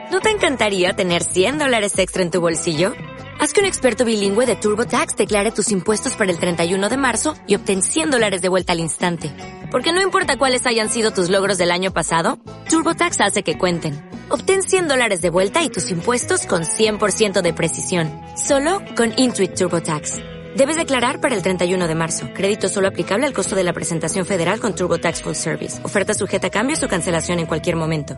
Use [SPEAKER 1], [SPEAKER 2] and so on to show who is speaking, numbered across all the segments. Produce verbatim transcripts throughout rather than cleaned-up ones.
[SPEAKER 1] ¿No te encantaría tener cien dólares extra en tu bolsillo? Haz que un experto bilingüe de TurboTax declare tus impuestos para el treinta y uno de marzo y obtén cien dólares de vuelta al instante. Porque no importa cuáles hayan sido tus logros del año pasado, TurboTax hace que cuenten. Obtén cien dólares de vuelta y tus impuestos con cien por ciento de precisión. Solo con Intuit TurboTax. Debes declarar para el treinta y uno de marzo. Crédito solo aplicable al costo de la presentación federal con TurboTax Full Service. Oferta sujeta a cambios o cancelación en cualquier momento.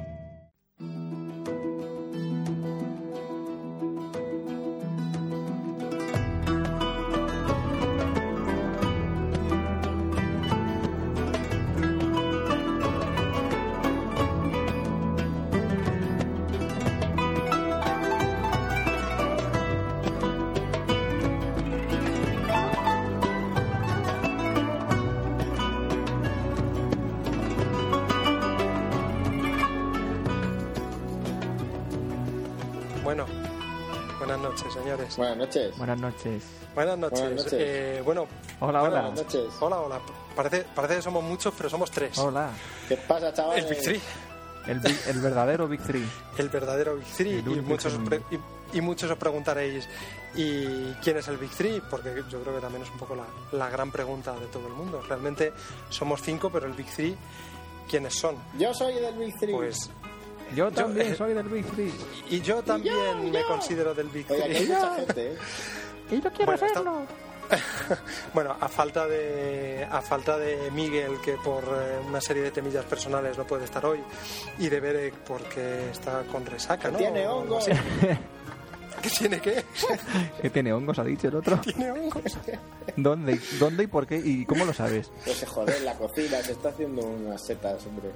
[SPEAKER 2] Bueno, buenas noches, señores.
[SPEAKER 3] Buenas noches.
[SPEAKER 4] Buenas noches.
[SPEAKER 2] Buenas noches.
[SPEAKER 3] Buenas noches.
[SPEAKER 2] Eh, bueno,
[SPEAKER 4] Hola, hola.
[SPEAKER 3] Buenas noches.
[SPEAKER 2] hola, hola. Parece, parece que somos muchos, pero somos tres.
[SPEAKER 4] Hola.
[SPEAKER 3] ¿Qué pasa, chavales?
[SPEAKER 2] El Big Three,
[SPEAKER 4] El, big- el verdadero Big Three.
[SPEAKER 2] el verdadero Big Three.
[SPEAKER 4] El
[SPEAKER 2] Y
[SPEAKER 4] único
[SPEAKER 2] muchos,
[SPEAKER 4] y
[SPEAKER 2] os pre- y, y muchos os preguntaréis, ¿y quién es el Big Three? Porque yo creo que también es un poco la, la gran pregunta de todo el mundo. Realmente somos cinco, pero el Big Three, ¿quiénes son?
[SPEAKER 3] Yo soy del Big Three.
[SPEAKER 2] Pues,
[SPEAKER 4] Yo también
[SPEAKER 2] eh,
[SPEAKER 4] soy del Big Three.
[SPEAKER 2] y yo también me considero del Big
[SPEAKER 3] Oiga, que hay
[SPEAKER 2] Three.
[SPEAKER 3] mucha gente, ¿eh?
[SPEAKER 4] Y yo quiero
[SPEAKER 2] Bueno, está-
[SPEAKER 4] hacerlo.
[SPEAKER 2] Bueno, a falta de a falta de Miguel, que por eh, una serie de temillas personales no puede estar hoy, y de Berek porque está con resaca, ¿no?
[SPEAKER 3] Tiene
[SPEAKER 2] O algo
[SPEAKER 3] hongos.
[SPEAKER 2] así. ¿Qué tiene qué?
[SPEAKER 4] ¿Qué tiene hongos, ha dicho el otro?
[SPEAKER 2] Tiene hongos.
[SPEAKER 4] ¿Dónde? ¿Dónde y por qué? ¿Y cómo lo sabes?
[SPEAKER 3] Pues se jode en la cocina, se está haciendo unas setas, hombre.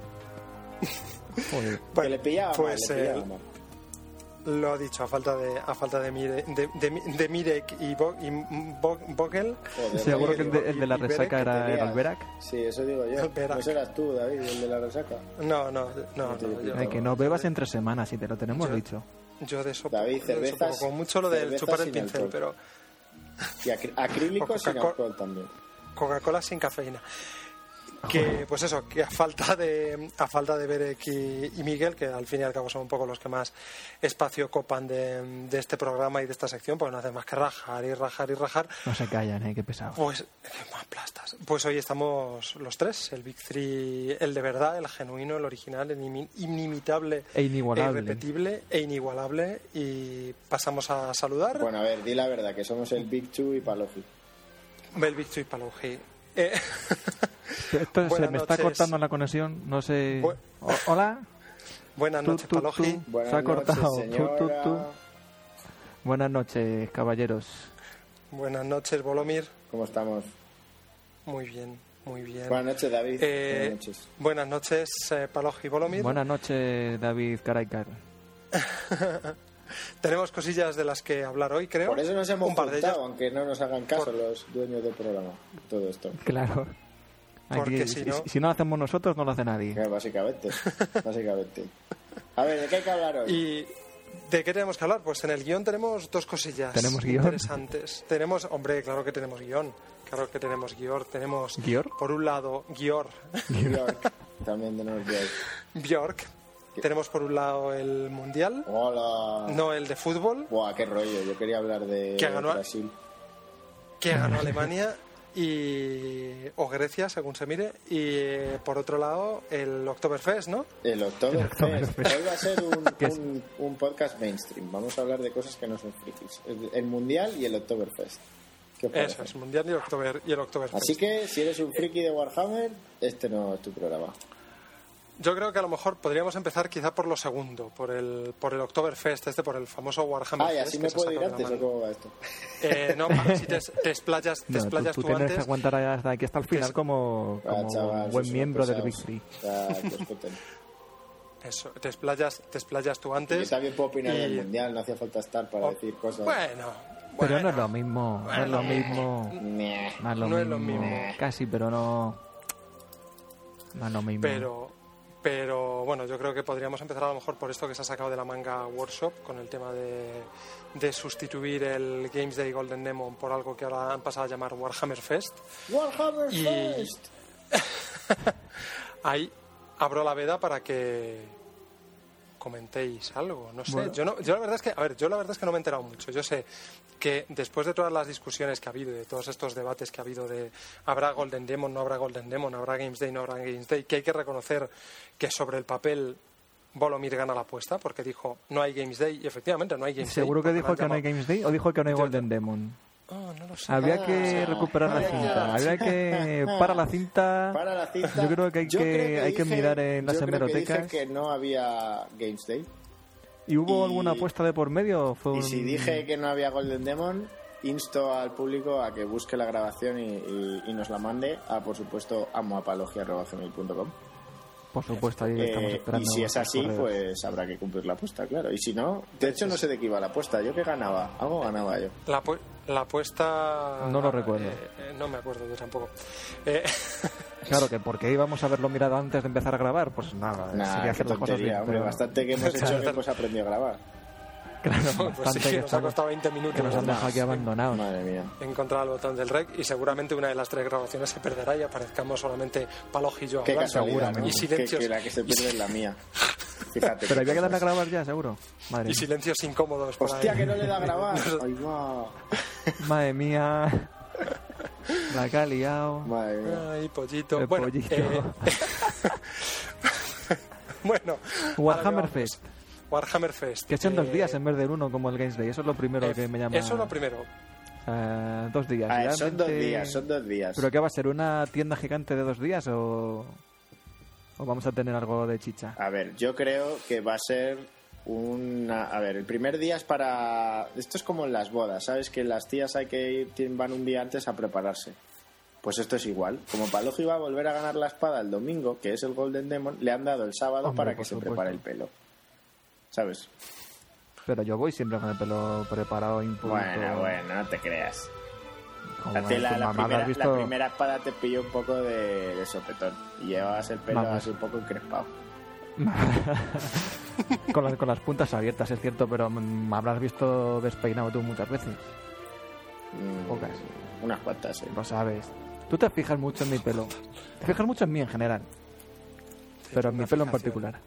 [SPEAKER 4] Joder.
[SPEAKER 3] que le pillaba
[SPEAKER 2] pues,
[SPEAKER 3] mal, le pillaba
[SPEAKER 2] eh,
[SPEAKER 3] mal.
[SPEAKER 2] Lo ha dicho, a falta de a falta de, Mire, de, de, de Mirek y, Bo, y Bo- Vogel.
[SPEAKER 3] Joder,
[SPEAKER 4] Seguro
[SPEAKER 3] oye,
[SPEAKER 4] que el de, el de la
[SPEAKER 2] y Berek,
[SPEAKER 4] resaca
[SPEAKER 3] que
[SPEAKER 4] era
[SPEAKER 3] te
[SPEAKER 4] el
[SPEAKER 3] lías.
[SPEAKER 4] Alberac.
[SPEAKER 3] Sí, eso digo yo.
[SPEAKER 2] Alberac.
[SPEAKER 3] No serás tú, David, el de la resaca.
[SPEAKER 2] No, no, no, no, yo,
[SPEAKER 4] Ay, que no bebas entre semanas, si te lo tenemos
[SPEAKER 2] Yo-
[SPEAKER 4] dicho.
[SPEAKER 2] yo de eso
[SPEAKER 3] David,
[SPEAKER 2] poco, yo de eso
[SPEAKER 3] cervezas-
[SPEAKER 2] poco. Como mucho lo del
[SPEAKER 3] cervezas
[SPEAKER 2] chupar el
[SPEAKER 3] sin
[SPEAKER 2] pincel,
[SPEAKER 3] alcohol.
[SPEAKER 2] pero
[SPEAKER 3] Y acr- acrílico
[SPEAKER 2] O
[SPEAKER 3] sin
[SPEAKER 2] Coca-Cola.
[SPEAKER 3] alcohol también.
[SPEAKER 2] Coca-Cola sin cafeína. Que, pues eso, que a falta de a falta de Berek y, y Miguel, que al fin y al cabo son un poco los que más espacio copan de, de este programa y de esta sección, pues no hacen más que rajar y rajar y rajar,
[SPEAKER 4] No se callan, eh, qué pesado.
[SPEAKER 2] pues qué más plastas. Pues hoy estamos los tres, el Big Three, el de verdad, el genuino, el original, el imi- inimitable,
[SPEAKER 4] E inigualable.
[SPEAKER 2] e irrepetible e inigualable, y pasamos a saludar.
[SPEAKER 3] Bueno, a ver, di la verdad, que somos el Big Two y Palofi.
[SPEAKER 2] El Big Three Palouji. Eh,
[SPEAKER 4] Esto se
[SPEAKER 2] buenas
[SPEAKER 4] me está
[SPEAKER 2] noches.
[SPEAKER 4] cortando la conexión, no sé...
[SPEAKER 2] Bu-
[SPEAKER 4] O- ¿Hola?
[SPEAKER 2] Buenas
[SPEAKER 4] Tú,
[SPEAKER 2] noches,
[SPEAKER 4] tú,
[SPEAKER 2] Palouji.
[SPEAKER 4] tú.
[SPEAKER 3] Buenas
[SPEAKER 4] Se ha
[SPEAKER 3] noches,
[SPEAKER 4] cortado. Tú,
[SPEAKER 3] señora.
[SPEAKER 4] tú, tú. Buenas noches, caballeros.
[SPEAKER 2] Buenas noches, Volomir.
[SPEAKER 3] ¿Cómo estamos?
[SPEAKER 2] Muy bien, muy bien.
[SPEAKER 3] Buenas noches, David.
[SPEAKER 2] Eh,
[SPEAKER 3] Buenas noches.
[SPEAKER 2] Buenas noches, eh, Palouji Volomir.
[SPEAKER 4] Buenas noches, David Karaikar.
[SPEAKER 2] Tenemos cosillas de las que hablar hoy, creo.
[SPEAKER 3] Por eso nos hemos
[SPEAKER 2] Un par de ellas.
[SPEAKER 3] juntado, aunque no nos hagan caso
[SPEAKER 2] Por-
[SPEAKER 3] los dueños del programa. Todo esto.
[SPEAKER 4] Claro.
[SPEAKER 2] Porque
[SPEAKER 4] Aquí,
[SPEAKER 2] si
[SPEAKER 4] si,
[SPEAKER 2] no-
[SPEAKER 4] si no lo hacemos nosotros, no lo hace nadie.
[SPEAKER 3] Eh, Básicamente. Básicamente. A ver, ¿de qué hay que hablar hoy?
[SPEAKER 2] ¿Y de qué tenemos que hablar? Pues en el guión tenemos dos cosillas
[SPEAKER 4] ¿Tenemos guión?
[SPEAKER 2] interesantes. Tenemos, hombre, claro que tenemos guión. Claro que tenemos guión. Tenemos,
[SPEAKER 4] ¿Guior?
[SPEAKER 2] por un lado, guión.
[SPEAKER 3] Bjork. También tenemos Bjork.
[SPEAKER 2] Bjork. Tenemos por un lado el Mundial,
[SPEAKER 3] Hola.
[SPEAKER 2] no el de fútbol,
[SPEAKER 3] Buah, qué rollo. Yo quería hablar de
[SPEAKER 2] ¿Qué ganó?
[SPEAKER 3] Brasil.
[SPEAKER 2] que ganó Alemania y o Grecia, según se mire, y eh, por otro lado el Oktoberfest, ¿no?
[SPEAKER 3] El Oktoberfest.
[SPEAKER 4] Oktoberfest.
[SPEAKER 3] Hoy va a ser un,
[SPEAKER 4] ¿Qué es?
[SPEAKER 3] un, un podcast mainstream. Vamos a hablar de cosas que no son frikis. El, el Mundial y el Oktoberfest. ¿Qué os parece?
[SPEAKER 2] Eso es, el Mundial y el, Oktober, y el Oktoberfest.
[SPEAKER 3] Así que si eres un friki de Warhammer, este no es tu programa.
[SPEAKER 2] Yo creo que a lo mejor podríamos empezar quizá por lo segundo, por el por el Oktoberfest, este, por el famoso Warhammer
[SPEAKER 3] Ah, y
[SPEAKER 2] Fest,
[SPEAKER 3] así
[SPEAKER 2] que
[SPEAKER 3] me
[SPEAKER 2] se
[SPEAKER 3] puedo ir
[SPEAKER 2] saca de la
[SPEAKER 3] antes, ¿o
[SPEAKER 2] manga.
[SPEAKER 3] cómo va esto?
[SPEAKER 2] Eh, no, pa- si te, te explayas, te
[SPEAKER 4] No, tú,
[SPEAKER 2] explayas
[SPEAKER 4] tú
[SPEAKER 2] tú,
[SPEAKER 4] tienes
[SPEAKER 2] antes.
[SPEAKER 4] que aguantar hasta aquí hasta el final
[SPEAKER 2] es-
[SPEAKER 4] como,
[SPEAKER 3] Ah,
[SPEAKER 4] como
[SPEAKER 3] chaval,
[SPEAKER 4] un buen
[SPEAKER 3] sois
[SPEAKER 4] miembro
[SPEAKER 3] unos
[SPEAKER 4] del Big
[SPEAKER 3] pesados.
[SPEAKER 4] Three.
[SPEAKER 3] O sea, que os cuenten.
[SPEAKER 2] Eso, te explayas, te explayas tú
[SPEAKER 3] Yo
[SPEAKER 2] antes.
[SPEAKER 3] también puedo opinar
[SPEAKER 2] y-
[SPEAKER 3] del Mundial, no hacía falta estar para
[SPEAKER 2] Oh,
[SPEAKER 3] decir cosas.
[SPEAKER 2] Bueno,
[SPEAKER 4] Pero
[SPEAKER 2] bueno,
[SPEAKER 4] no es lo mismo, no es lo mismo.
[SPEAKER 3] Meh.
[SPEAKER 4] No es lo,
[SPEAKER 2] No es
[SPEAKER 4] mismo.
[SPEAKER 2] lo mismo.
[SPEAKER 4] Casi, pero no. No es lo mismo.
[SPEAKER 2] pero pero bueno, yo creo que podríamos empezar a lo mejor por esto que se ha sacado de la manga Workshop, con el tema de, de sustituir el Games Day Golden Demon por algo que ahora han pasado a llamar Warhammer Fest.
[SPEAKER 3] Warhammer
[SPEAKER 2] Y-
[SPEAKER 3] Fest.
[SPEAKER 2] Ahí abro la veda para que comentéis algo, no sé.
[SPEAKER 4] Bueno.
[SPEAKER 2] Yo no, yo la verdad es que, a ver, yo la verdad es que no me he enterado mucho. Yo sé que después de todas las discusiones que ha habido, de todos estos debates que ha habido de habrá Golden Demon, no habrá Golden Demon, habrá Games Day, no habrá Games Day, que hay que reconocer que sobre el papel Volomir gana la apuesta porque dijo no hay Games Day y efectivamente no hay Games Day.
[SPEAKER 4] ¿Seguro que dijo
[SPEAKER 2] porque
[SPEAKER 4] que no hay
[SPEAKER 2] llamado-
[SPEAKER 4] Games Day o dijo que no hay
[SPEAKER 2] Yo-
[SPEAKER 4] Golden Demon?
[SPEAKER 2] Oh, no lo sé.
[SPEAKER 4] Habría
[SPEAKER 3] Ah,
[SPEAKER 4] que recuperar la
[SPEAKER 3] vaya.
[SPEAKER 4] cinta. Habría que para la cinta.
[SPEAKER 3] Para la cinta.
[SPEAKER 4] Yo creo que hay
[SPEAKER 3] Yo
[SPEAKER 4] que,
[SPEAKER 3] creo
[SPEAKER 4] hay que
[SPEAKER 3] dije-
[SPEAKER 4] mirar en las
[SPEAKER 3] yo creo que dije
[SPEAKER 4] hemerotecas.
[SPEAKER 3] que no había Games Day.
[SPEAKER 4] ¿Y hubo
[SPEAKER 3] y-
[SPEAKER 4] alguna apuesta de por medio? o Fue
[SPEAKER 3] Y si
[SPEAKER 4] un-
[SPEAKER 3] dije que no había Golden Demon, insto al público a que busque la grabación y, y- y nos la mande a, por supuesto, amoapalogia arroba gmail punto com.
[SPEAKER 4] Por supuesto, ahí estamos
[SPEAKER 3] Eh,
[SPEAKER 4] esperando.
[SPEAKER 3] y si es
[SPEAKER 4] vuestros
[SPEAKER 3] así,
[SPEAKER 4] correos.
[SPEAKER 3] pues habrá que cumplir la apuesta, claro. Y si no, de hecho no sé de qué iba la apuesta. ¿Yo qué ganaba? Algo ganaba yo.
[SPEAKER 2] La, apu- la apuesta...
[SPEAKER 4] No lo recuerdo.
[SPEAKER 2] eh, eh, no me acuerdo yo tampoco. Eh,
[SPEAKER 4] Claro, que porque íbamos a haberlo mirado antes de empezar a grabar, pues nada,
[SPEAKER 3] Nah,
[SPEAKER 4] sería
[SPEAKER 3] qué
[SPEAKER 4] hacer las cosas
[SPEAKER 3] tontería,
[SPEAKER 4] bien.
[SPEAKER 3] hombre.
[SPEAKER 4] pero-
[SPEAKER 3] Bastante que hemos hecho que hemos aprendido a grabar.
[SPEAKER 4] Claro,
[SPEAKER 2] pues
[SPEAKER 4] bastante
[SPEAKER 2] sí,
[SPEAKER 4] que,
[SPEAKER 2] nos ha
[SPEAKER 4] estamos-
[SPEAKER 2] costado veinte minutos.
[SPEAKER 4] que nos han
[SPEAKER 2] ¿no?
[SPEAKER 4] dejado aquí abandonados.
[SPEAKER 3] Madre mía.
[SPEAKER 2] Encontrar el botón del rec y seguramente una de las tres grabaciones se perderá y aparezcamos solamente Paloji y yo
[SPEAKER 3] Qué
[SPEAKER 2] hablando.
[SPEAKER 3] casualidad, ¿no?
[SPEAKER 2] y
[SPEAKER 3] Que,
[SPEAKER 2] silencios
[SPEAKER 3] que la que se pierde es la mía. Fíjate.
[SPEAKER 4] Pero
[SPEAKER 3] qué
[SPEAKER 4] había que darle a
[SPEAKER 3] cosas.
[SPEAKER 4] grabar ya, seguro. Madre
[SPEAKER 2] y
[SPEAKER 4] mía.
[SPEAKER 2] silencios incómodos por
[SPEAKER 3] Hostia,
[SPEAKER 2] ahí.
[SPEAKER 3] que no le da a grabar. Ay, va.
[SPEAKER 4] Madre mía. La que ha liado.
[SPEAKER 3] Madre mía.
[SPEAKER 2] Ay, pollito.
[SPEAKER 4] El
[SPEAKER 2] bueno,
[SPEAKER 4] pollito.
[SPEAKER 2] eh, bueno,
[SPEAKER 4] Warhammer
[SPEAKER 2] ahora que vamos.
[SPEAKER 4] Fest.
[SPEAKER 2] Warhammer Fest.
[SPEAKER 4] Que son dos
[SPEAKER 2] eh,
[SPEAKER 4] días en vez del uno como el Games Day. Eso es lo primero
[SPEAKER 2] eh,
[SPEAKER 4] que me llama.
[SPEAKER 2] Eso es lo primero.
[SPEAKER 4] Eh, dos días.
[SPEAKER 3] Ah, son dos
[SPEAKER 4] Realmente-
[SPEAKER 3] días, son dos días.
[SPEAKER 4] ¿Pero qué va a ser? ¿Una tienda gigante de dos días o, o vamos a tener algo de chicha?
[SPEAKER 3] A ver, yo creo que va a ser una... A ver, el primer día es para... Esto es como en las bodas, ¿sabes? Que las tías hay que ir, tienen- van un día antes a prepararse. Pues esto es igual. Como Paloji va a volver a ganar la espada el domingo, que es el Golden Demon, le han dado el sábado
[SPEAKER 4] Hombre,
[SPEAKER 3] para que
[SPEAKER 4] por
[SPEAKER 3] se
[SPEAKER 4] supuesto.
[SPEAKER 3] prepare el pelo. ¿Sabes?
[SPEAKER 4] Pero yo voy siempre con el pelo preparado, impulso.
[SPEAKER 3] Bueno, bueno, no te creas.
[SPEAKER 4] Como
[SPEAKER 3] La, tela-
[SPEAKER 4] es,
[SPEAKER 3] la,
[SPEAKER 4] mamá,
[SPEAKER 3] primera,
[SPEAKER 4] ¿has visto?
[SPEAKER 3] la primera espada te pilló un poco de, de sopetón. Y llevabas el pelo
[SPEAKER 4] Vamos.
[SPEAKER 3] así un poco encrespado.
[SPEAKER 4] con, las, con las puntas abiertas, es cierto, pero mm, habrás visto despeinado tú muchas veces.
[SPEAKER 3] Mm,
[SPEAKER 4] Pocas.
[SPEAKER 3] Unas cuantas, sí.
[SPEAKER 4] Lo sabes. Tú te fijas mucho en mi pelo. Te fijas mucho en mí en general, pero en mi
[SPEAKER 2] una
[SPEAKER 4] pelo en
[SPEAKER 2] fijación.
[SPEAKER 4] particular.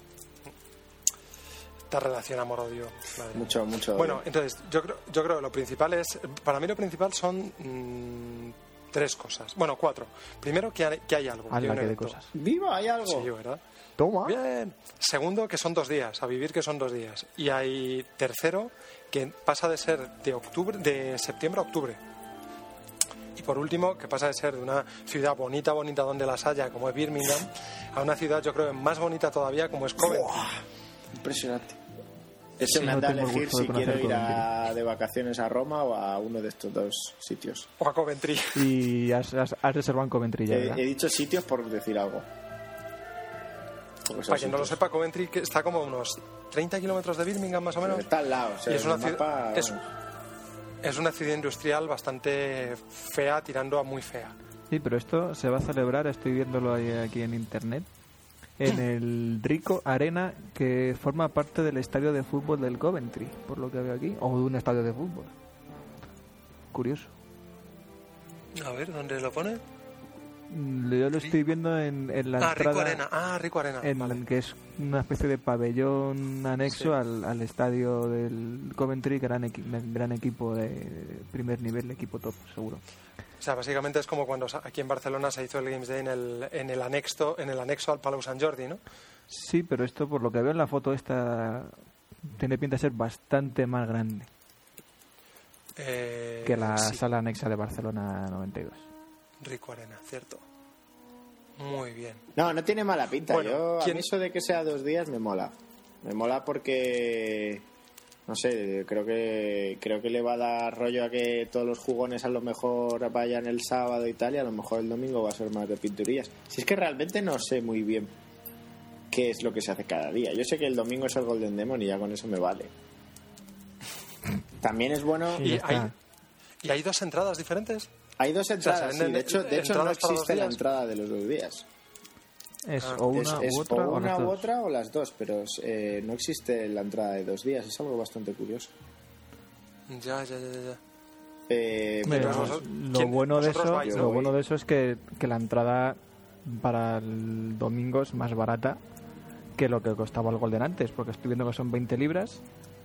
[SPEAKER 2] Esta relación amor-odio. madre mía.
[SPEAKER 3] Mucho, mucho.
[SPEAKER 2] Bueno, entonces, yo creo, yo creo que lo principal es... Para mí lo principal son mm, tres cosas. Bueno, cuatro. Primero, que hay, que hay algo. que hay
[SPEAKER 4] Hala,
[SPEAKER 2] un
[SPEAKER 4] que de
[SPEAKER 2] evento.
[SPEAKER 4] cosas.
[SPEAKER 3] ¡Viva! ¿Hay algo?
[SPEAKER 2] Sí, ¿verdad?
[SPEAKER 4] Toma.
[SPEAKER 2] Bien. Segundo, que son dos días, a vivir que son dos días. Y hay tercero, que pasa de ser de octubre, de septiembre a octubre. Y por último, que pasa de ser de una ciudad bonita, bonita donde las haya, como es Birmingham, a una ciudad, yo creo, más bonita todavía, como es Coventry.
[SPEAKER 3] Impresionante. Ese
[SPEAKER 4] Sí,
[SPEAKER 3] me
[SPEAKER 4] no
[SPEAKER 3] da a
[SPEAKER 4] tengo el
[SPEAKER 3] elegir
[SPEAKER 4] gusto de
[SPEAKER 3] si quiero
[SPEAKER 4] conocer
[SPEAKER 3] ir a, de vacaciones a Roma o a uno de estos dos sitios.
[SPEAKER 2] O a Coventry.
[SPEAKER 4] Y has, has, has reservado en Coventry ya,
[SPEAKER 3] He,
[SPEAKER 4] ¿verdad?
[SPEAKER 3] he dicho sitios por decir algo. Porque son
[SPEAKER 2] Para quien no lo
[SPEAKER 3] sitios.
[SPEAKER 2] sepa, Coventry que está como a unos treinta kilómetros de Birmingham, más o menos.
[SPEAKER 3] Está al lado. O sea,
[SPEAKER 2] Y es una,
[SPEAKER 3] el
[SPEAKER 2] ciudad,
[SPEAKER 3] mapa,
[SPEAKER 2] es,
[SPEAKER 3] vamos.
[SPEAKER 2] es una ciudad industrial bastante fea, tirando a muy fea.
[SPEAKER 4] Sí, pero esto se va a celebrar, estoy viéndolo ahí, aquí en internet, en el Rico Arena, que forma parte del estadio de fútbol del Coventry, por lo que veo aquí, o de un estadio de fútbol. Curioso.
[SPEAKER 2] A ver, ¿dónde lo pone?
[SPEAKER 4] Mm, Yo lo estoy viendo en, en la
[SPEAKER 2] Ah, Rico
[SPEAKER 4] entrada,
[SPEAKER 2] Arena. Ah, Rico Arena.
[SPEAKER 4] en,
[SPEAKER 2] vale.
[SPEAKER 4] que es una especie de pabellón anexo
[SPEAKER 2] Sí.
[SPEAKER 4] al, al estadio del Coventry, gran, equi- gran equipo de primer nivel, equipo top, seguro.
[SPEAKER 2] O sea, básicamente es como cuando aquí en Barcelona se hizo el Games Day en el, en el anexo en el anexo al Palau Sant Jordi, ¿no?
[SPEAKER 4] Sí, pero esto, por lo que veo en la foto esta, tiene pinta de ser bastante más grande
[SPEAKER 2] Eh,
[SPEAKER 4] que la
[SPEAKER 2] sí,
[SPEAKER 4] sala anexa de Barcelona noventa y dos.
[SPEAKER 2] Rico Arena, cierto. Muy bien.
[SPEAKER 3] No, no tiene mala pinta.
[SPEAKER 2] Bueno,
[SPEAKER 3] Yo, a
[SPEAKER 2] ¿quién-
[SPEAKER 3] mí eso de que sea dos días me mola. Me mola porque... No sé, creo que creo que le va a dar rollo a que todos los jugones a lo mejor vayan el sábado y tal, y a lo mejor el domingo va a ser más de pinturillas. Si es que realmente no sé muy bien qué es lo que se hace cada día. Yo sé que el domingo es el Golden Demon y ya con eso me vale. También es bueno...
[SPEAKER 4] Sí,
[SPEAKER 2] ¿Y
[SPEAKER 4] ya está.
[SPEAKER 2] hay, ¿Y hay dos entradas diferentes?
[SPEAKER 3] Hay dos
[SPEAKER 2] sea,
[SPEAKER 3] entradas,
[SPEAKER 2] se
[SPEAKER 3] sí.
[SPEAKER 2] venden
[SPEAKER 3] De hecho, de hecho no
[SPEAKER 2] entradas para dos
[SPEAKER 3] existe la
[SPEAKER 2] días.
[SPEAKER 3] entrada de los dos días.
[SPEAKER 4] Es
[SPEAKER 2] Ah,
[SPEAKER 4] o una
[SPEAKER 3] es es
[SPEAKER 4] u otra
[SPEAKER 3] o
[SPEAKER 4] o
[SPEAKER 3] una
[SPEAKER 4] las
[SPEAKER 3] u
[SPEAKER 4] dos.
[SPEAKER 3] otra o las dos, pero eh, no existe la entrada de dos días. Es algo bastante curioso.
[SPEAKER 2] Ya, ya, ya, ya.
[SPEAKER 3] Eh,
[SPEAKER 4] Hombre,
[SPEAKER 2] Pero
[SPEAKER 3] pero-
[SPEAKER 2] vosotros-
[SPEAKER 4] lo
[SPEAKER 2] ¿quién-
[SPEAKER 4] bueno de
[SPEAKER 2] vosotros
[SPEAKER 4] eso,
[SPEAKER 2] vais,
[SPEAKER 3] no?
[SPEAKER 4] lo bueno de eso es que, que la entrada para el domingo es más barata que lo que costaba el Golden antes, porque estoy viendo que son veinte libras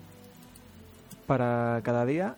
[SPEAKER 4] para cada día.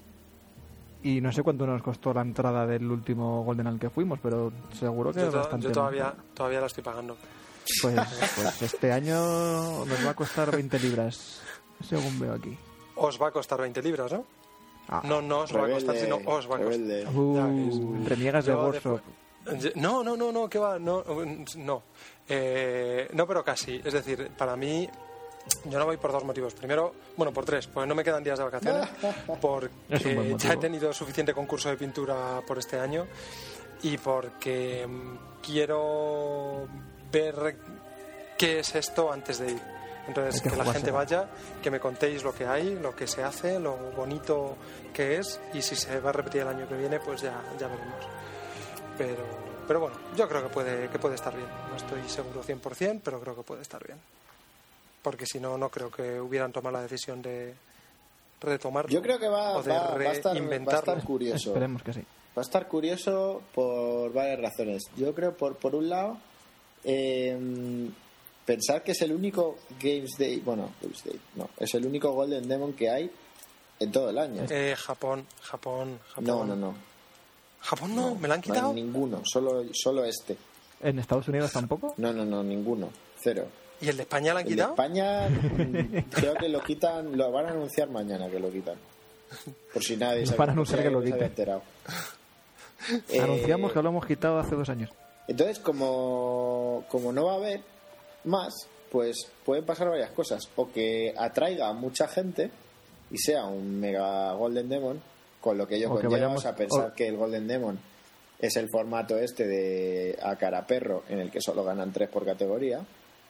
[SPEAKER 4] Y no sé cuánto nos costó la entrada del último Golden al que fuimos, pero seguro que
[SPEAKER 2] yo,
[SPEAKER 4] es
[SPEAKER 2] to-
[SPEAKER 4] bastante
[SPEAKER 2] yo todavía,
[SPEAKER 4] más.
[SPEAKER 2] todavía la estoy pagando.
[SPEAKER 4] Pues, pues este año nos va a costar veinte libras, según veo aquí.
[SPEAKER 2] Os va a costar veinte libras, ¿no?
[SPEAKER 4] Ah,
[SPEAKER 2] No, no os va a costar,
[SPEAKER 3] Rebelde,
[SPEAKER 2] sino os va a costar.
[SPEAKER 3] rebelde.
[SPEAKER 4] uh, reniegas de
[SPEAKER 2] Yo
[SPEAKER 4] Workshop.
[SPEAKER 2] después- No, no, no, no, ¿qué va? No, no. Eh, no, pero casi. Es decir, para mí, yo no voy por dos motivos. Primero, bueno, por tres, porque no me quedan días de vacaciones, porque
[SPEAKER 4] Es un buen
[SPEAKER 2] ya he
[SPEAKER 4] motivo.
[SPEAKER 2] tenido suficiente concurso de pintura por este año y porque mm, quiero ver qué es esto antes de ir. Entonces,
[SPEAKER 4] Hay que
[SPEAKER 2] que, la gente
[SPEAKER 4] jugársela.
[SPEAKER 2] vaya, que me contéis lo que hay, lo que se hace, lo bonito que es, y si se va a repetir el año que viene, pues ya, ya veremos. Pero, pero bueno, yo creo que puede, que puede estar bien. No estoy seguro cien por ciento, pero creo que puede estar bien. Porque si no, no creo que hubieran tomado la decisión de retomarlo.
[SPEAKER 3] Yo creo que va,
[SPEAKER 2] o de
[SPEAKER 3] va, va a estar, va a
[SPEAKER 2] reinventarlo.
[SPEAKER 3] estar curioso.
[SPEAKER 4] Esperemos que sí.
[SPEAKER 3] Va a estar curioso por varias razones. Yo creo, por, por un lado, eh, pensar que es el único Games Day, bueno, Games Day, no, es el único Golden Demon que hay en todo el año.
[SPEAKER 2] Eh, Japón, Japón, Japón.
[SPEAKER 3] No, no, no.
[SPEAKER 2] ¿Japón no? ¿Me la han
[SPEAKER 3] No
[SPEAKER 2] quitado?
[SPEAKER 3] hay ninguno, solo, solo este.
[SPEAKER 4] ¿En Estados Unidos tampoco?
[SPEAKER 3] No, no, no, ninguno. Cero.
[SPEAKER 2] ¿Y el de España la han
[SPEAKER 3] El de
[SPEAKER 2] quitado?
[SPEAKER 3] España mm, creo que lo quitan, lo van a anunciar mañana que lo quitan. Por si nadie se
[SPEAKER 4] Van a
[SPEAKER 3] había-
[SPEAKER 4] anunciar
[SPEAKER 3] se
[SPEAKER 4] que lo
[SPEAKER 3] había
[SPEAKER 4] quiten.
[SPEAKER 3] enterado. Eh,
[SPEAKER 4] Anunciamos que lo hemos quitado hace dos años.
[SPEAKER 3] Entonces, como, como no va a haber más, pues pueden pasar varias cosas. O que atraiga a mucha gente y sea un mega Golden Demon, con lo que yo
[SPEAKER 4] O que
[SPEAKER 3] conlleva
[SPEAKER 4] vayamos-
[SPEAKER 3] a pensar
[SPEAKER 4] o-
[SPEAKER 3] que el Golden Demon es el formato este de a cara perro, en el que solo ganan tres por categoría.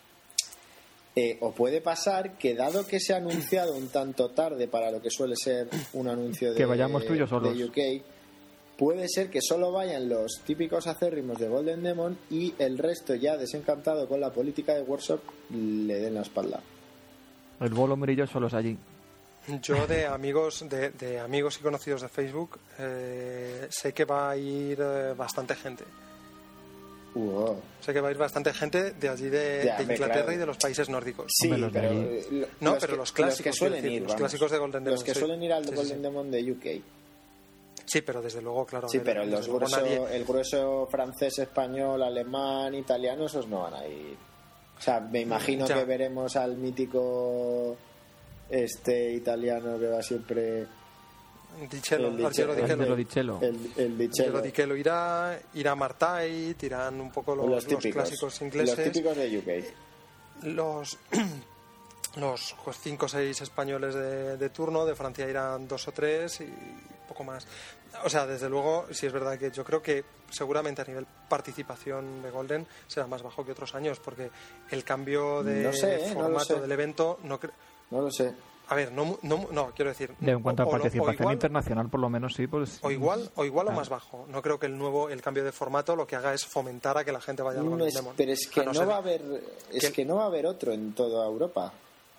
[SPEAKER 3] Eh, o puede pasar que, dado que se ha anunciado un tanto tarde para lo que suele ser un anuncio de,
[SPEAKER 4] Que vayamos tú y yo solos.
[SPEAKER 3] de U K, puede ser que solo vayan los típicos acérrimos de Golden Demon y el resto, ya desencantado con la política de Workshop, le den la espalda.
[SPEAKER 4] El bolo amarillo solo es allí.
[SPEAKER 2] Yo de amigos de, de amigos y conocidos de Facebook eh, sé que va a ir eh, bastante gente.
[SPEAKER 3] Uh,
[SPEAKER 2] Sé que va a ir bastante gente de allí de,
[SPEAKER 3] Ya,
[SPEAKER 2] de
[SPEAKER 3] me
[SPEAKER 2] Inglaterra
[SPEAKER 3] claro.
[SPEAKER 2] y de los Países nórdicos.
[SPEAKER 3] sí,
[SPEAKER 4] Hombre, los de
[SPEAKER 3] pero,
[SPEAKER 4] allí.
[SPEAKER 3] eh, lo-
[SPEAKER 2] No,
[SPEAKER 3] los
[SPEAKER 2] pero
[SPEAKER 3] que-
[SPEAKER 2] los clásicos,
[SPEAKER 3] los que suelen
[SPEAKER 2] quiero decir,
[SPEAKER 3] ir,
[SPEAKER 2] los
[SPEAKER 3] vamos.
[SPEAKER 2] clásicos de Golden Demon,
[SPEAKER 3] Los que
[SPEAKER 2] sí.
[SPEAKER 3] suelen ir al
[SPEAKER 2] Sí, sí,
[SPEAKER 3] Golden
[SPEAKER 2] sí.
[SPEAKER 3] Demon de U K.
[SPEAKER 2] Sí, pero desde luego, claro.
[SPEAKER 3] Sí,
[SPEAKER 2] de-
[SPEAKER 3] pero
[SPEAKER 2] desde
[SPEAKER 3] los
[SPEAKER 2] luego
[SPEAKER 3] grueso,
[SPEAKER 2] nadie-
[SPEAKER 3] el grueso francés, español, alemán, italiano, esos no van a ir. O sea, me imagino
[SPEAKER 2] Ya.
[SPEAKER 3] que veremos al mítico este italiano que va siempre,
[SPEAKER 2] Dicello,
[SPEAKER 3] el
[SPEAKER 2] Argelo
[SPEAKER 3] Dicello.
[SPEAKER 2] Dicello.
[SPEAKER 4] Angelo Dicello.
[SPEAKER 3] el, el Dicello.
[SPEAKER 2] Argelo Dicello irá, irá Martai, irán un poco los,
[SPEAKER 3] los
[SPEAKER 2] los
[SPEAKER 3] típicos,
[SPEAKER 2] clásicos ingleses.
[SPEAKER 3] los típicos de U K.
[SPEAKER 2] Los los pues, cinco o seis españoles de, de turno, de Francia irán dos o tres y poco más. O sea, desde luego, sí es verdad que yo creo que seguramente a nivel participación de Golden será más bajo que otros años, porque el cambio de
[SPEAKER 3] No sé, ¿eh? No lo
[SPEAKER 2] formato
[SPEAKER 3] sé.
[SPEAKER 2] del evento no cre-
[SPEAKER 3] No lo sé.
[SPEAKER 2] a ver, no, mu- no, mu- no quiero decir
[SPEAKER 4] De, en cuanto a
[SPEAKER 2] o- o lo- o
[SPEAKER 4] participación
[SPEAKER 2] igual-
[SPEAKER 4] internacional, por lo menos sí, pues...
[SPEAKER 2] o igual o igual o
[SPEAKER 4] Ah.
[SPEAKER 2] más bajo. No creo que el nuevo el cambio de formato lo que haga es fomentar a que la gente vaya al
[SPEAKER 3] No
[SPEAKER 2] Golden
[SPEAKER 3] es-
[SPEAKER 2] Demon.
[SPEAKER 3] pero es que
[SPEAKER 2] A
[SPEAKER 3] no,
[SPEAKER 2] ser-
[SPEAKER 3] va a haber es
[SPEAKER 2] que-
[SPEAKER 3] que no va a haber otro en toda Europa.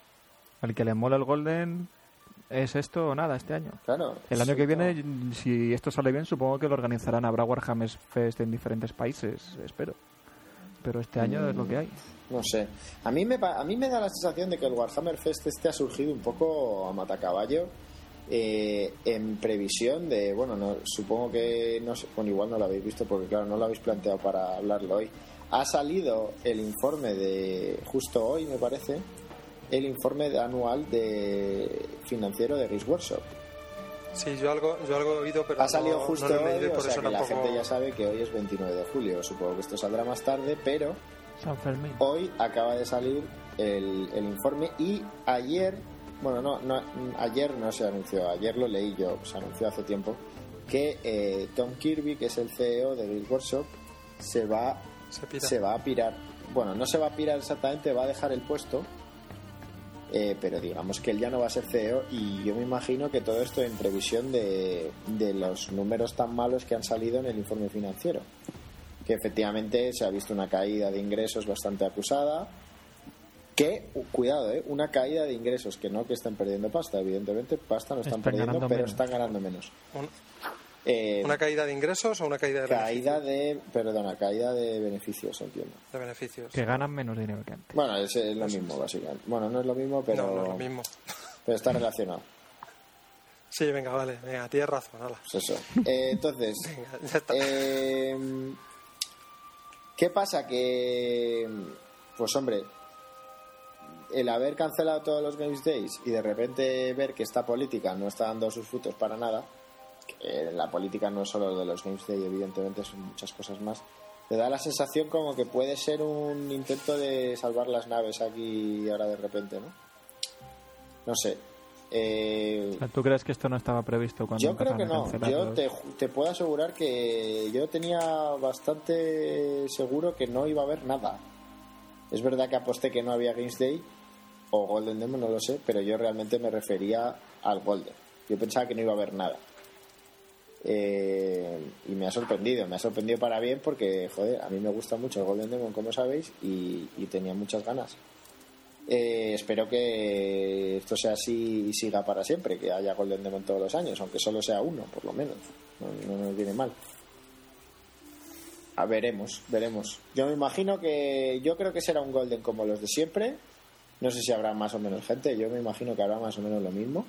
[SPEAKER 4] Al que le mola el Golden es esto o nada este año.
[SPEAKER 3] Claro.
[SPEAKER 4] El año
[SPEAKER 3] sí,
[SPEAKER 4] que
[SPEAKER 3] no.
[SPEAKER 4] viene, si esto sale bien, supongo que lo organizarán. Habrá Warhammer Fest en diferentes países, espero. Pero este año es lo que hay.
[SPEAKER 3] No sé. A mí me pa- a mí me da la sensación de que el Warhammer Fest este ha surgido un poco a matacaballo, eh, en previsión de, bueno, no, supongo que no sé, bueno, igual no lo habéis visto porque claro, no lo habéis planteado para hablarlo hoy. Ha salido el informe de justo hoy, me parece, el informe de- anual de financiero de Games Workshop.
[SPEAKER 2] Sí, yo algo yo algo he oído, pero
[SPEAKER 3] Ha salido
[SPEAKER 2] no-
[SPEAKER 3] justo
[SPEAKER 2] no lo he
[SPEAKER 3] hoy,
[SPEAKER 2] leído y
[SPEAKER 3] o
[SPEAKER 2] por
[SPEAKER 3] sea
[SPEAKER 2] eso
[SPEAKER 3] que la
[SPEAKER 2] tampoco-
[SPEAKER 3] gente ya sabe que hoy es veintinueve de julio. Supongo que esto saldrá más tarde, pero
[SPEAKER 4] San Fermín.
[SPEAKER 3] hoy acaba de salir el, el informe y ayer, bueno, no, no, ayer no se anunció, ayer lo leí yo, se anunció hace tiempo, que eh, Tom Kirby, que es el C E O de Games Workshop, se va,
[SPEAKER 2] Se pira.
[SPEAKER 3] se va a pirar. Bueno, no se va a pirar exactamente, va a dejar el puesto, eh, pero digamos que él ya no va a ser C E O y yo me imagino que todo esto en previsión de, de los números tan malos que han salido en el informe financiero, que efectivamente se ha visto una caída de ingresos bastante acusada, que, uh, cuidado, eh, una caída de ingresos, que no que estén perdiendo pasta, evidentemente pasta no están,
[SPEAKER 4] Están
[SPEAKER 3] perdiendo,
[SPEAKER 4] ganando
[SPEAKER 3] pero
[SPEAKER 4] menos.
[SPEAKER 3] están ganando menos.
[SPEAKER 2] Un-
[SPEAKER 3] Eh,
[SPEAKER 2] ¿Una caída de ingresos o una caída de
[SPEAKER 3] caída
[SPEAKER 2] beneficios?
[SPEAKER 3] de, perdona, caída de beneficios, entiendo.
[SPEAKER 2] De beneficios.
[SPEAKER 4] Que ganan menos dinero que antes.
[SPEAKER 3] Bueno, es, es lo mismo, básicamente. Bueno, no es lo mismo, pero...
[SPEAKER 2] No, no es lo mismo.
[SPEAKER 3] Pero está relacionado.
[SPEAKER 2] Sí, venga, vale, venga, tienes razón, hala.
[SPEAKER 3] Pues eso. Eh, entonces,
[SPEAKER 2] Venga, ya está.
[SPEAKER 3] eh, ¿qué pasa? Que, pues hombre, el haber cancelado todos los Games Days y de repente ver que esta política no está dando sus frutos para nada, que la política no es solo lo de los Games Day, evidentemente son muchas cosas más, te da la sensación como que puede ser un intento de salvar las naves aquí y ahora de repente, ¿no? No sé. Eh,
[SPEAKER 4] ¿Tú crees que esto no estaba previsto cuando
[SPEAKER 3] yo creo que
[SPEAKER 4] empezaron a
[SPEAKER 3] no.
[SPEAKER 4] cancelar
[SPEAKER 3] Yo
[SPEAKER 4] los-
[SPEAKER 3] te, te puedo asegurar que yo tenía bastante seguro que no iba a haber nada. Es verdad que aposté que no había Games Day o Golden Demon, no lo sé, pero yo realmente me refería al Golden. Yo pensaba que no iba a haber nada. Eh, y me ha sorprendido, me ha sorprendido para bien porque, joder, a mí me gusta mucho el Golden Demon, como sabéis, y, y tenía muchas ganas. Eh, espero que esto sea así y siga para siempre, que haya Golden Demon todos los años, aunque solo sea uno, por lo menos. No, no nos viene mal. A veremos, veremos. Yo me imagino que, yo creo que será un Golden como los de siempre. No sé si habrá más o menos gente, yo me imagino que habrá más o menos lo mismo.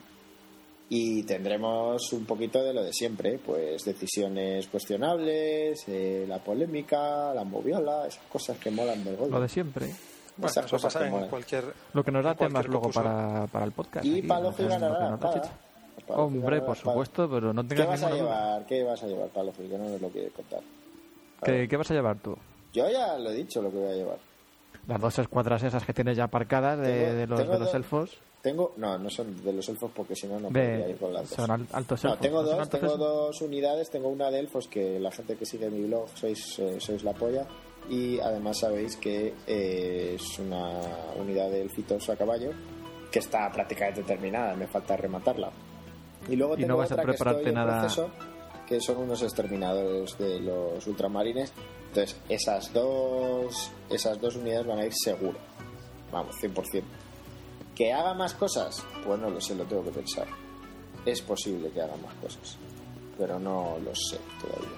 [SPEAKER 3] Y tendremos un poquito de lo de siempre, pues decisiones cuestionables, eh, la polémica, la moviola, esas cosas que molan del Golden.
[SPEAKER 4] Lo de siempre.
[SPEAKER 2] Bueno,
[SPEAKER 3] esas
[SPEAKER 2] eso
[SPEAKER 3] cosas
[SPEAKER 2] pasa
[SPEAKER 3] que
[SPEAKER 2] en
[SPEAKER 3] molan.
[SPEAKER 2] cualquier...
[SPEAKER 4] Lo que nos da
[SPEAKER 2] en cualquier
[SPEAKER 4] temas luego
[SPEAKER 2] concurso.
[SPEAKER 4] para, para el podcast.
[SPEAKER 3] Y
[SPEAKER 4] aquí,
[SPEAKER 3] Palogi
[SPEAKER 4] entonces,
[SPEAKER 3] ganará
[SPEAKER 4] lo que
[SPEAKER 3] la
[SPEAKER 4] nos da
[SPEAKER 3] espada.
[SPEAKER 4] chicha.
[SPEAKER 3] Palogi
[SPEAKER 4] Hombre,
[SPEAKER 3] ganará la
[SPEAKER 4] por
[SPEAKER 3] espada.
[SPEAKER 4] supuesto, pero no
[SPEAKER 3] ¿Qué
[SPEAKER 4] tengas
[SPEAKER 3] vas a
[SPEAKER 4] ninguna duda.
[SPEAKER 3] llevar? ¿Qué vas a llevar, Palogi? Que no nos lo quiere contar. A
[SPEAKER 4] ¿Qué,
[SPEAKER 3] ver.
[SPEAKER 4] ¿Qué vas a llevar tú?
[SPEAKER 3] Yo ya lo he dicho lo que voy a llevar.
[SPEAKER 4] Las dos escuadras esas que tienes ya aparcadas de,
[SPEAKER 3] Tengo-
[SPEAKER 4] de los,
[SPEAKER 3] tengo
[SPEAKER 4] de los
[SPEAKER 3] dos-
[SPEAKER 4] elfos.
[SPEAKER 3] Tengo, no, no son de los elfos porque si no no podría
[SPEAKER 4] Ve,
[SPEAKER 3] ir con las dos.
[SPEAKER 4] son al- altos
[SPEAKER 3] No,
[SPEAKER 4] elfos.
[SPEAKER 3] tengo
[SPEAKER 4] ¿no son
[SPEAKER 3] dos,
[SPEAKER 4] altos
[SPEAKER 3] tengo
[SPEAKER 4] elfos?
[SPEAKER 3] dos unidades. Tengo una de elfos que la gente que sigue mi blog sois, eh, sois la polla. Y además sabéis que eh, es una unidad de elfitos a caballo que está prácticamente terminada, me falta rematarla. Y luego
[SPEAKER 4] Y
[SPEAKER 3] tengo
[SPEAKER 4] no vas a
[SPEAKER 3] otra que
[SPEAKER 4] prepararte
[SPEAKER 3] estoy en
[SPEAKER 4] nada-
[SPEAKER 3] proceso, que son unos exterminadores de los ultramarines. Entonces esas dos esas dos unidades van a ir seguro, vamos, cien por ciento. ¿Que haga más cosas? Pues no lo sé, lo tengo que pensar. Es posible que haga más cosas, pero no lo sé todavía.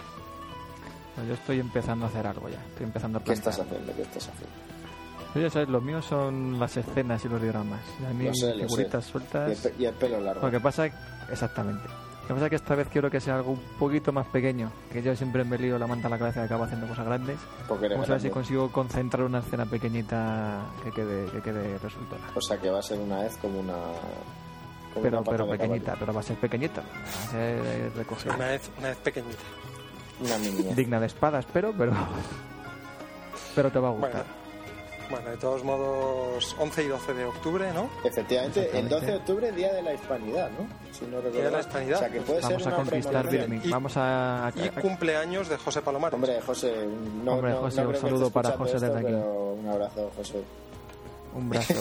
[SPEAKER 4] No, yo estoy empezando a hacer algo ya. Estoy empezando a
[SPEAKER 3] ¿Qué
[SPEAKER 4] plantear.
[SPEAKER 3] estás haciendo? ¿Qué estás haciendo?
[SPEAKER 4] Yo ya sabes, lo mío son las escenas y los dioramas. Y a mí
[SPEAKER 3] Lo sé, lo
[SPEAKER 4] figuritas
[SPEAKER 3] sé. Y
[SPEAKER 4] sueltas.
[SPEAKER 3] el, pe- y el pelo largo.
[SPEAKER 4] Lo que pasa es... Exactamente. Lo que pasa es que esta vez quiero que sea algo un poquito más pequeño. Que yo siempre me lío la manta a la cabeza y acabo haciendo cosas grandes.
[SPEAKER 3] Porque eres
[SPEAKER 4] Vamos a ver si
[SPEAKER 3] grande.
[SPEAKER 4] consigo concentrar una escena pequeñita que quede, que quede resultona.
[SPEAKER 3] O sea que va a ser una vez como una. Como
[SPEAKER 4] Pero,
[SPEAKER 3] una pata
[SPEAKER 4] pero
[SPEAKER 3] de
[SPEAKER 4] pequeñita,
[SPEAKER 3] caballo.
[SPEAKER 4] pero va a ser pequeñita. Va a ser eh, recogida.
[SPEAKER 2] Una vez, una vez pequeñita.
[SPEAKER 3] Una niña.
[SPEAKER 4] Digna de espada, espero, pero. Pero te va a gustar.
[SPEAKER 2] Bueno, bueno, de todos modos, once y doce de octubre, ¿no?
[SPEAKER 3] Efectivamente, el
[SPEAKER 4] Exactamente.
[SPEAKER 3] doce de octubre, Día de la Hispanidad, ¿no? Si no recuerdo
[SPEAKER 2] Día de la
[SPEAKER 3] mal.
[SPEAKER 2] Hispanidad.
[SPEAKER 3] O sea que puede
[SPEAKER 4] Vamos
[SPEAKER 3] ser
[SPEAKER 4] a
[SPEAKER 3] una
[SPEAKER 4] conquistar
[SPEAKER 3] premonición.
[SPEAKER 4] Birmingham.
[SPEAKER 2] Y-
[SPEAKER 4] Vamos a. a-
[SPEAKER 2] Y
[SPEAKER 4] a-
[SPEAKER 2] cumpleaños de José Palomares.
[SPEAKER 3] Hombre, José, no,
[SPEAKER 4] Hombre,
[SPEAKER 3] no-
[SPEAKER 4] José,
[SPEAKER 3] no
[SPEAKER 4] un
[SPEAKER 3] creo que
[SPEAKER 4] saludo
[SPEAKER 3] esté
[SPEAKER 4] para
[SPEAKER 3] escuchando
[SPEAKER 4] José
[SPEAKER 3] esto,
[SPEAKER 4] desde aquí.
[SPEAKER 3] pero un abrazo, José.
[SPEAKER 4] un brazo.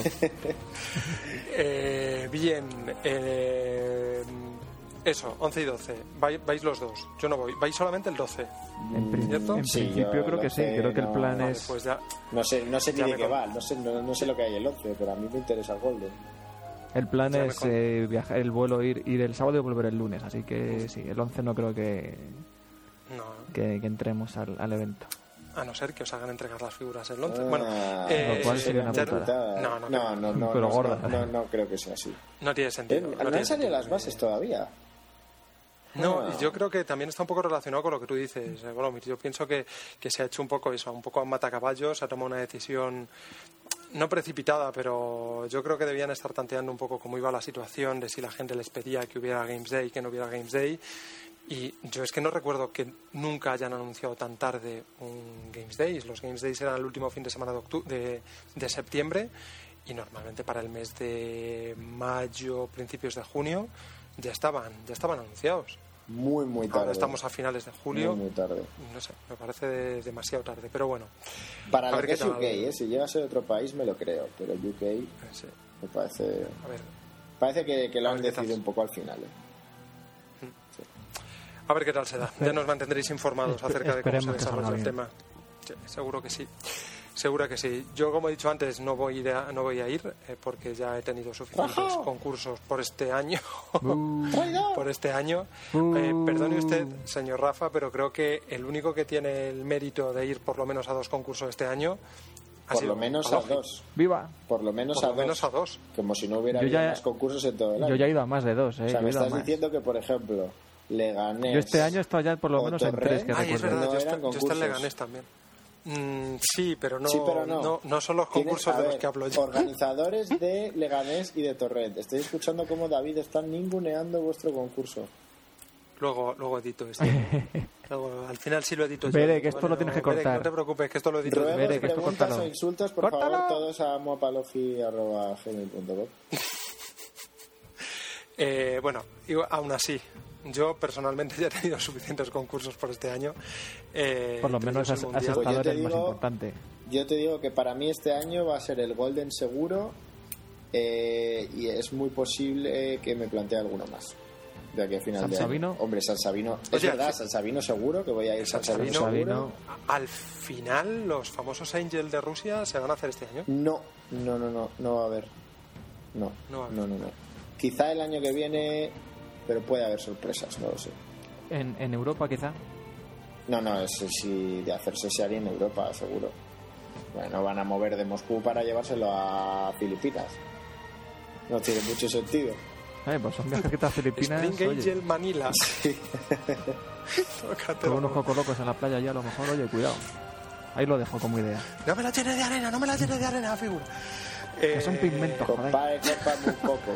[SPEAKER 2] Eh, bien, eh, eso, once y doce. Vais, vais los dos. Yo no voy. Vais solamente el doce.
[SPEAKER 4] En, pri-
[SPEAKER 2] ¿Cierto?
[SPEAKER 4] en
[SPEAKER 3] Sí,
[SPEAKER 4] principio
[SPEAKER 3] yo
[SPEAKER 4] creo
[SPEAKER 3] lo
[SPEAKER 4] que sí.
[SPEAKER 3] sé,
[SPEAKER 4] Creo que el
[SPEAKER 3] no-
[SPEAKER 4] plan
[SPEAKER 2] Vale,
[SPEAKER 4] es.
[SPEAKER 2] pues ya.
[SPEAKER 3] No sé, no sé ni
[SPEAKER 2] Ya
[SPEAKER 3] de
[SPEAKER 2] me
[SPEAKER 3] qué
[SPEAKER 2] con-
[SPEAKER 3] va, no sé, no, no sé lo que hay el once, pero a mí me interesa el Golden.
[SPEAKER 4] El plan
[SPEAKER 2] Ya me
[SPEAKER 4] es
[SPEAKER 2] con-
[SPEAKER 4] eh, viajar el vuelo, ir, ir el sábado y volver el lunes. Así que sí, el once no creo que,
[SPEAKER 2] No,
[SPEAKER 4] que, que entremos al, al evento.
[SPEAKER 2] a no ser que os hagan entregar las figuras el once.
[SPEAKER 3] Ah,
[SPEAKER 2] bueno, eh,
[SPEAKER 4] Lo cual sería una
[SPEAKER 2] ya-
[SPEAKER 4] putada.
[SPEAKER 2] No, no,
[SPEAKER 3] no, no, no,
[SPEAKER 4] Pero
[SPEAKER 3] no,
[SPEAKER 4] gorda.
[SPEAKER 3] no, no, no creo que sea así.
[SPEAKER 2] no tiene
[SPEAKER 3] Eh,
[SPEAKER 2] sentido.
[SPEAKER 3] no
[SPEAKER 2] no
[SPEAKER 3] han
[SPEAKER 2] tiene
[SPEAKER 3] salido
[SPEAKER 2] sentido.
[SPEAKER 3] las bases todavía.
[SPEAKER 2] No,
[SPEAKER 3] Ah.
[SPEAKER 2] y yo creo que también está un poco relacionado con lo que tú dices. Eh, Bueno, yo pienso que, que se ha hecho un poco eso, un poco a matacaballos, se ha tomado una decisión no precipitada, pero yo creo que debían estar tanteando un poco cómo iba la situación, de si la gente les pedía que hubiera Games Day, que no hubiera Games Day. Y yo es que no recuerdo que nunca hayan anunciado tan tarde un Games Days. Los Games Days eran el último fin de semana de, octu- de, de septiembre y normalmente para el mes de mayo, principios de junio, ya estaban, ya estaban anunciados.
[SPEAKER 3] Muy, muy tarde.
[SPEAKER 2] Ahora estamos a finales de julio.
[SPEAKER 3] Muy, muy tarde.
[SPEAKER 2] No sé, me parece de- demasiado tarde, pero bueno.
[SPEAKER 3] Para
[SPEAKER 2] A
[SPEAKER 3] lo
[SPEAKER 2] ver
[SPEAKER 3] que
[SPEAKER 2] qué
[SPEAKER 3] es
[SPEAKER 2] tal.
[SPEAKER 3] U K, ¿eh? Si llega a ser otro país me lo creo, pero U K
[SPEAKER 2] eh, sí.
[SPEAKER 3] me parece...
[SPEAKER 2] A ver,
[SPEAKER 3] Parece que, que lo
[SPEAKER 2] A
[SPEAKER 3] han
[SPEAKER 2] ver qué tal.
[SPEAKER 3] decidido un poco al final, ¿eh?
[SPEAKER 2] a ver qué tal se da. Ya nos mantendréis informados acerca de cómo se
[SPEAKER 4] Esperemos que salga
[SPEAKER 2] desarrolla el
[SPEAKER 4] bien.
[SPEAKER 2] tema. Sí, seguro que sí. Segura que sí. Yo, como he dicho antes, no voy a ir, a, no voy a ir eh, porque ya he tenido suficientes
[SPEAKER 3] ¡Ajá!
[SPEAKER 2] concursos por este año.
[SPEAKER 4] Uh,
[SPEAKER 2] por este año.
[SPEAKER 4] Uh.
[SPEAKER 2] Eh, perdone usted, señor Rafa, pero creo que el único que tiene el mérito de ir por lo menos a dos concursos este año ha
[SPEAKER 3] Por
[SPEAKER 2] sido
[SPEAKER 3] lo menos a
[SPEAKER 2] Palogi.
[SPEAKER 3] dos.
[SPEAKER 4] ¡Viva!
[SPEAKER 3] Por lo menos,
[SPEAKER 2] Por
[SPEAKER 3] a,
[SPEAKER 2] lo
[SPEAKER 3] dos.
[SPEAKER 2] menos a dos.
[SPEAKER 3] Como si no hubiera
[SPEAKER 4] Yo
[SPEAKER 3] habido
[SPEAKER 4] ya-
[SPEAKER 3] más concursos en todo el año.
[SPEAKER 4] Yo ya he ido a más de dos, ¿eh?
[SPEAKER 3] O sea,
[SPEAKER 4] Yo
[SPEAKER 3] me
[SPEAKER 4] he ido a
[SPEAKER 3] estás
[SPEAKER 4] más.
[SPEAKER 3] diciendo que, por ejemplo, Leganés...
[SPEAKER 4] Yo este año he estado ya por lo
[SPEAKER 3] o
[SPEAKER 4] menos en
[SPEAKER 3] Torrent.
[SPEAKER 4] tres que
[SPEAKER 2] Ay, es
[SPEAKER 4] recuerdo.
[SPEAKER 2] verdad,
[SPEAKER 3] No
[SPEAKER 2] yo,
[SPEAKER 3] eran
[SPEAKER 2] está, yo está en
[SPEAKER 3] concursos.
[SPEAKER 2] Leganés también. Mm, sí, pero no,
[SPEAKER 3] Sí, pero no.
[SPEAKER 2] no, no son los
[SPEAKER 3] Tienes-
[SPEAKER 2] concursos
[SPEAKER 3] a
[SPEAKER 2] de los
[SPEAKER 3] ver,
[SPEAKER 2] que hablo yo.
[SPEAKER 3] Organizadores de Leganés y de Torrent. Estoy escuchando cómo David está ninguneando vuestro concurso.
[SPEAKER 2] Luego, luego edito esto. Luego, al final sí lo edito yo.
[SPEAKER 4] Veré, que esto
[SPEAKER 2] Vale,
[SPEAKER 4] lo tienes que
[SPEAKER 2] Veré,
[SPEAKER 4] cortar.
[SPEAKER 2] No te preocupes, que esto lo edito yo.
[SPEAKER 3] Ruegos,
[SPEAKER 4] Veré, que esto
[SPEAKER 3] preguntas
[SPEAKER 4] córtalo.
[SPEAKER 3] o insultos, por
[SPEAKER 4] ¡Córtalo!
[SPEAKER 3] favor, todos a moapalogi arroba gmail punto com.
[SPEAKER 2] Eh, bueno, y aún así, yo personalmente ya he tenido suficientes concursos por este año. Eh,
[SPEAKER 4] Por lo
[SPEAKER 2] entre
[SPEAKER 4] menos
[SPEAKER 2] ellos
[SPEAKER 4] has,
[SPEAKER 2] el
[SPEAKER 4] has
[SPEAKER 2] Mundial.
[SPEAKER 3] Pues yo
[SPEAKER 4] estado
[SPEAKER 3] te
[SPEAKER 4] en el más
[SPEAKER 3] digo-
[SPEAKER 4] importante.
[SPEAKER 3] Yo te digo que para mí este año va a ser el Golden seguro eh, y es muy posible que me plantee alguno más de aquí a final
[SPEAKER 4] ¿San
[SPEAKER 3] de
[SPEAKER 4] Sabino?
[SPEAKER 3] año. Hombre, San Sabino. Es
[SPEAKER 2] Oye,
[SPEAKER 3] verdad,
[SPEAKER 2] al fi-
[SPEAKER 3] San Sabino seguro que voy a ir. San,
[SPEAKER 2] San
[SPEAKER 3] Sabino,
[SPEAKER 2] Sabino.
[SPEAKER 3] seguro.
[SPEAKER 2] Al final, los famosos Angel de Rusia se van a hacer este año.
[SPEAKER 3] No, no, no, no, no va a haber. No,
[SPEAKER 2] No va a haber.
[SPEAKER 3] no, no, no. Quizá el año que viene, pero puede haber sorpresas, no lo sé.
[SPEAKER 4] En, en Europa, quizá.
[SPEAKER 3] No, no, es si de hacerse se haría en Europa, seguro. Bueno, van a mover de Moscú para llevárselo a Filipinas. No tiene mucho sentido.
[SPEAKER 4] Eh, pues son viajes a Filipinas.
[SPEAKER 2] Spring
[SPEAKER 4] Oye,
[SPEAKER 2] Angel Manila. Tócatelo.
[SPEAKER 4] con unos cocolocos en la playa ya a lo mejor, oye, cuidado. Ahí lo dejo como idea.
[SPEAKER 2] No me la llenes de arena, no me la llenes de arena, figura. Eh,
[SPEAKER 4] Que son pigmentos, joder.
[SPEAKER 3] Compadre, cómpame un coco.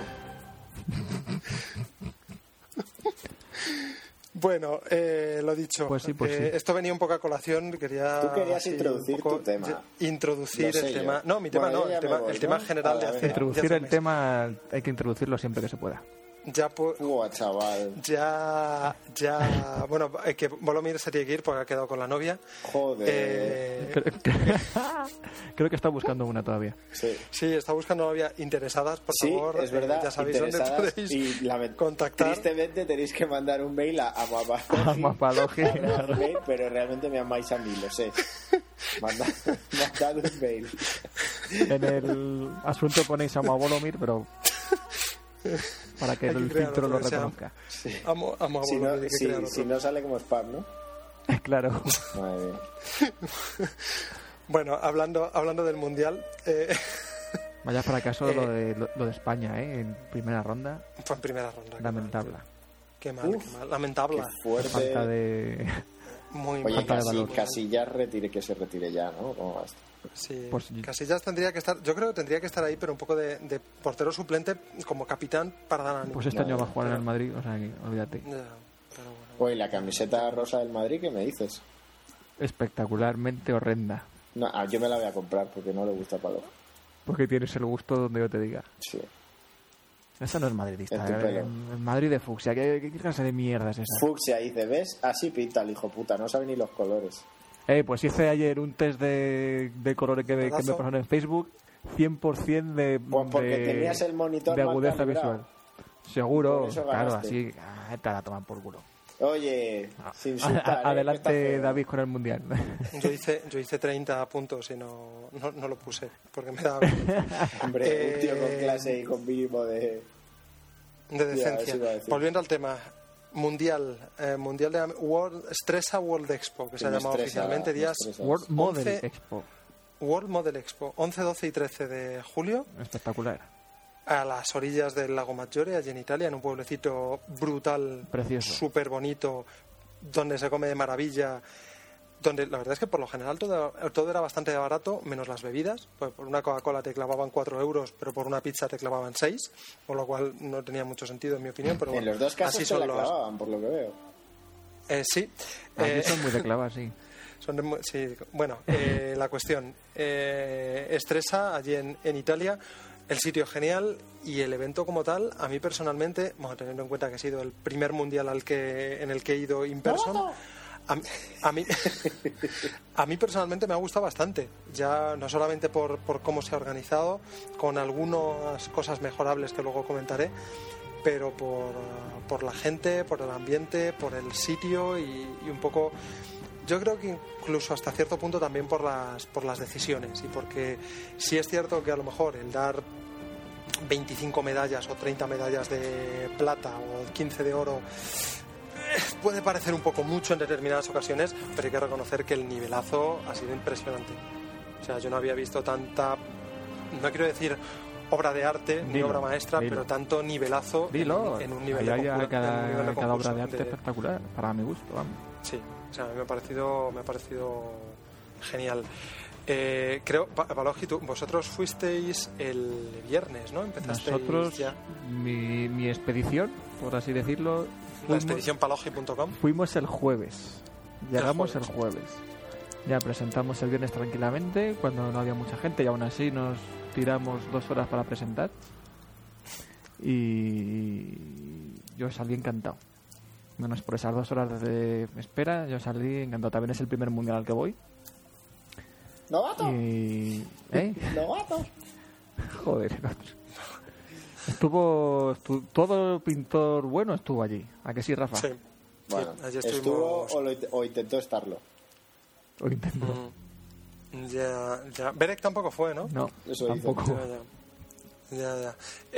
[SPEAKER 2] Bueno, eh, lo dicho.
[SPEAKER 4] Pues sí, pues
[SPEAKER 2] eh,
[SPEAKER 4] sí.
[SPEAKER 2] Esto venía un poco a colación. Quería
[SPEAKER 3] Tú querías
[SPEAKER 2] así,
[SPEAKER 3] introducir
[SPEAKER 2] un poco
[SPEAKER 3] tu tema.
[SPEAKER 2] de- Introducir
[SPEAKER 3] Lo sé
[SPEAKER 2] el
[SPEAKER 3] yo.
[SPEAKER 2] tema. No, mi tema
[SPEAKER 3] Bueno,
[SPEAKER 2] no.
[SPEAKER 3] yo ya
[SPEAKER 2] El
[SPEAKER 3] me
[SPEAKER 2] tema,
[SPEAKER 3] voy,
[SPEAKER 2] el tema
[SPEAKER 3] ¿no?
[SPEAKER 2] general de
[SPEAKER 3] Vale,
[SPEAKER 2] hace.
[SPEAKER 3] venga.
[SPEAKER 2] de
[SPEAKER 4] Introducir
[SPEAKER 2] hace
[SPEAKER 4] el
[SPEAKER 2] un
[SPEAKER 4] tema hay que introducirlo siempre que se pueda.
[SPEAKER 2] mes. Ya, pu-
[SPEAKER 3] Buah, chaval.
[SPEAKER 2] ya, ya. Bueno, eh, que Volomir se tiene que ir porque ha quedado con la novia.
[SPEAKER 3] Joder.
[SPEAKER 2] Eh,
[SPEAKER 4] Creo, creo que está buscando una todavía.
[SPEAKER 3] Sí.
[SPEAKER 2] sí, está buscando novia interesadas. Por
[SPEAKER 3] Sí,
[SPEAKER 2] favor,
[SPEAKER 3] es verdad.
[SPEAKER 2] eh, ya sabéis dónde
[SPEAKER 3] interesadas
[SPEAKER 2] podéis
[SPEAKER 3] y lament-
[SPEAKER 2] contactar.
[SPEAKER 3] Tristemente tenéis que mandar un mail a, a
[SPEAKER 4] A
[SPEAKER 3] Mapalogi,
[SPEAKER 4] Mapalogi.
[SPEAKER 3] arroba gmail, pero realmente me amáis a mí, lo sé. Mandad, mandad un mail.
[SPEAKER 4] En el asunto ponéis a Volomir, pero para que
[SPEAKER 2] Hay que
[SPEAKER 4] el
[SPEAKER 2] crear
[SPEAKER 4] filtro
[SPEAKER 2] otro
[SPEAKER 4] lo
[SPEAKER 2] que sea-
[SPEAKER 4] reconozca.
[SPEAKER 3] Sí.
[SPEAKER 2] Amo, amo a
[SPEAKER 3] Si no,
[SPEAKER 2] Volomir, hay que
[SPEAKER 3] si,
[SPEAKER 2] crear otro.
[SPEAKER 3] si no sale como spam, ¿no?
[SPEAKER 4] Claro.
[SPEAKER 3] Madre mía.
[SPEAKER 2] Bueno, hablando, hablando del Mundial, eh,
[SPEAKER 4] Vaya fracaso
[SPEAKER 2] Eh,
[SPEAKER 4] lo, de, lo, lo de España, ¿eh? En primera ronda.
[SPEAKER 2] fue en primera ronda. qué
[SPEAKER 4] Lamentable.
[SPEAKER 2] mal, Qué mal,
[SPEAKER 3] Uf,
[SPEAKER 2] qué mal. Lamentable.
[SPEAKER 3] Qué fuerte.
[SPEAKER 4] Falta de...
[SPEAKER 2] Muy
[SPEAKER 3] Oye,
[SPEAKER 2] mal.
[SPEAKER 4] falta de
[SPEAKER 3] casi,
[SPEAKER 4] valor.
[SPEAKER 3] Casillas retire que se retire ya, ¿no? ¿Cómo va esto?
[SPEAKER 2] Sí,
[SPEAKER 4] Pues-
[SPEAKER 2] Casillas tendría que estar, yo creo que tendría que estar ahí, pero un poco de, de portero suplente como capitán para dar ánimo.
[SPEAKER 4] Pues este
[SPEAKER 3] No,
[SPEAKER 4] año va a jugar en
[SPEAKER 2] pero-
[SPEAKER 4] el Madrid, o sea que olvídate.
[SPEAKER 2] Ya, pero bueno.
[SPEAKER 3] Oye, la camiseta rosa del Madrid, ¿qué me dices?
[SPEAKER 4] Espectacularmente horrenda.
[SPEAKER 3] No, ah, yo me la voy a comprar porque no le gusta Palo.
[SPEAKER 4] Porque tienes el gusto donde yo te diga.
[SPEAKER 3] Sí.
[SPEAKER 4] Esa no es madridista.
[SPEAKER 3] Es tu
[SPEAKER 4] ¿eh?
[SPEAKER 3] pelo.
[SPEAKER 4] El Madrid de fucsia. ¿Qué, qué clase de mierda es esa?
[SPEAKER 3] Fucsia dice, ¿ves? Así pinta el hijo puta, no sabe ni los colores.
[SPEAKER 4] Eh, pues hice ayer un test de, de colores que, me- que me
[SPEAKER 2] ¿Pedazo?
[SPEAKER 4] pasaron en Facebook. cien por ciento de,
[SPEAKER 3] Pues porque
[SPEAKER 4] de,
[SPEAKER 3] tenías el monitor
[SPEAKER 4] de
[SPEAKER 3] mal
[SPEAKER 4] agudeza
[SPEAKER 3] calibrado.
[SPEAKER 4] visual. Seguro,
[SPEAKER 3] Por eso
[SPEAKER 4] claro,
[SPEAKER 3] ganaste.
[SPEAKER 4] así. Ah, te la toman por culo.
[SPEAKER 3] Oye,
[SPEAKER 4] Ah,
[SPEAKER 3] sin insultar, ¿eh? Que está
[SPEAKER 4] Adelante,
[SPEAKER 3] feo.
[SPEAKER 4] David, con el mundial.
[SPEAKER 2] Yo hice, yo hice treinta puntos y no, no, no lo puse porque me da vergüenza.
[SPEAKER 3] Hombre, un tío con
[SPEAKER 2] Eh,
[SPEAKER 3] clase y con mínimo de...
[SPEAKER 2] de
[SPEAKER 3] Ya,
[SPEAKER 2] decencia.
[SPEAKER 3] eso iba a decir.
[SPEAKER 2] Volviendo al tema, mundial, eh, mundial de World, Stresa World Expo, que se ha
[SPEAKER 3] me
[SPEAKER 2] llamado
[SPEAKER 3] estresa,
[SPEAKER 2] oficialmente
[SPEAKER 3] me
[SPEAKER 2] días
[SPEAKER 3] estresa.
[SPEAKER 4] World Model
[SPEAKER 2] once
[SPEAKER 4] Expo.
[SPEAKER 2] World Model Expo, once, doce y trece de julio,
[SPEAKER 4] Espectacular.
[SPEAKER 2] a las orillas del lago Maggiore, allí en Italia, en un pueblecito brutal,
[SPEAKER 4] Precioso.
[SPEAKER 2] súper bonito, donde se come de maravilla, donde la verdad es que por lo general todo, todo era bastante barato, menos las bebidas, pues por una Coca-Cola te clavaban cuatro euros, pero por una pizza te clavaban seis, por lo cual no tenía mucho sentido en mi opinión, pero
[SPEAKER 3] En
[SPEAKER 2] bueno,
[SPEAKER 3] los dos casos
[SPEAKER 2] así
[SPEAKER 3] se la
[SPEAKER 2] son los...
[SPEAKER 3] clavaban, por lo que veo.
[SPEAKER 2] Eh, sí.
[SPEAKER 4] Aquí
[SPEAKER 2] Eh,
[SPEAKER 4] son muy de clavas, sí.
[SPEAKER 2] son de mu- sí, bueno, eh, la cuestión. Eh, Estresa, allí en, en Italia, el sitio genial y el evento como tal, a mí personalmente, bueno, teniendo en cuenta que ha sido el primer mundial al que en el que he ido in person, a, mí- a mí a mí personalmente me ha gustado bastante. Ya no solamente por, por cómo se ha organizado, con algunas cosas mejorables que luego comentaré, pero por, por la gente, por el ambiente, por el sitio y, y un poco yo creo que incluso hasta cierto punto también por las, por las decisiones, y porque sí es cierto que a lo mejor el dar veinticinco medallas o treinta medallas de plata o quince de oro puede parecer un poco mucho en determinadas ocasiones, pero hay que reconocer que el nivelazo ha sido impresionante. O sea, yo no había visto tanta, no quiero decir obra de arte dilo, ni obra maestra, dilo. pero tanto nivelazo
[SPEAKER 4] dilo.
[SPEAKER 2] En, en un nivel
[SPEAKER 4] Ahí
[SPEAKER 2] de concurso.
[SPEAKER 4] Cada, cada obra de arte de... espectacular, para mi gusto, vamos.
[SPEAKER 2] Sí, o sea, a mí me ha parecido, me ha parecido genial. Eh, creo, Balogi, tú, vosotros fuisteis el viernes, ¿no? Empezasteis
[SPEAKER 4] Nosotros,
[SPEAKER 2] ya.
[SPEAKER 4] Mi, mi expedición, por así decirlo.
[SPEAKER 2] La expedición palogi punto com.
[SPEAKER 4] Fuimos el jueves. Llegamos el jueves. el jueves. Ya presentamos el viernes tranquilamente, cuando no había mucha gente, y aún así nos tiramos dos horas para presentar. Y yo salí encantado. Menos por esas dos horas de espera, yo salí encantado. También es el primer mundial al que voy.
[SPEAKER 3] ¡Novato!
[SPEAKER 4] Y... ¿Eh?
[SPEAKER 3] ¡Novato!
[SPEAKER 4] Joder, estuvo, estuvo todo pintor bueno estuvo allí. ¿A que sí, Rafa?
[SPEAKER 2] Sí.
[SPEAKER 3] Bueno,
[SPEAKER 2] sí,
[SPEAKER 3] estuvo o, lo, o intentó estarlo.
[SPEAKER 4] O intentó.
[SPEAKER 2] Mm, ya, ya. Berek tampoco fue, ¿no?
[SPEAKER 4] No,
[SPEAKER 3] Eso
[SPEAKER 4] tampoco.
[SPEAKER 2] Ya, ya. ya, ya.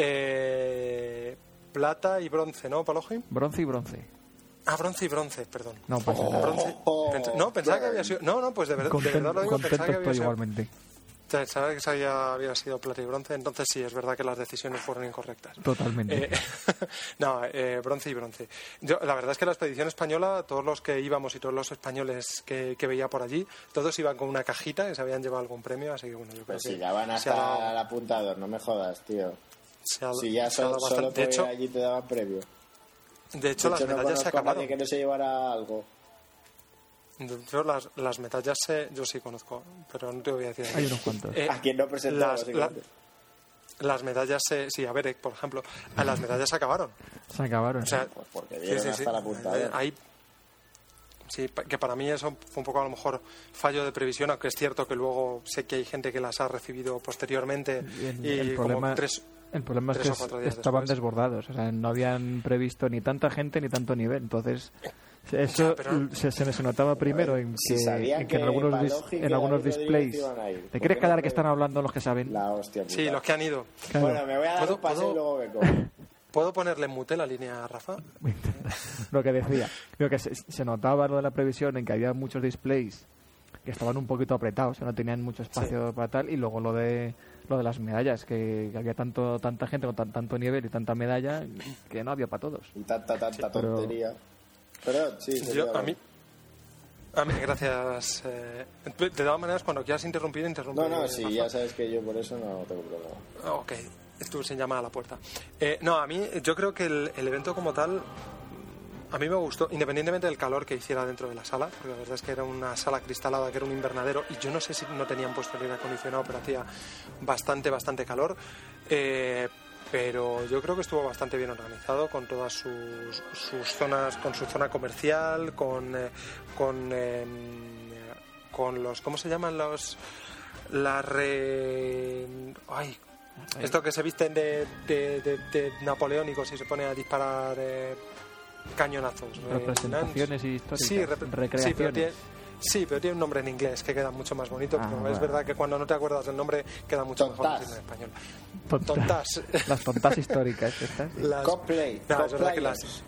[SPEAKER 2] Eh, plata y bronce, ¿no, Palogi?
[SPEAKER 4] Bronce y bronce.
[SPEAKER 2] Ah, bronce y bronce, perdón.
[SPEAKER 4] No, pasa
[SPEAKER 2] oh,
[SPEAKER 4] nada.
[SPEAKER 2] Bronce.
[SPEAKER 3] Oh,
[SPEAKER 2] Pens- no, pensaba que había sido... No, no, pues de, ver-
[SPEAKER 4] Content,
[SPEAKER 2] de verdad lo digo,
[SPEAKER 4] contento
[SPEAKER 2] pensaba que había
[SPEAKER 4] estoy
[SPEAKER 2] sido...
[SPEAKER 4] igualmente.
[SPEAKER 2] Pensaba que había, había sido plata y bronce, entonces sí, es verdad que las decisiones fueron incorrectas.
[SPEAKER 4] Totalmente.
[SPEAKER 2] Eh, no, eh, bronce y bronce. Yo, la verdad es que la expedición española, todos los que íbamos y todos los españoles que, que veía por allí, todos iban con una cajita que se habían llevado algún premio, así que bueno, yo creo
[SPEAKER 3] Pues
[SPEAKER 2] que...
[SPEAKER 3] si ya van hasta dado, el apuntador, no me jodas, tío.
[SPEAKER 2] Se ha,
[SPEAKER 3] si ya
[SPEAKER 2] se ha
[SPEAKER 3] solo, solo por ir allí te daban premio.
[SPEAKER 2] De hecho, de hecho las medallas
[SPEAKER 3] no
[SPEAKER 2] se acabaron.
[SPEAKER 3] Nadie que no se llevara algo.
[SPEAKER 2] Yo las, las medallas sé, yo sí conozco, pero no te voy a decir.
[SPEAKER 4] Hay unos cuantos.
[SPEAKER 3] Eh, ¿A quién no presentó?
[SPEAKER 2] Las, la, las medallas, se, sí, a Berek, por ejemplo, a las medallas se acabaron.
[SPEAKER 4] Se acabaron.
[SPEAKER 2] O sea,
[SPEAKER 3] pues porque dieron
[SPEAKER 2] sí, sí,
[SPEAKER 3] hasta
[SPEAKER 2] sí.
[SPEAKER 3] la puntada.
[SPEAKER 2] Ahí, sí, que para mí eso fue un poco a lo mejor fallo de previsión, aunque es cierto que luego sé que hay gente que las ha recibido posteriormente
[SPEAKER 4] y, el,
[SPEAKER 2] y
[SPEAKER 4] el problema,
[SPEAKER 2] como tres...
[SPEAKER 4] El problema es que estaban
[SPEAKER 2] después.
[SPEAKER 4] desbordados, o sea, no habían previsto ni tanta gente ni tanto nivel, entonces eso ya, pero... se, se, se notaba primero en que,
[SPEAKER 3] si
[SPEAKER 4] en, que en algunos, dis, en algunos displays. ¿Te quieres callar no que están hablando los que saben?
[SPEAKER 3] La hostia puta.
[SPEAKER 2] Sí, los que han ido.
[SPEAKER 3] Claro. Bueno, me voy a dar un paseo y luego me como.
[SPEAKER 2] ¿Puedo ponerle en mute la línea, Rafa?
[SPEAKER 4] Lo que decía, creo que se, se notaba lo de la previsión en que había muchos displays que estaban un poquito apretados, que no tenían mucho espacio sí. para tal, y luego lo de lo de las medallas, que, que había tanto tanta gente con tan, tanto nivel y tanta medalla que no había para todos.
[SPEAKER 3] Y tanta, tanta sí, tontería.
[SPEAKER 2] Pero,
[SPEAKER 3] pero sí,
[SPEAKER 2] yo, a mí, a mí, gracias. Eh, de todas maneras, cuando quieras interrumpir, interrumpir.
[SPEAKER 3] No, no, sí, Rafa. Ya sabes que yo por eso no tengo problema.
[SPEAKER 2] Ok, estuve sin llamar a la puerta. Eh, no, a mí, yo creo que el, el evento como tal... A mí me gustó, independientemente del calor que hiciera dentro de la sala, porque la verdad es que era una sala cristalada, que era un invernadero, y yo no sé si no tenían puesto el aire acondicionado, pero hacía bastante, bastante calor. Eh, pero yo creo que estuvo bastante bien organizado, con todas sus, sus zonas, con su zona comercial, con, eh, con, eh, con los, ¿cómo se llaman los? La re... Ay, esto que se visten de, de, de, de napoleónicos y se pone a disparar... Eh, cañonazos,
[SPEAKER 4] representaciones
[SPEAKER 2] eh,
[SPEAKER 4] históricas,
[SPEAKER 2] sí, rep-
[SPEAKER 4] recreaciones.
[SPEAKER 2] Sí pero, tiene, sí, pero tiene un nombre en inglés que queda mucho más bonito, ah, pero bueno. Es verdad que cuando no te acuerdas del nombre queda mucho
[SPEAKER 3] tontas.
[SPEAKER 2] mejor en español.
[SPEAKER 4] Tontas.
[SPEAKER 2] tontas.
[SPEAKER 4] Las tontas históricas estas. ¿Sí?
[SPEAKER 3] Las, Cosplay.
[SPEAKER 2] No, es verdad que las,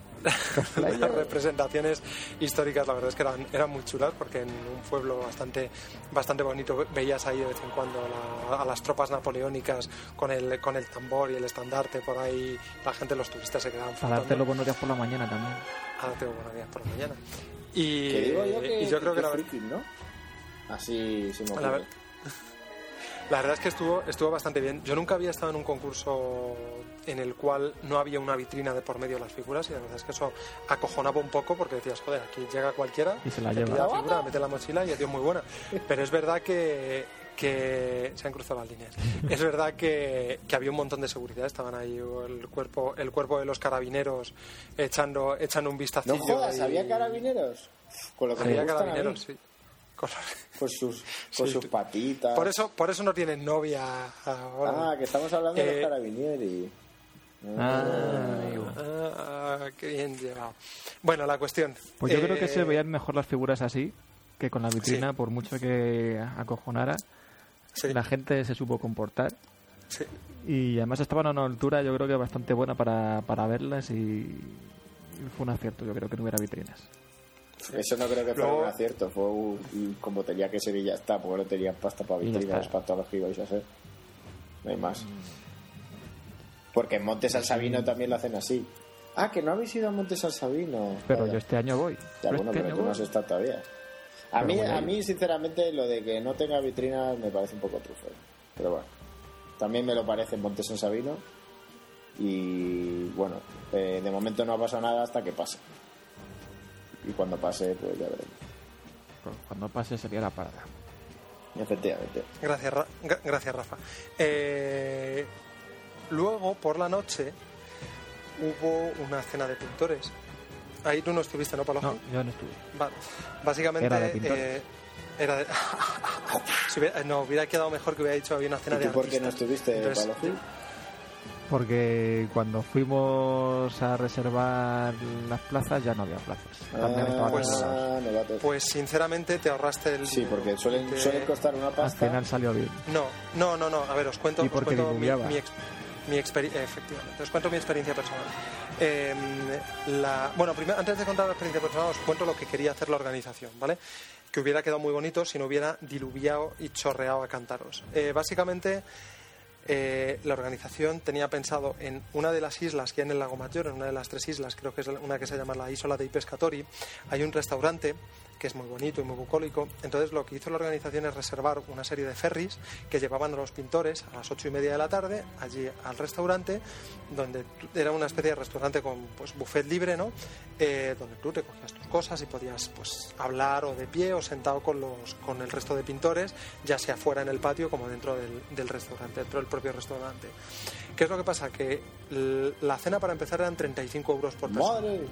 [SPEAKER 2] las representaciones históricas la verdad es que eran, eran muy chulas, porque en un pueblo bastante bastante bonito veías ahí de vez en cuando la, a las tropas napoleónicas con el con el tambor y el estandarte por ahí, la gente, los turistas se quedaban
[SPEAKER 4] flotando. A darte los buenos días por la mañana también.
[SPEAKER 2] A darte los buenos días por la mañana. Y,
[SPEAKER 3] que digo yo que,
[SPEAKER 2] y yo creo que,
[SPEAKER 3] que
[SPEAKER 2] la
[SPEAKER 3] friki, ¿no? Así se me ocurre.
[SPEAKER 2] La, ver, la verdad es que estuvo estuvo bastante bien. Yo nunca había estado en un concurso en el cual no había una vitrina de por medio de las figuras, y la verdad es que eso acojonaba un poco, porque decías, joder, aquí llega cualquiera
[SPEAKER 4] y se la
[SPEAKER 2] lleva
[SPEAKER 4] la
[SPEAKER 2] figura, mete la mochila y es muy buena. Pero es verdad que, que se han cruzado las líneas. Es verdad que, que había un montón de seguridad, estaban ahí el cuerpo el cuerpo de los carabineros echando echando un vistacillo.
[SPEAKER 3] No jodas,
[SPEAKER 2] y...
[SPEAKER 3] ¿había carabineros? Con lo que
[SPEAKER 2] había
[SPEAKER 3] me
[SPEAKER 2] carabineros, sí.
[SPEAKER 3] Con, con sus con sí, sus patitas.
[SPEAKER 2] Por eso por eso no tienen novia ahora.
[SPEAKER 3] Ah, que estamos hablando eh, de los carabinieri.
[SPEAKER 4] Ah, amigo.
[SPEAKER 2] Ah, qué bien llevado. Bueno, la cuestión.
[SPEAKER 4] Pues yo
[SPEAKER 2] eh,
[SPEAKER 4] creo que se veían mejor las figuras así que con la vitrina,
[SPEAKER 2] Sí.
[SPEAKER 4] por mucho que acojonara.
[SPEAKER 2] Sí.
[SPEAKER 4] La gente se supo comportar.
[SPEAKER 2] Sí.
[SPEAKER 4] Y además estaban a una altura, yo creo que bastante buena para, para verlas y fue un acierto, yo creo que no hubiera vitrinas.
[SPEAKER 3] Eso no creo que fuera
[SPEAKER 2] Luego-
[SPEAKER 3] un acierto, fue un, como tenía que ser y ya está, porque no tenían pasta para
[SPEAKER 4] Y ya
[SPEAKER 3] vitrinas,
[SPEAKER 4] está.
[SPEAKER 3] para todo lo que ibais a hacer. No hay más. Porque en Montes al Sabino también lo hacen así. Ah, que no habéis ido a Montes al Sabino.
[SPEAKER 4] Pero
[SPEAKER 3] Vaya.
[SPEAKER 4] yo este año voy.
[SPEAKER 3] Ya,
[SPEAKER 4] Yo
[SPEAKER 3] bueno,
[SPEAKER 4] este
[SPEAKER 3] pero
[SPEAKER 4] año
[SPEAKER 3] tú no
[SPEAKER 4] voy.
[SPEAKER 3] has estado todavía. A
[SPEAKER 4] Pero
[SPEAKER 3] mí,
[SPEAKER 4] voy a
[SPEAKER 3] a
[SPEAKER 4] ir.
[SPEAKER 3] mí, sinceramente, lo de que no tenga vitrinas me parece un poco trufero. Pero bueno, también me lo parece en Montes en Sabino. Y bueno, eh, de momento no ha pasado nada hasta que pase. Y cuando pase, pues ya veremos.
[SPEAKER 4] Pues cuando pase sería la parada.
[SPEAKER 3] Efectivamente.
[SPEAKER 2] Gracias, Ra- gra- gracias Rafa. Eh, luego, por la noche, hubo una cena de pintores. Ahí tú no estuviste, ¿no, Palojo?
[SPEAKER 4] No, yo no estuve.
[SPEAKER 2] Vale. Básicamente
[SPEAKER 4] ¿Era de pintores?
[SPEAKER 2] eh, era de... Si hubiera- no, hubiera quedado mejor que hubiera dicho había una cena
[SPEAKER 3] ¿Y
[SPEAKER 2] de
[SPEAKER 3] tú por qué no
[SPEAKER 2] artistas.
[SPEAKER 3] estuviste,
[SPEAKER 2] Entonces,
[SPEAKER 3] Palofi?
[SPEAKER 4] Porque cuando fuimos a reservar las plazas ya no había plazas. También estaban
[SPEAKER 2] pues-
[SPEAKER 4] reservadas.
[SPEAKER 3] novatos.
[SPEAKER 2] Pues sinceramente te ahorraste el
[SPEAKER 3] Sí,
[SPEAKER 2] dinero.
[SPEAKER 3] porque suelen,
[SPEAKER 2] Te-
[SPEAKER 3] suelen costar una
[SPEAKER 4] Al
[SPEAKER 3] pasta.
[SPEAKER 4] final salió bien.
[SPEAKER 2] No, no, no, no. A ver, os cuento,
[SPEAKER 4] ¿Y
[SPEAKER 2] os
[SPEAKER 4] porque
[SPEAKER 2] cuento mi,
[SPEAKER 4] diluviaba?
[SPEAKER 2] mi, ex- mi experi- efectivamente, os cuento mi experiencia personal. Eh, la, bueno, primero, antes de contar la experiencia personal, os cuento lo que quería hacer la organización, ¿vale? Que hubiera quedado muy bonito si no hubiera diluviado y chorreado a cántaros. Eh, básicamente, eh, la organización tenía pensado en una de las islas que hay en el Lago Maggiore, en una de las tres islas, creo que es una que se llama la Isola dei Pescatori, hay un restaurante que es muy bonito y muy bucólico. Entonces lo que hizo la organización es reservar una serie de ferries que llevaban a los pintores a las ocho y media de la tarde allí al restaurante, donde tú- era una especie de restaurante con pues buffet libre, ¿no? Eh, donde tú te cogías tus cosas y podías pues hablar o de pie o sentado con los con el resto de pintores, ya sea fuera en el patio como dentro del, del restaurante, dentro del propio restaurante. ¿Qué es lo que pasa? Que l- la cena para empezar eran treinta y cinco euros por persona.
[SPEAKER 3] ¡Madre!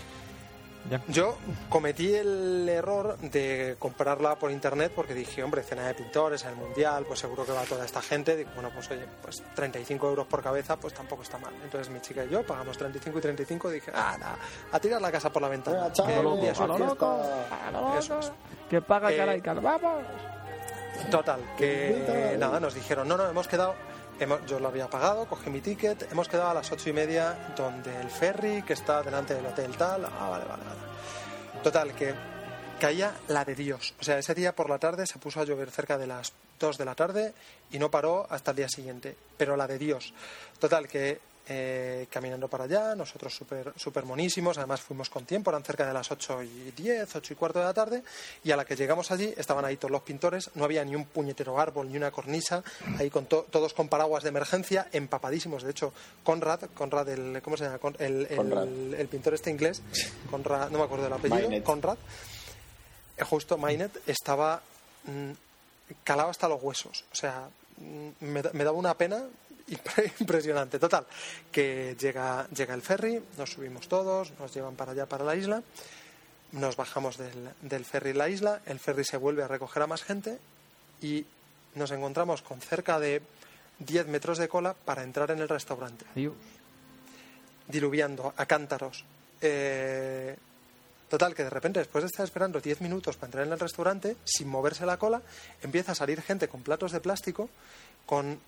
[SPEAKER 4] Ya.
[SPEAKER 2] Yo cometí el error de comprarla por internet porque dije, hombre, cena de pintores, el mundial, pues seguro que va toda esta gente. Digo, bueno, pues oye, pues treinta y cinco euros por cabeza, pues tampoco está mal. Entonces mi chica y yo pagamos treinta y cinco y treinta y cinco y dije, ah, nada, a tirar la casa por la ventana.
[SPEAKER 3] Venga, chavales,
[SPEAKER 2] Que el día es
[SPEAKER 3] a
[SPEAKER 2] un
[SPEAKER 3] la
[SPEAKER 2] fiesta.
[SPEAKER 3] fiesta.
[SPEAKER 2] Eso es.
[SPEAKER 4] Que paga
[SPEAKER 2] Eh,
[SPEAKER 4] cara y cara. ¡Vamos!
[SPEAKER 2] Total, que
[SPEAKER 3] Invita.
[SPEAKER 2] nada, nos dijeron, no, no, hemos quedado, hemos- yo lo había pagado, cogí mi ticket, hemos quedado a las ocho y media donde el ferry que está delante del hotel tal, ah, vale, vale, vale. Total, que caía la de Dios. O sea, ese día por la tarde se puso a llover cerca de las dos de la tarde y no paró hasta el día siguiente. Pero la de Dios. Total, que eh, caminando para allá, nosotros súper súper monísimos, además fuimos con tiempo, eran cerca de las ocho y diez, ocho y cuarto de la tarde, y a la que llegamos allí estaban ahí todos los pintores, no había ni un puñetero árbol, ni una cornisa, ahí con to- todos con paraguas de emergencia, empapadísimos. De hecho, Conrad, Conrad el, ¿cómo se llama? Con- El, el-
[SPEAKER 3] Conrad.
[SPEAKER 2] el pintor este inglés, Conrad, no me acuerdo del apellido,
[SPEAKER 3] Maynard.
[SPEAKER 2] Conrad, eh, justo Maynard estaba mm, calado hasta los huesos. O sea, mm, me, da- me daba una pena impre- impresionante. Total, que llega, llega el ferry, nos subimos todos, nos llevan para allá, para la isla, nos bajamos del, del ferry en la isla, el ferry se vuelve a recoger a más gente y nos encontramos con cerca de diez metros de cola para entrar en el restaurante,
[SPEAKER 4] Adiós.
[SPEAKER 2] diluviando a cántaros. Eh, total, que de repente, después de estar esperando diez minutos para entrar en el restaurante, sin moverse la cola, empieza a salir gente con platos de plástico, con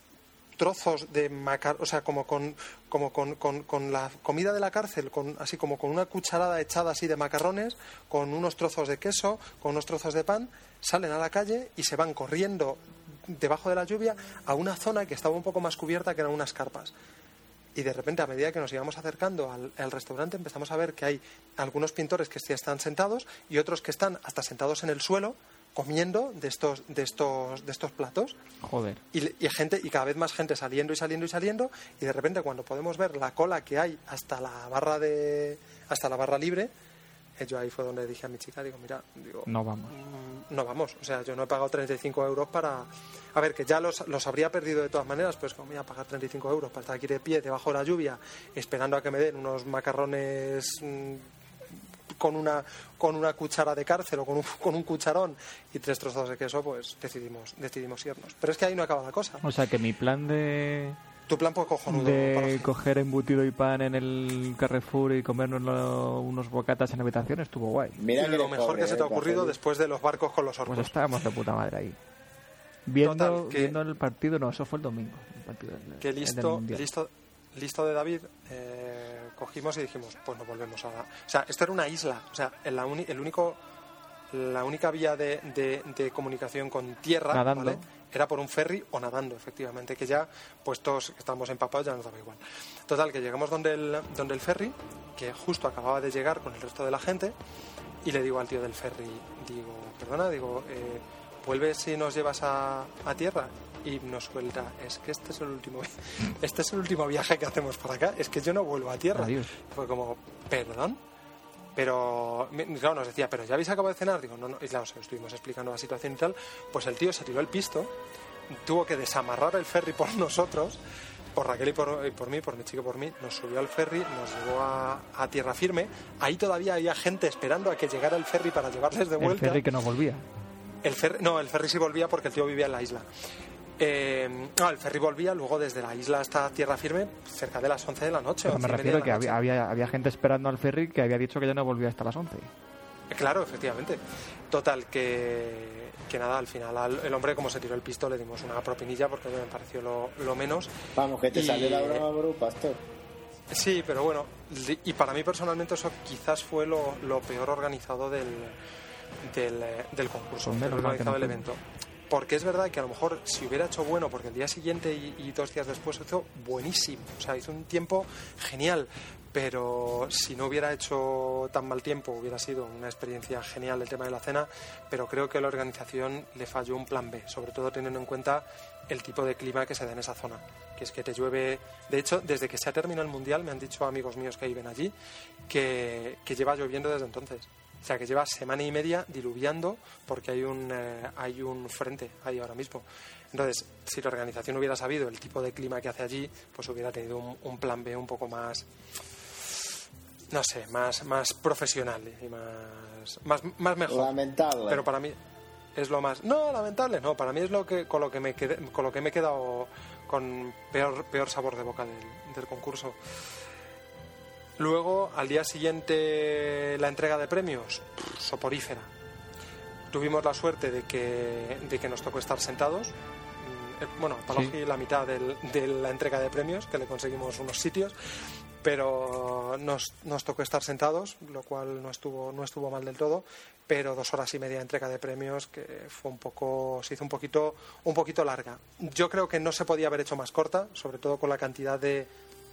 [SPEAKER 2] trozos de macar, o sea, como con como con, con, con la comida de la cárcel, con así como con una cucharada echada así de macarrones, con unos trozos de queso, con unos trozos de pan, salen a la calle y se van corriendo debajo de la lluvia a una zona que estaba un poco más cubierta, que eran unas carpas. Y de repente, a medida que nos íbamos acercando al, al restaurante, empezamos a ver que hay algunos pintores que sí están sentados y otros que están hasta sentados en el suelo comiendo de estos de estos de estos platos.
[SPEAKER 4] Joder.
[SPEAKER 2] Y, y gente y cada vez más gente saliendo y saliendo y saliendo, y de repente cuando podemos ver la cola que hay hasta la barra de hasta la barra libre, eh, yo ahí fue donde dije a mi chica, digo, mira, digo,
[SPEAKER 4] No vamos.
[SPEAKER 2] mm, no vamos, o sea, yo no he pagado treinta y cinco euros para, a ver, que ya los, los habría perdido de todas maneras, pues como voy a pagar treinta y cinco euros para estar aquí de pie debajo de la lluvia esperando a que me den unos macarrones mm, con una con una cuchara de cárcel o con un, con un cucharón y tres trozos de queso, pues decidimos decidimos irnos. Pero es que ahí no acaba la cosa.
[SPEAKER 4] O sea que mi plan de...
[SPEAKER 2] tu plan pues cojonudo.
[SPEAKER 4] De coger embutido y pan en el Carrefour y comernos unos bocatas en la habitación estuvo guay.
[SPEAKER 3] Mira
[SPEAKER 2] lo mejor
[SPEAKER 3] pobre,
[SPEAKER 2] que se te ha
[SPEAKER 3] eh,
[SPEAKER 2] ocurrido
[SPEAKER 3] Rafael.
[SPEAKER 2] después de los barcos con los orcos.
[SPEAKER 4] Pues estábamos de puta madre ahí. Viendo,
[SPEAKER 2] Total, que-
[SPEAKER 4] viendo el partido, no, eso fue el domingo. El partido del-
[SPEAKER 2] Que
[SPEAKER 4] el del
[SPEAKER 2] listo,
[SPEAKER 4] Mundial.
[SPEAKER 2] listo, listo de David, eh, cogimos y dijimos, pues nos volvemos a la... O sea, esto era una isla, o sea, en la uni- el único, la única vía de, de- de comunicación con tierra,
[SPEAKER 4] Nadando.
[SPEAKER 2] ¿vale? Era por un ferry o nadando, efectivamente, que ya, pues todos que estábamos empapados ya nos daba igual. Total, que llegamos donde el, donde el ferry, que justo acababa de llegar con el resto de la gente, y le digo al tío del ferry, digo, perdona, digo, eh, ¿vuelves y nos llevas a, a tierra? Y nos suelta, es que este es el último este es el último viaje que hacemos para acá, es que yo no vuelvo a tierra.
[SPEAKER 4] Adiós.
[SPEAKER 2] Fue como, perdón, pero mi- claro, nos decía, pero ya habéis acabado de cenar, digo, no, no, y claro, se lo estuvimos explicando la situación y tal, pues el tío se tiró el pisto, tuvo que desamarrar el ferry por nosotros, por Raquel y por, y por mí, por mi chico y por mí, nos subió al ferry, nos llevó a, a tierra firme, ahí todavía había gente esperando a que llegara el ferry para llevarles de
[SPEAKER 4] El
[SPEAKER 2] vuelta.
[SPEAKER 4] ferry que no volvía.
[SPEAKER 2] El ferry, no, el ferry sí volvía porque el tío vivía en la isla. Eh, no, el ferry volvía luego desde la isla hasta tierra firme cerca de las once de la noche.
[SPEAKER 4] Pero me
[SPEAKER 2] once y media
[SPEAKER 4] refiero
[SPEAKER 2] de
[SPEAKER 4] que
[SPEAKER 2] la noche.
[SPEAKER 4] había, había, había gente esperando al ferry que había dicho que ya no volvía hasta las once.
[SPEAKER 2] Claro, efectivamente. Total, que, que nada, al final al- el hombre, como se tiró el pisto, le dimos una propinilla porque me pareció lo, lo menos.
[SPEAKER 3] Vamos, que te
[SPEAKER 2] Y-
[SPEAKER 3] salió la broma por un pastor.
[SPEAKER 2] Sí, pero bueno, li- y para mí personalmente eso quizás fue lo, lo peor organizado del, del, eh, del concurso,
[SPEAKER 4] Pues
[SPEAKER 2] del
[SPEAKER 4] menos mal que
[SPEAKER 2] organizado
[SPEAKER 4] no
[SPEAKER 2] del
[SPEAKER 4] fue.
[SPEAKER 2] evento. Porque es verdad que a lo mejor si hubiera hecho bueno, porque el día siguiente y, y dos días después hizo buenísimo, o sea, hizo un tiempo genial, pero si no hubiera hecho tan mal tiempo hubiera sido una experiencia genial el tema de la cena, pero creo que la organización le falló un plan B, sobre todo teniendo en cuenta el tipo de clima que se da en esa zona, que es que te llueve. De hecho, desde que se ha terminado el Mundial, me han dicho amigos míos que viven allí, que, que lleva lloviendo desde entonces. O sea, que lleva semana y media diluviando porque hay un, eh, hay un frente ahí ahora mismo. Entonces, si la organización hubiera sabido el tipo de clima que hace allí, pues hubiera tenido un, un plan B un poco más, no sé, más, más profesional y más, más, más mejor.
[SPEAKER 3] Lamentable.
[SPEAKER 2] Pero para mí es lo más... No, lamentable, no. Para mí es lo que con lo que me, quedé, con lo que me he quedado con peor, peor sabor de boca del, del concurso. Luego, al día siguiente, la entrega de premios, pff, soporífera. Tuvimos la suerte de que, de que nos tocó estar sentados. Mm, eh, Bueno, a Palogi
[SPEAKER 4] Sí.
[SPEAKER 2] la mitad del- de la entrega de premios, que le conseguimos unos sitios, pero nos, nos tocó estar sentados, lo cual no estuvo, no estuvo mal del todo, pero dos horas y media de entrega de premios que fue un poco, se hizo un poquito, un poquito larga. Yo creo que no se podía haber hecho más corta, sobre todo con la cantidad de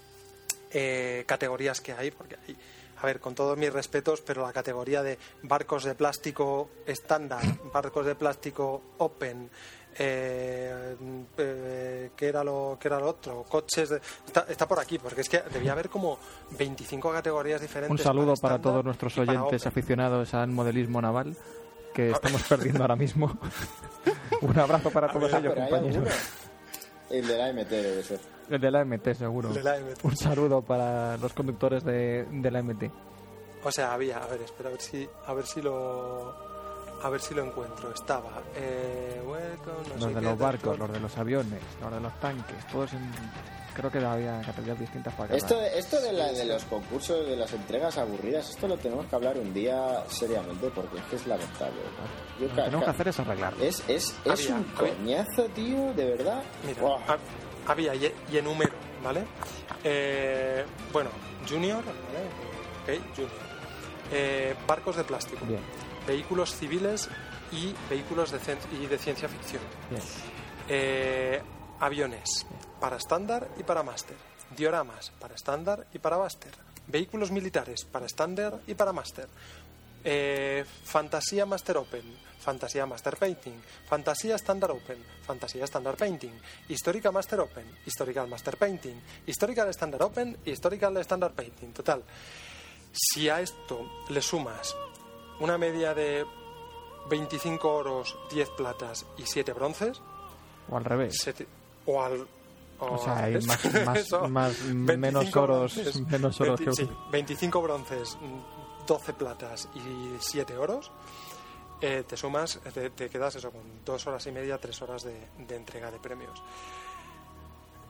[SPEAKER 2] eh, categorías que hay, porque hay, a ver, con todos mis respetos, pero la categoría de barcos de plástico estándar, barcos de plástico open, eh, eh, ¿qué era lo que era lo otro? Coches de, está, está por aquí, porque es que debía haber como veinticinco categorías diferentes.
[SPEAKER 4] Un saludo para,
[SPEAKER 2] estándar
[SPEAKER 4] todos nuestros
[SPEAKER 2] y para
[SPEAKER 4] oyentes
[SPEAKER 2] open.
[SPEAKER 4] aficionados al modelismo naval que estamos perdiendo ahora mismo. Un abrazo para todos
[SPEAKER 2] ver,
[SPEAKER 4] ellos,
[SPEAKER 3] Pero hay
[SPEAKER 4] compañeros.
[SPEAKER 3] alguno. El de la M T debe ser.
[SPEAKER 4] El de la M T, seguro.
[SPEAKER 2] El de la M T.
[SPEAKER 4] Un saludo para los conductores de, de la M T.
[SPEAKER 2] O sea, había, a ver, espera, a ver si, a ver si lo, a ver si lo encuentro. Estaba, eh, welcome, no
[SPEAKER 4] Los
[SPEAKER 2] sé
[SPEAKER 4] de
[SPEAKER 2] qué,
[SPEAKER 4] los barcos,
[SPEAKER 2] después-
[SPEAKER 4] los de los aviones, los de los tanques, todos en... Creo que había categorías distintas para cada.
[SPEAKER 3] Esto, de- esto de, la, de los concursos, de las entregas aburridas, esto lo tenemos que hablar un día seriamente porque es que es lamentable. ¿no? Yo
[SPEAKER 4] Lo que
[SPEAKER 3] ca-
[SPEAKER 4] tenemos que
[SPEAKER 3] ca-
[SPEAKER 4] hacer es arreglarlo.
[SPEAKER 3] Es, es, es
[SPEAKER 2] Había,
[SPEAKER 3] un
[SPEAKER 2] había.
[SPEAKER 3] coñazo, tío, de verdad.
[SPEAKER 2] Mira,
[SPEAKER 3] Buah.
[SPEAKER 2] ha- había y, y enumero, ¿vale? Eh, bueno, Junior, ¿vale? Ok, Junior. Eh, barcos de plástico,
[SPEAKER 4] Bien,
[SPEAKER 2] vehículos civiles y vehículos de, cien- y de ciencia ficción.
[SPEAKER 4] bien.
[SPEAKER 2] Eh, aviones para estándar y para máster. Dioramas para estándar y para máster. Vehículos militares para estándar y para máster. Eh, fantasía Master Open, Fantasía Master Painting, Fantasía Standard Open, Fantasía Standard Painting, Histórica Master Open, Historical Master Painting, Historical Standard Open y Historical Standard Painting. Total, si a esto le sumas una media de veinticinco oros, diez platas y siete bronces,
[SPEAKER 4] O al revés.
[SPEAKER 2] se te- o al
[SPEAKER 4] O sea, hay
[SPEAKER 2] es-
[SPEAKER 4] más, más,
[SPEAKER 2] eso,
[SPEAKER 4] más menos
[SPEAKER 2] veinticinco
[SPEAKER 4] oros,
[SPEAKER 2] bronces,
[SPEAKER 4] menos oros
[SPEAKER 2] veinti-
[SPEAKER 4] que
[SPEAKER 2] sí, veinticinco bronces, doce platas y siete oros, eh, te sumas, te, te quedas eso con dos horas y media, tres horas de, de entrega de premios.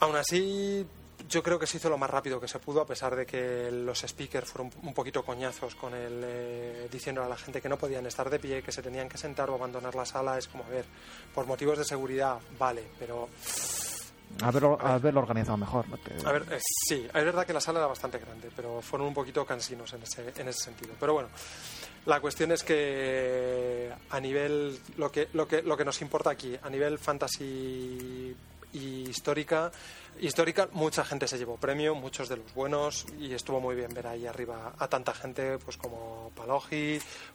[SPEAKER 2] Aún así, yo creo que se hizo lo más rápido que se pudo, a pesar de que los speakers fueron un poquito coñazos con el eh, diciendo a la gente que no podían estar de pie, que se tenían que sentar o abandonar la sala. Es como, a ver, por motivos de seguridad, vale, pero...
[SPEAKER 4] Haberlo, haberlo organizado mejor. ¿No? Te...
[SPEAKER 2] A ver, eh, sí, es verdad que la sala era bastante grande, pero fueron un poquito cansinos en ese, en ese sentido. Pero bueno, la cuestión es que a nivel, lo que, lo que, lo que nos importa aquí, a nivel fantasy y histórica, histórica, mucha gente se llevó premio, muchos de los buenos, y estuvo muy bien ver ahí arriba a tanta gente, pues como Palogi,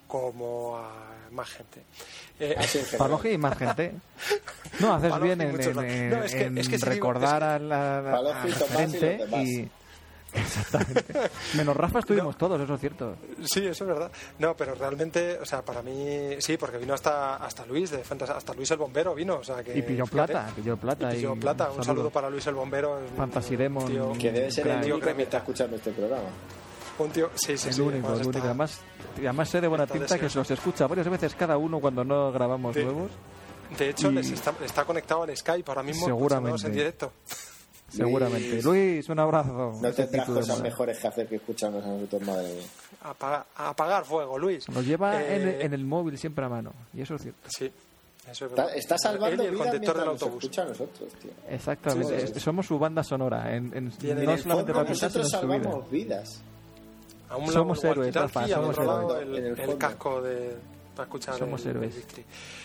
[SPEAKER 2] como a más gente. Eh,
[SPEAKER 4] Palogi y más gente. No, haces
[SPEAKER 2] Palogi
[SPEAKER 4] bien en,
[SPEAKER 2] muchos,
[SPEAKER 4] en,
[SPEAKER 2] no, es que,
[SPEAKER 4] en
[SPEAKER 2] es que si
[SPEAKER 4] recordar
[SPEAKER 2] digo, es
[SPEAKER 4] a la, a
[SPEAKER 3] Palogi,
[SPEAKER 4] la
[SPEAKER 3] Tomás
[SPEAKER 4] gente
[SPEAKER 3] y,
[SPEAKER 4] y... Exactamente. Menos Rafa estuvimos
[SPEAKER 2] No.
[SPEAKER 4] todos, eso es cierto.
[SPEAKER 2] Sí, eso es verdad. No, pero realmente, o sea, para mí sí, porque vino hasta hasta Luis de Fantas- hasta Luis el Bombero vino, o sea que
[SPEAKER 4] Y pilló
[SPEAKER 2] fíjate,
[SPEAKER 4] plata, pilló plata.
[SPEAKER 2] y pilló
[SPEAKER 4] y
[SPEAKER 2] plata. Un saludo para Luis el Bombero, un-
[SPEAKER 4] Fantasy
[SPEAKER 2] un
[SPEAKER 4] Demon,
[SPEAKER 2] tío-
[SPEAKER 3] Que debe ser el
[SPEAKER 2] tío
[SPEAKER 3] único que
[SPEAKER 2] cremita.
[SPEAKER 3] está escuchando este programa.
[SPEAKER 2] Un tío, sí, sí,
[SPEAKER 4] el
[SPEAKER 2] sí,
[SPEAKER 4] único,
[SPEAKER 2] además
[SPEAKER 4] el único.
[SPEAKER 2] está-
[SPEAKER 4] Además, y además sé de buena
[SPEAKER 2] está
[SPEAKER 4] tinta que se
[SPEAKER 2] deseoso.
[SPEAKER 4] los escucha varias veces cada uno cuando no grabamos
[SPEAKER 2] Sí.
[SPEAKER 4] nuevos.
[SPEAKER 2] De hecho,
[SPEAKER 4] y-
[SPEAKER 2] les está, está conectado al Skype ahora mismo,
[SPEAKER 4] Seguramente.
[SPEAKER 2] escuchándonos en directo.
[SPEAKER 4] Seguramente.
[SPEAKER 3] Luis,
[SPEAKER 4] Luis, un abrazo.
[SPEAKER 3] No
[SPEAKER 4] Ese
[SPEAKER 3] tendrás
[SPEAKER 4] tipo de
[SPEAKER 3] cosas
[SPEAKER 4] madre.
[SPEAKER 3] mejores que hacer que escucharnos a nosotros, madre mía.
[SPEAKER 2] Apaga- a apagar fuego, Luis.
[SPEAKER 4] Nos lleva
[SPEAKER 2] Eh,
[SPEAKER 4] en, en el móvil siempre a mano. Y eso es cierto.
[SPEAKER 2] Sí, eso es
[SPEAKER 3] Está,
[SPEAKER 2] verdad.
[SPEAKER 3] está salvando
[SPEAKER 2] Él y el
[SPEAKER 3] vidas
[SPEAKER 2] conductor
[SPEAKER 3] mientras
[SPEAKER 2] del
[SPEAKER 3] nos
[SPEAKER 2] autobús.
[SPEAKER 3] escucha a nosotros, tío.
[SPEAKER 4] Exactamente.
[SPEAKER 3] Sí, sí, sí.
[SPEAKER 4] Es- Somos su banda sonora. En, en-
[SPEAKER 2] Tiene-
[SPEAKER 4] no
[SPEAKER 2] en el
[SPEAKER 4] solamente
[SPEAKER 3] fondo
[SPEAKER 4] para pintar, sino
[SPEAKER 3] nosotros
[SPEAKER 4] en su vida.
[SPEAKER 3] salvamos vidas.
[SPEAKER 2] A un lado
[SPEAKER 4] Somos
[SPEAKER 2] el
[SPEAKER 4] héroes,
[SPEAKER 2] walkie-talkie,
[SPEAKER 4] Rafa,
[SPEAKER 2] y al
[SPEAKER 4] somos
[SPEAKER 2] otro lado
[SPEAKER 3] héroes.
[SPEAKER 2] el,
[SPEAKER 3] En el
[SPEAKER 2] el
[SPEAKER 3] fondo.
[SPEAKER 2] casco de, para escuchar
[SPEAKER 4] Somos
[SPEAKER 2] el,
[SPEAKER 4] héroes.
[SPEAKER 2] el Victory.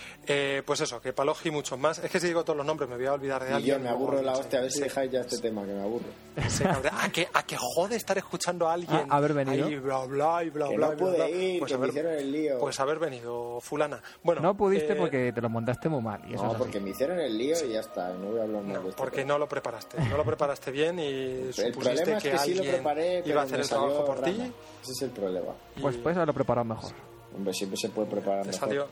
[SPEAKER 2] Eh, pues eso, que Palogi y muchos más. Es que si digo todos los nombres me voy a olvidar de
[SPEAKER 3] Y
[SPEAKER 2] alguien.
[SPEAKER 3] yo me aburro de la
[SPEAKER 2] Se-
[SPEAKER 3] hostia, a ver si
[SPEAKER 2] se-
[SPEAKER 3] dejáis ya este tema, que me aburro.
[SPEAKER 2] se cabrea. ¿A que, a que jode estar escuchando a alguien
[SPEAKER 4] Ah, haber venido.
[SPEAKER 2] ahí, bla, bla, y bla,
[SPEAKER 3] Que
[SPEAKER 2] bla,
[SPEAKER 3] no
[SPEAKER 2] y bla,
[SPEAKER 3] pude
[SPEAKER 2] bla?
[SPEAKER 3] ir,
[SPEAKER 2] Pues
[SPEAKER 3] que me
[SPEAKER 2] haber,
[SPEAKER 3] hicieron el lío.
[SPEAKER 2] pues haber venido fulana. Bueno,
[SPEAKER 4] No pudiste
[SPEAKER 2] eh,
[SPEAKER 4] porque te lo montaste muy mal. Y eso
[SPEAKER 3] No,
[SPEAKER 4] es así.
[SPEAKER 3] porque me hicieron el lío y ya está, no voy a hablar más
[SPEAKER 2] no,
[SPEAKER 3] de esto.
[SPEAKER 2] porque no lo preparaste. No lo preparaste bien y
[SPEAKER 3] El
[SPEAKER 2] supusiste
[SPEAKER 3] problema es
[SPEAKER 2] que,
[SPEAKER 3] que sí lo
[SPEAKER 2] alguien
[SPEAKER 3] preparé, pero
[SPEAKER 2] iba a hacer
[SPEAKER 3] me
[SPEAKER 2] el trabajo
[SPEAKER 3] salió
[SPEAKER 2] por
[SPEAKER 3] rana.
[SPEAKER 2] ti.
[SPEAKER 3] Ese es el problema.
[SPEAKER 2] y
[SPEAKER 4] Pues puedes haberlo preparado mejor.
[SPEAKER 3] Hombre, siempre se puede preparar
[SPEAKER 2] te
[SPEAKER 3] mejor.
[SPEAKER 2] salió.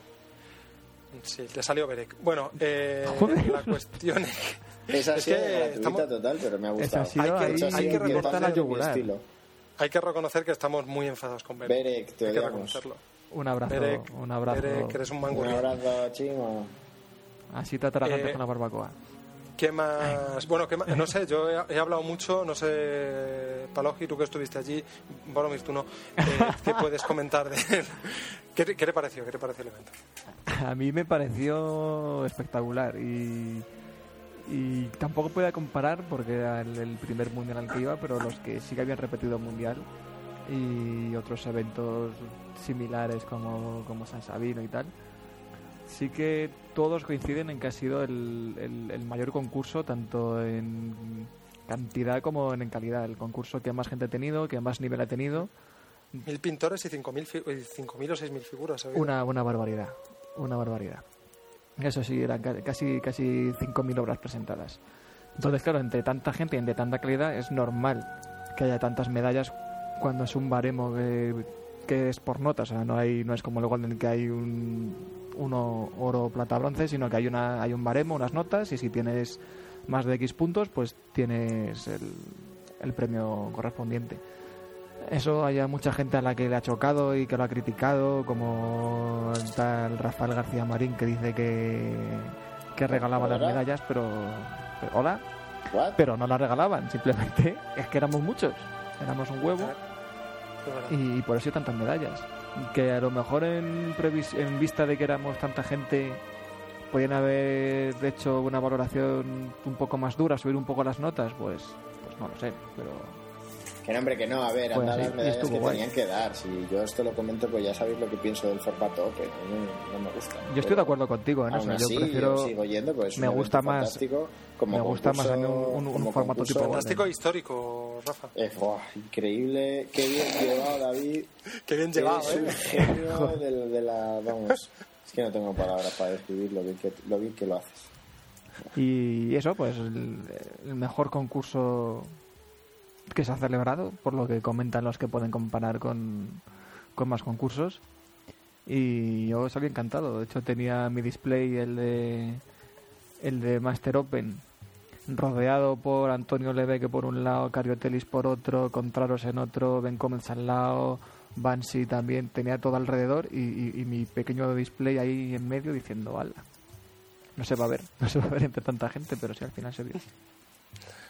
[SPEAKER 2] Sí, te salió Berek. Bueno, eh,
[SPEAKER 4] Joder.
[SPEAKER 2] la cuestión es que,
[SPEAKER 3] Esa
[SPEAKER 2] es
[SPEAKER 3] sí es
[SPEAKER 2] que
[SPEAKER 3] gratuita
[SPEAKER 2] estamos-
[SPEAKER 3] total, pero me ha
[SPEAKER 4] Esa
[SPEAKER 3] gustado.
[SPEAKER 4] ha sido
[SPEAKER 2] Hay que-
[SPEAKER 4] ahí,
[SPEAKER 2] hay que
[SPEAKER 4] directa a la
[SPEAKER 2] reconocer
[SPEAKER 4] yugular.
[SPEAKER 3] estilo.
[SPEAKER 2] hay que reconocer que estamos muy enfadados con Berek.
[SPEAKER 3] Berek, te
[SPEAKER 2] Hay que
[SPEAKER 3] odiamos.
[SPEAKER 2] reconocerlo.
[SPEAKER 4] Un abrazo,
[SPEAKER 2] Berek,
[SPEAKER 4] un abrazo.
[SPEAKER 2] Berek, eres un
[SPEAKER 3] Un
[SPEAKER 2] mangurri.
[SPEAKER 3] abrazo, chimo.
[SPEAKER 4] Así te atragantes
[SPEAKER 2] Eh,
[SPEAKER 4] con la barbacoa.
[SPEAKER 2] ¿Qué más? Bueno, ¿qué más? No sé, yo he, he hablado mucho, no sé, Palogi, tú que estuviste allí, Boromir, tú no, eh, ¿qué puedes comentar de él? ¿Qué, te- ¿Qué te pareció? ¿Qué te pareció el evento?
[SPEAKER 4] A mí me pareció espectacular y, y tampoco podía comparar porque era el, el primer mundial al que iba, pero los que sí que habían repetido mundial y otros eventos similares como, como San Sabino y tal, sí que todos coinciden en que ha sido el, el, el mayor concurso tanto en cantidad como en calidad, el concurso que más gente ha tenido, que más nivel ha tenido.
[SPEAKER 2] Mil pintores y cinco mil, fi- y cinco mil o seis mil figuras. ¿eh?
[SPEAKER 4] Una, una barbaridad, una barbaridad. Eso sí, eran ca- casi casi cinco mil obras presentadas. Entonces, claro, entre tanta gente y entre tanta calidad es normal que haya tantas medallas cuando es un baremo que, que es por notas. O sea, no hay no es como el Golden que hay un uno oro, plata, bronce, sino que hay una hay un baremo, unas notas y si tienes más de X puntos, pues tienes el, el premio correspondiente. Eso haya mucha gente a la que le ha chocado y que lo ha criticado, como el tal Rafael García Marín que dice que, que regalaba las
[SPEAKER 3] ¿Hola?
[SPEAKER 4] medallas, pero, pero hola,
[SPEAKER 3] What?
[SPEAKER 4] pero no las regalaban, simplemente es que éramos muchos, éramos un huevo
[SPEAKER 2] Es verdad.
[SPEAKER 4] y, y por eso hay tantas medallas. Que a lo mejor en, previs- en vista de que éramos tanta gente podían haber hecho una valoración un poco más dura, subir un poco las notas, pues, pues no lo sé, pero...
[SPEAKER 3] Que no, hombre, que no. A ver,
[SPEAKER 4] Pues
[SPEAKER 3] anda
[SPEAKER 4] sí,
[SPEAKER 3] las medallas
[SPEAKER 4] estuvo
[SPEAKER 3] que
[SPEAKER 4] guay.
[SPEAKER 3] tenían que dar. Si yo esto lo comento, pues ya sabéis lo que pienso del formato Open. A mí no, no me gusta.
[SPEAKER 4] Yo estoy de acuerdo contigo en
[SPEAKER 3] Aún
[SPEAKER 4] eso,
[SPEAKER 3] así,
[SPEAKER 4] yo prefiero...
[SPEAKER 3] yo sigo yendo, pues es
[SPEAKER 4] me
[SPEAKER 3] un
[SPEAKER 4] gusta
[SPEAKER 3] evento
[SPEAKER 4] más-
[SPEAKER 3] fantástico, como
[SPEAKER 4] me gusta más a mí un-
[SPEAKER 3] concurso-
[SPEAKER 4] un- un
[SPEAKER 3] como
[SPEAKER 4] formato
[SPEAKER 3] concurso
[SPEAKER 4] tipo
[SPEAKER 2] Fantástico e histórico, Rafa.
[SPEAKER 3] Eh, buah, increíble, qué bien llevado, David.
[SPEAKER 2] Qué bien llevado,
[SPEAKER 3] Es un
[SPEAKER 2] ¿eh?
[SPEAKER 3] genio de, de la. Vamos, es que no tengo palabras para describir lo bien que, lo bien que lo haces.
[SPEAKER 4] Y eso, pues el, el mejor concurso que se ha celebrado, por lo que comentan los que pueden comparar con, con más concursos. Y yo salí encantado. De hecho, tenía mi display, el de, el de Master Open, rodeado por Antonio Lebeque por un lado, Cariotelis por otro, Contraros en otro, Ben Comens al lado, Bansi también. Tenía todo alrededor y, y, y mi pequeño display ahí en medio diciendo, ala. No se va a ver, no se va a ver entre tanta gente, pero sí al final se vio.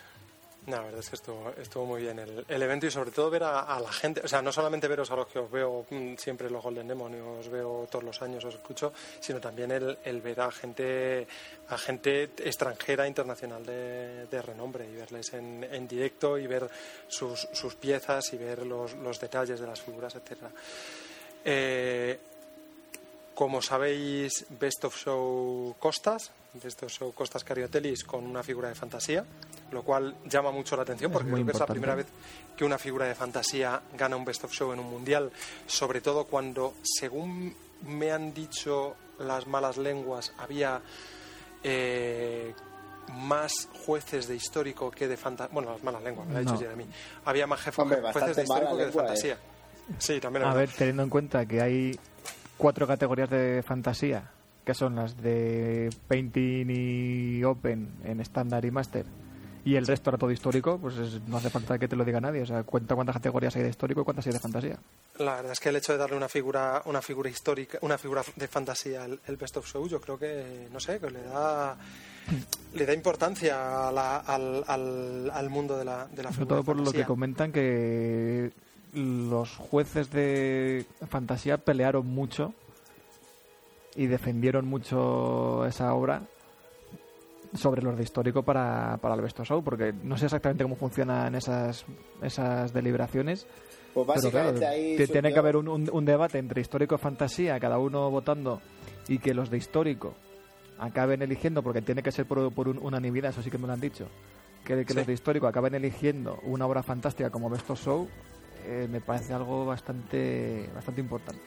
[SPEAKER 2] La verdad es que estuvo, estuvo muy bien el, el evento y sobre todo ver a, a la gente, o sea, no solamente veros a los que os veo mmm, siempre los Golden Demon y os veo todos los años, os escucho, sino también el, el ver a gente a gente extranjera, internacional de, de renombre y verles en, en directo y ver sus, sus piezas y ver los, los detalles de las figuras, etcétera. Eh, como sabéis, Best of Show Costas, Best of Show Costas Cariotelis con una figura de fantasía, lo cual llama mucho la atención porque creo que es la primera vez que una figura de fantasía gana un Best of Show en un mundial, sobre todo cuando, según me han dicho las malas lenguas, había eh, más jueces de histórico que de fantasía. Bueno, las malas lenguas, me lo ha dicho
[SPEAKER 4] No.
[SPEAKER 2] Jeremy. Había más jefe,
[SPEAKER 3] Hombre,
[SPEAKER 2] jueces de histórico que de
[SPEAKER 3] lengua,
[SPEAKER 2] fantasía.
[SPEAKER 3] eh.
[SPEAKER 2] Sí, también.
[SPEAKER 4] A ver, teniendo en cuenta que hay cuatro categorías de fantasía, que son las de Painting y Open en estándar y Master, y el resto era todo histórico, pues es, no hace falta que te lo diga nadie. O sea, cuenta cuántas categorías hay de histórico y cuántas hay de fantasía.
[SPEAKER 2] La verdad es que el hecho de darle una figura una figura histórica, una figura de fantasía al el Best of Show, yo creo que, no sé, que le da le da importancia a la, al, al, al mundo de la, de la figura.
[SPEAKER 4] Sobre todo por
[SPEAKER 2] de
[SPEAKER 4] lo
[SPEAKER 2] fantasía.
[SPEAKER 4] que comentan, que los jueces de fantasía pelearon mucho y defendieron mucho esa obra sobre los de histórico para, para el Best of Show, porque no sé exactamente cómo funcionan esas esas deliberaciones.
[SPEAKER 3] Pues básicamente
[SPEAKER 4] pero claro,
[SPEAKER 3] ahí
[SPEAKER 4] te-
[SPEAKER 3] surgió-
[SPEAKER 4] tiene que haber un, un, un debate entre histórico y fantasía, cada uno votando, y que los de histórico acaben eligiendo, porque tiene que ser por, por un, unanimidad, eso sí que me lo han dicho, que, que
[SPEAKER 2] Sí.
[SPEAKER 4] los de histórico acaben eligiendo una obra fantástica como Best of Show, eh, me parece algo bastante bastante importante.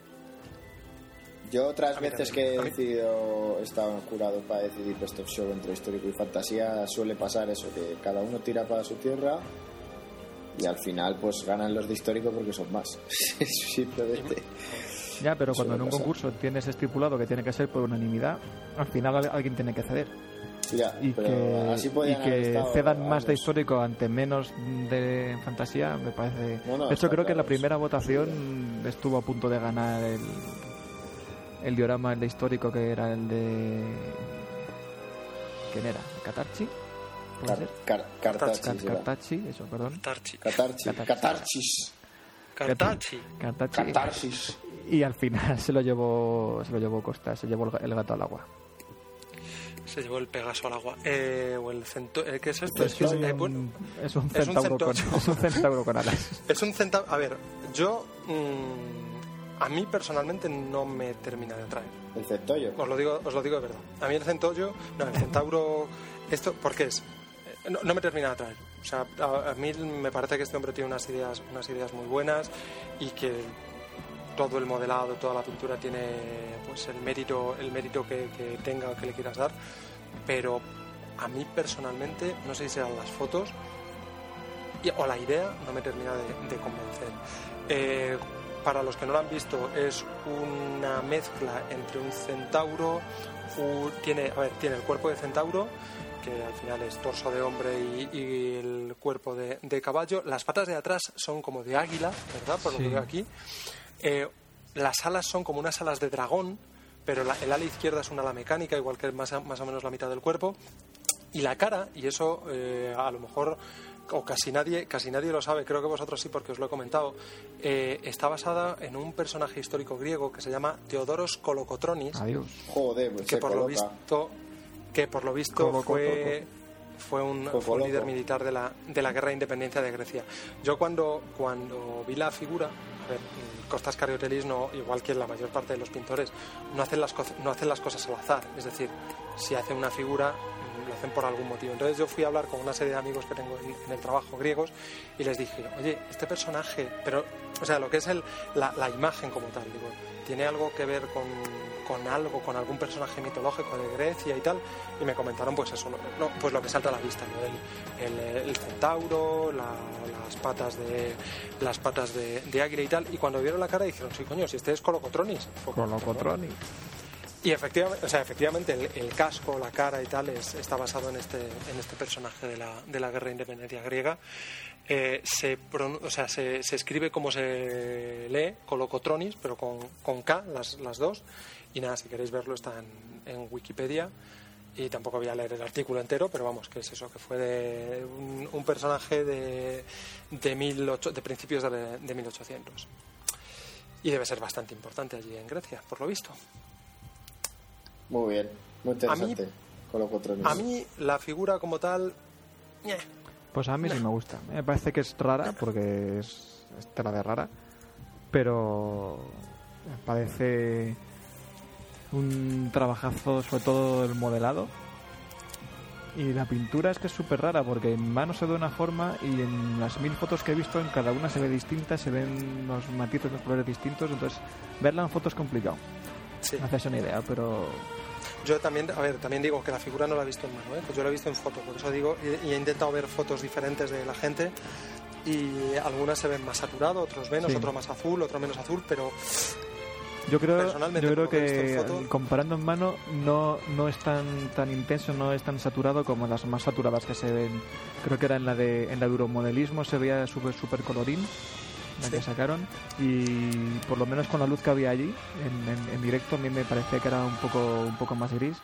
[SPEAKER 3] Yo otras
[SPEAKER 2] A mí
[SPEAKER 3] veces
[SPEAKER 2] también.
[SPEAKER 3] que he
[SPEAKER 2] A mí-
[SPEAKER 3] decidido, he estado en jurado para decidir Best of Show entre histórico y fantasía, suele pasar eso, que cada uno tira para su tierra y al final pues ganan los de histórico porque son más. Simplemente.
[SPEAKER 4] Ya, pero
[SPEAKER 3] Eso
[SPEAKER 4] cuando en
[SPEAKER 3] va a
[SPEAKER 4] un
[SPEAKER 3] pasar.
[SPEAKER 4] concurso tienes estipulado que tiene que ser por unanimidad, al final al- alguien tiene que ceder.
[SPEAKER 3] Ya,
[SPEAKER 4] Y
[SPEAKER 3] pero
[SPEAKER 4] que,
[SPEAKER 3] así
[SPEAKER 4] y
[SPEAKER 3] podían haber
[SPEAKER 4] que
[SPEAKER 3] estado
[SPEAKER 4] cedan más de
[SPEAKER 3] años.
[SPEAKER 4] histórico ante menos de fantasía, me parece.
[SPEAKER 3] No, no,
[SPEAKER 4] de hecho,
[SPEAKER 3] está
[SPEAKER 4] creo que en la
[SPEAKER 3] claro,
[SPEAKER 4] primera
[SPEAKER 3] sí.
[SPEAKER 4] votación estuvo a punto de ganar el, el diorama, el de histórico, que era el de. ¿Quién era? ¿Catarchi? ¿Puede
[SPEAKER 3] Car-
[SPEAKER 4] ser?
[SPEAKER 3] car- Cartachis,
[SPEAKER 4] Car-
[SPEAKER 3] era.
[SPEAKER 4] Cartacci, eso, perdón.
[SPEAKER 2] Tarchi.
[SPEAKER 3] Catarchi-
[SPEAKER 4] Catarchis.
[SPEAKER 3] Catarchis.
[SPEAKER 2] Cartachi.
[SPEAKER 4] Cartacci.
[SPEAKER 3] Catarsis.
[SPEAKER 4] Y al final se lo llevó se lo llevó Costa, se llevó el, el gato al agua.
[SPEAKER 2] Se llevó el Pegaso al agua. Eh, o el cento... eh, ¿Qué es esto?
[SPEAKER 4] Pues
[SPEAKER 2] Es, que es,
[SPEAKER 4] es,
[SPEAKER 2] eh,
[SPEAKER 4] un,
[SPEAKER 2] bueno,
[SPEAKER 4] es un
[SPEAKER 2] es un
[SPEAKER 4] centauro con,
[SPEAKER 2] centocho.
[SPEAKER 4] es un centauro con alas.
[SPEAKER 2] es un centavo... A ver, yo... mmm, a mí personalmente no me termina de atraer.
[SPEAKER 3] El centollo.
[SPEAKER 2] Os lo digo, os lo digo de verdad. A mí el centollo... No, el centauro... Esto... ¿Por qué es? Eh, No, no me termina de atraer. O sea, a, a mí me parece que este hombre tiene unas ideas, unas ideas muy buenas y que todo el modelado, toda la pintura tiene pues el mérito, el mérito que, que tenga o que le quieras dar, pero a mí personalmente, no sé si serán las fotos y- o la idea, no me termina de, de convencer. Eh, para los que no lo han visto, es una mezcla entre un centauro, un- tiene, a ver, tiene el cuerpo de centauro, que al final es torso de hombre y, y el cuerpo de, de caballo. Las patas de atrás son como de águila, ¿verdad? Por lo
[SPEAKER 4] Sí.
[SPEAKER 2] que veo aquí. Eh, las alas son como unas alas de dragón, pero la- el ala izquierda es una ala mecánica, igual que más, a- más o menos la mitad del cuerpo. Y la cara, y eso eh, a lo mejor o casi nadie casi nadie lo sabe, creo que vosotros sí porque os lo he comentado, eh, está basada en un personaje histórico griego que se llama Teodoros Kolokotronis,
[SPEAKER 4] Adiós.
[SPEAKER 3] Joder, pues
[SPEAKER 2] que
[SPEAKER 3] se
[SPEAKER 2] por lo
[SPEAKER 3] coloca.
[SPEAKER 2] visto que por lo visto
[SPEAKER 4] Coloco,
[SPEAKER 2] fue fue un,
[SPEAKER 3] Fue
[SPEAKER 2] fue un
[SPEAKER 3] loco.
[SPEAKER 2] líder militar de la de la guerra de independencia de Grecia. Yo cuando cuando vi la figura, a ver, Costas Cariotelis no, igual que la mayor parte de los pintores, no hacen las co- no hacen las cosas al azar, es decir, si hacen una figura lo hacen por algún motivo. Entonces yo fui a hablar con una serie de amigos que tengo en, en el trabajo griegos y les dije, oye, este personaje, pero, o sea, lo que es el, la, la imagen como tal, digo, ¿tiene algo que ver con, con algo, con algún personaje mitológico de Grecia y tal? Y me comentaron, pues eso, no, pues lo que salta a la vista, ¿no? el, el, el centauro, la, las patas de las patas de, de águila y tal. Y cuando vieron la cara dijeron, sí, coño, si este es Kolokotronis. Fue como,
[SPEAKER 4] Kolokotronis.
[SPEAKER 2] y efectivamente, o sea, efectivamente el, el casco, la cara y tal es, está basado en este, en este personaje de la, de la guerra de independencia griega. Eh, se, pron- o sea, se, se escribe como se lee, Kolokotronis, pero con, con K, las, las dos. Y nada, si queréis verlo está en, en Wikipedia. y tampoco voy a leer el artículo entero, pero vamos, que es eso, que fue de un, un personaje de de, mil ocho, de principios de, de mil ochocientos, y debe ser bastante importante allí en Grecia, por lo visto.
[SPEAKER 3] Muy bien, muy interesante.
[SPEAKER 2] A mí,
[SPEAKER 3] con los patrones.
[SPEAKER 2] a mí la figura como tal, eh,
[SPEAKER 4] Pues a mí sí me gusta. Me parece que es rara, porque es, es tela de rara, pero me parece un trabajazo, sobre todo el modelado. Y la pintura es que es súper rara, porque en mano se ve de una forma y en las mil fotos que he visto en cada una se ve distinta, se ven los matices, los colores distintos, entonces verla en foto es complicado.
[SPEAKER 2] sí.
[SPEAKER 4] No haces una idea, pero
[SPEAKER 2] Yo también, a ver, también digo que la figura no la he visto en mano, ¿eh? Pues yo la he visto en foto, por eso digo, y, y he intentado ver fotos diferentes de la gente, y algunas se ven más saturado, otros menos,
[SPEAKER 4] Sí.
[SPEAKER 2] otro más azul, otro menos azul, pero
[SPEAKER 4] yo creo,
[SPEAKER 2] Personalmente,
[SPEAKER 4] yo creo
[SPEAKER 2] por lo que he
[SPEAKER 4] que
[SPEAKER 2] visto en foto-
[SPEAKER 4] comparando en mano no, no es tan, tan intenso, no es tan saturado como las más saturadas que se ven. Creo que era en la de en la de Euromodelismo, se veía súper super colorín, la
[SPEAKER 2] Sí.
[SPEAKER 4] que sacaron, y por lo menos con la luz que había allí en, en, en directo a mí me parecía que era un poco un poco más gris,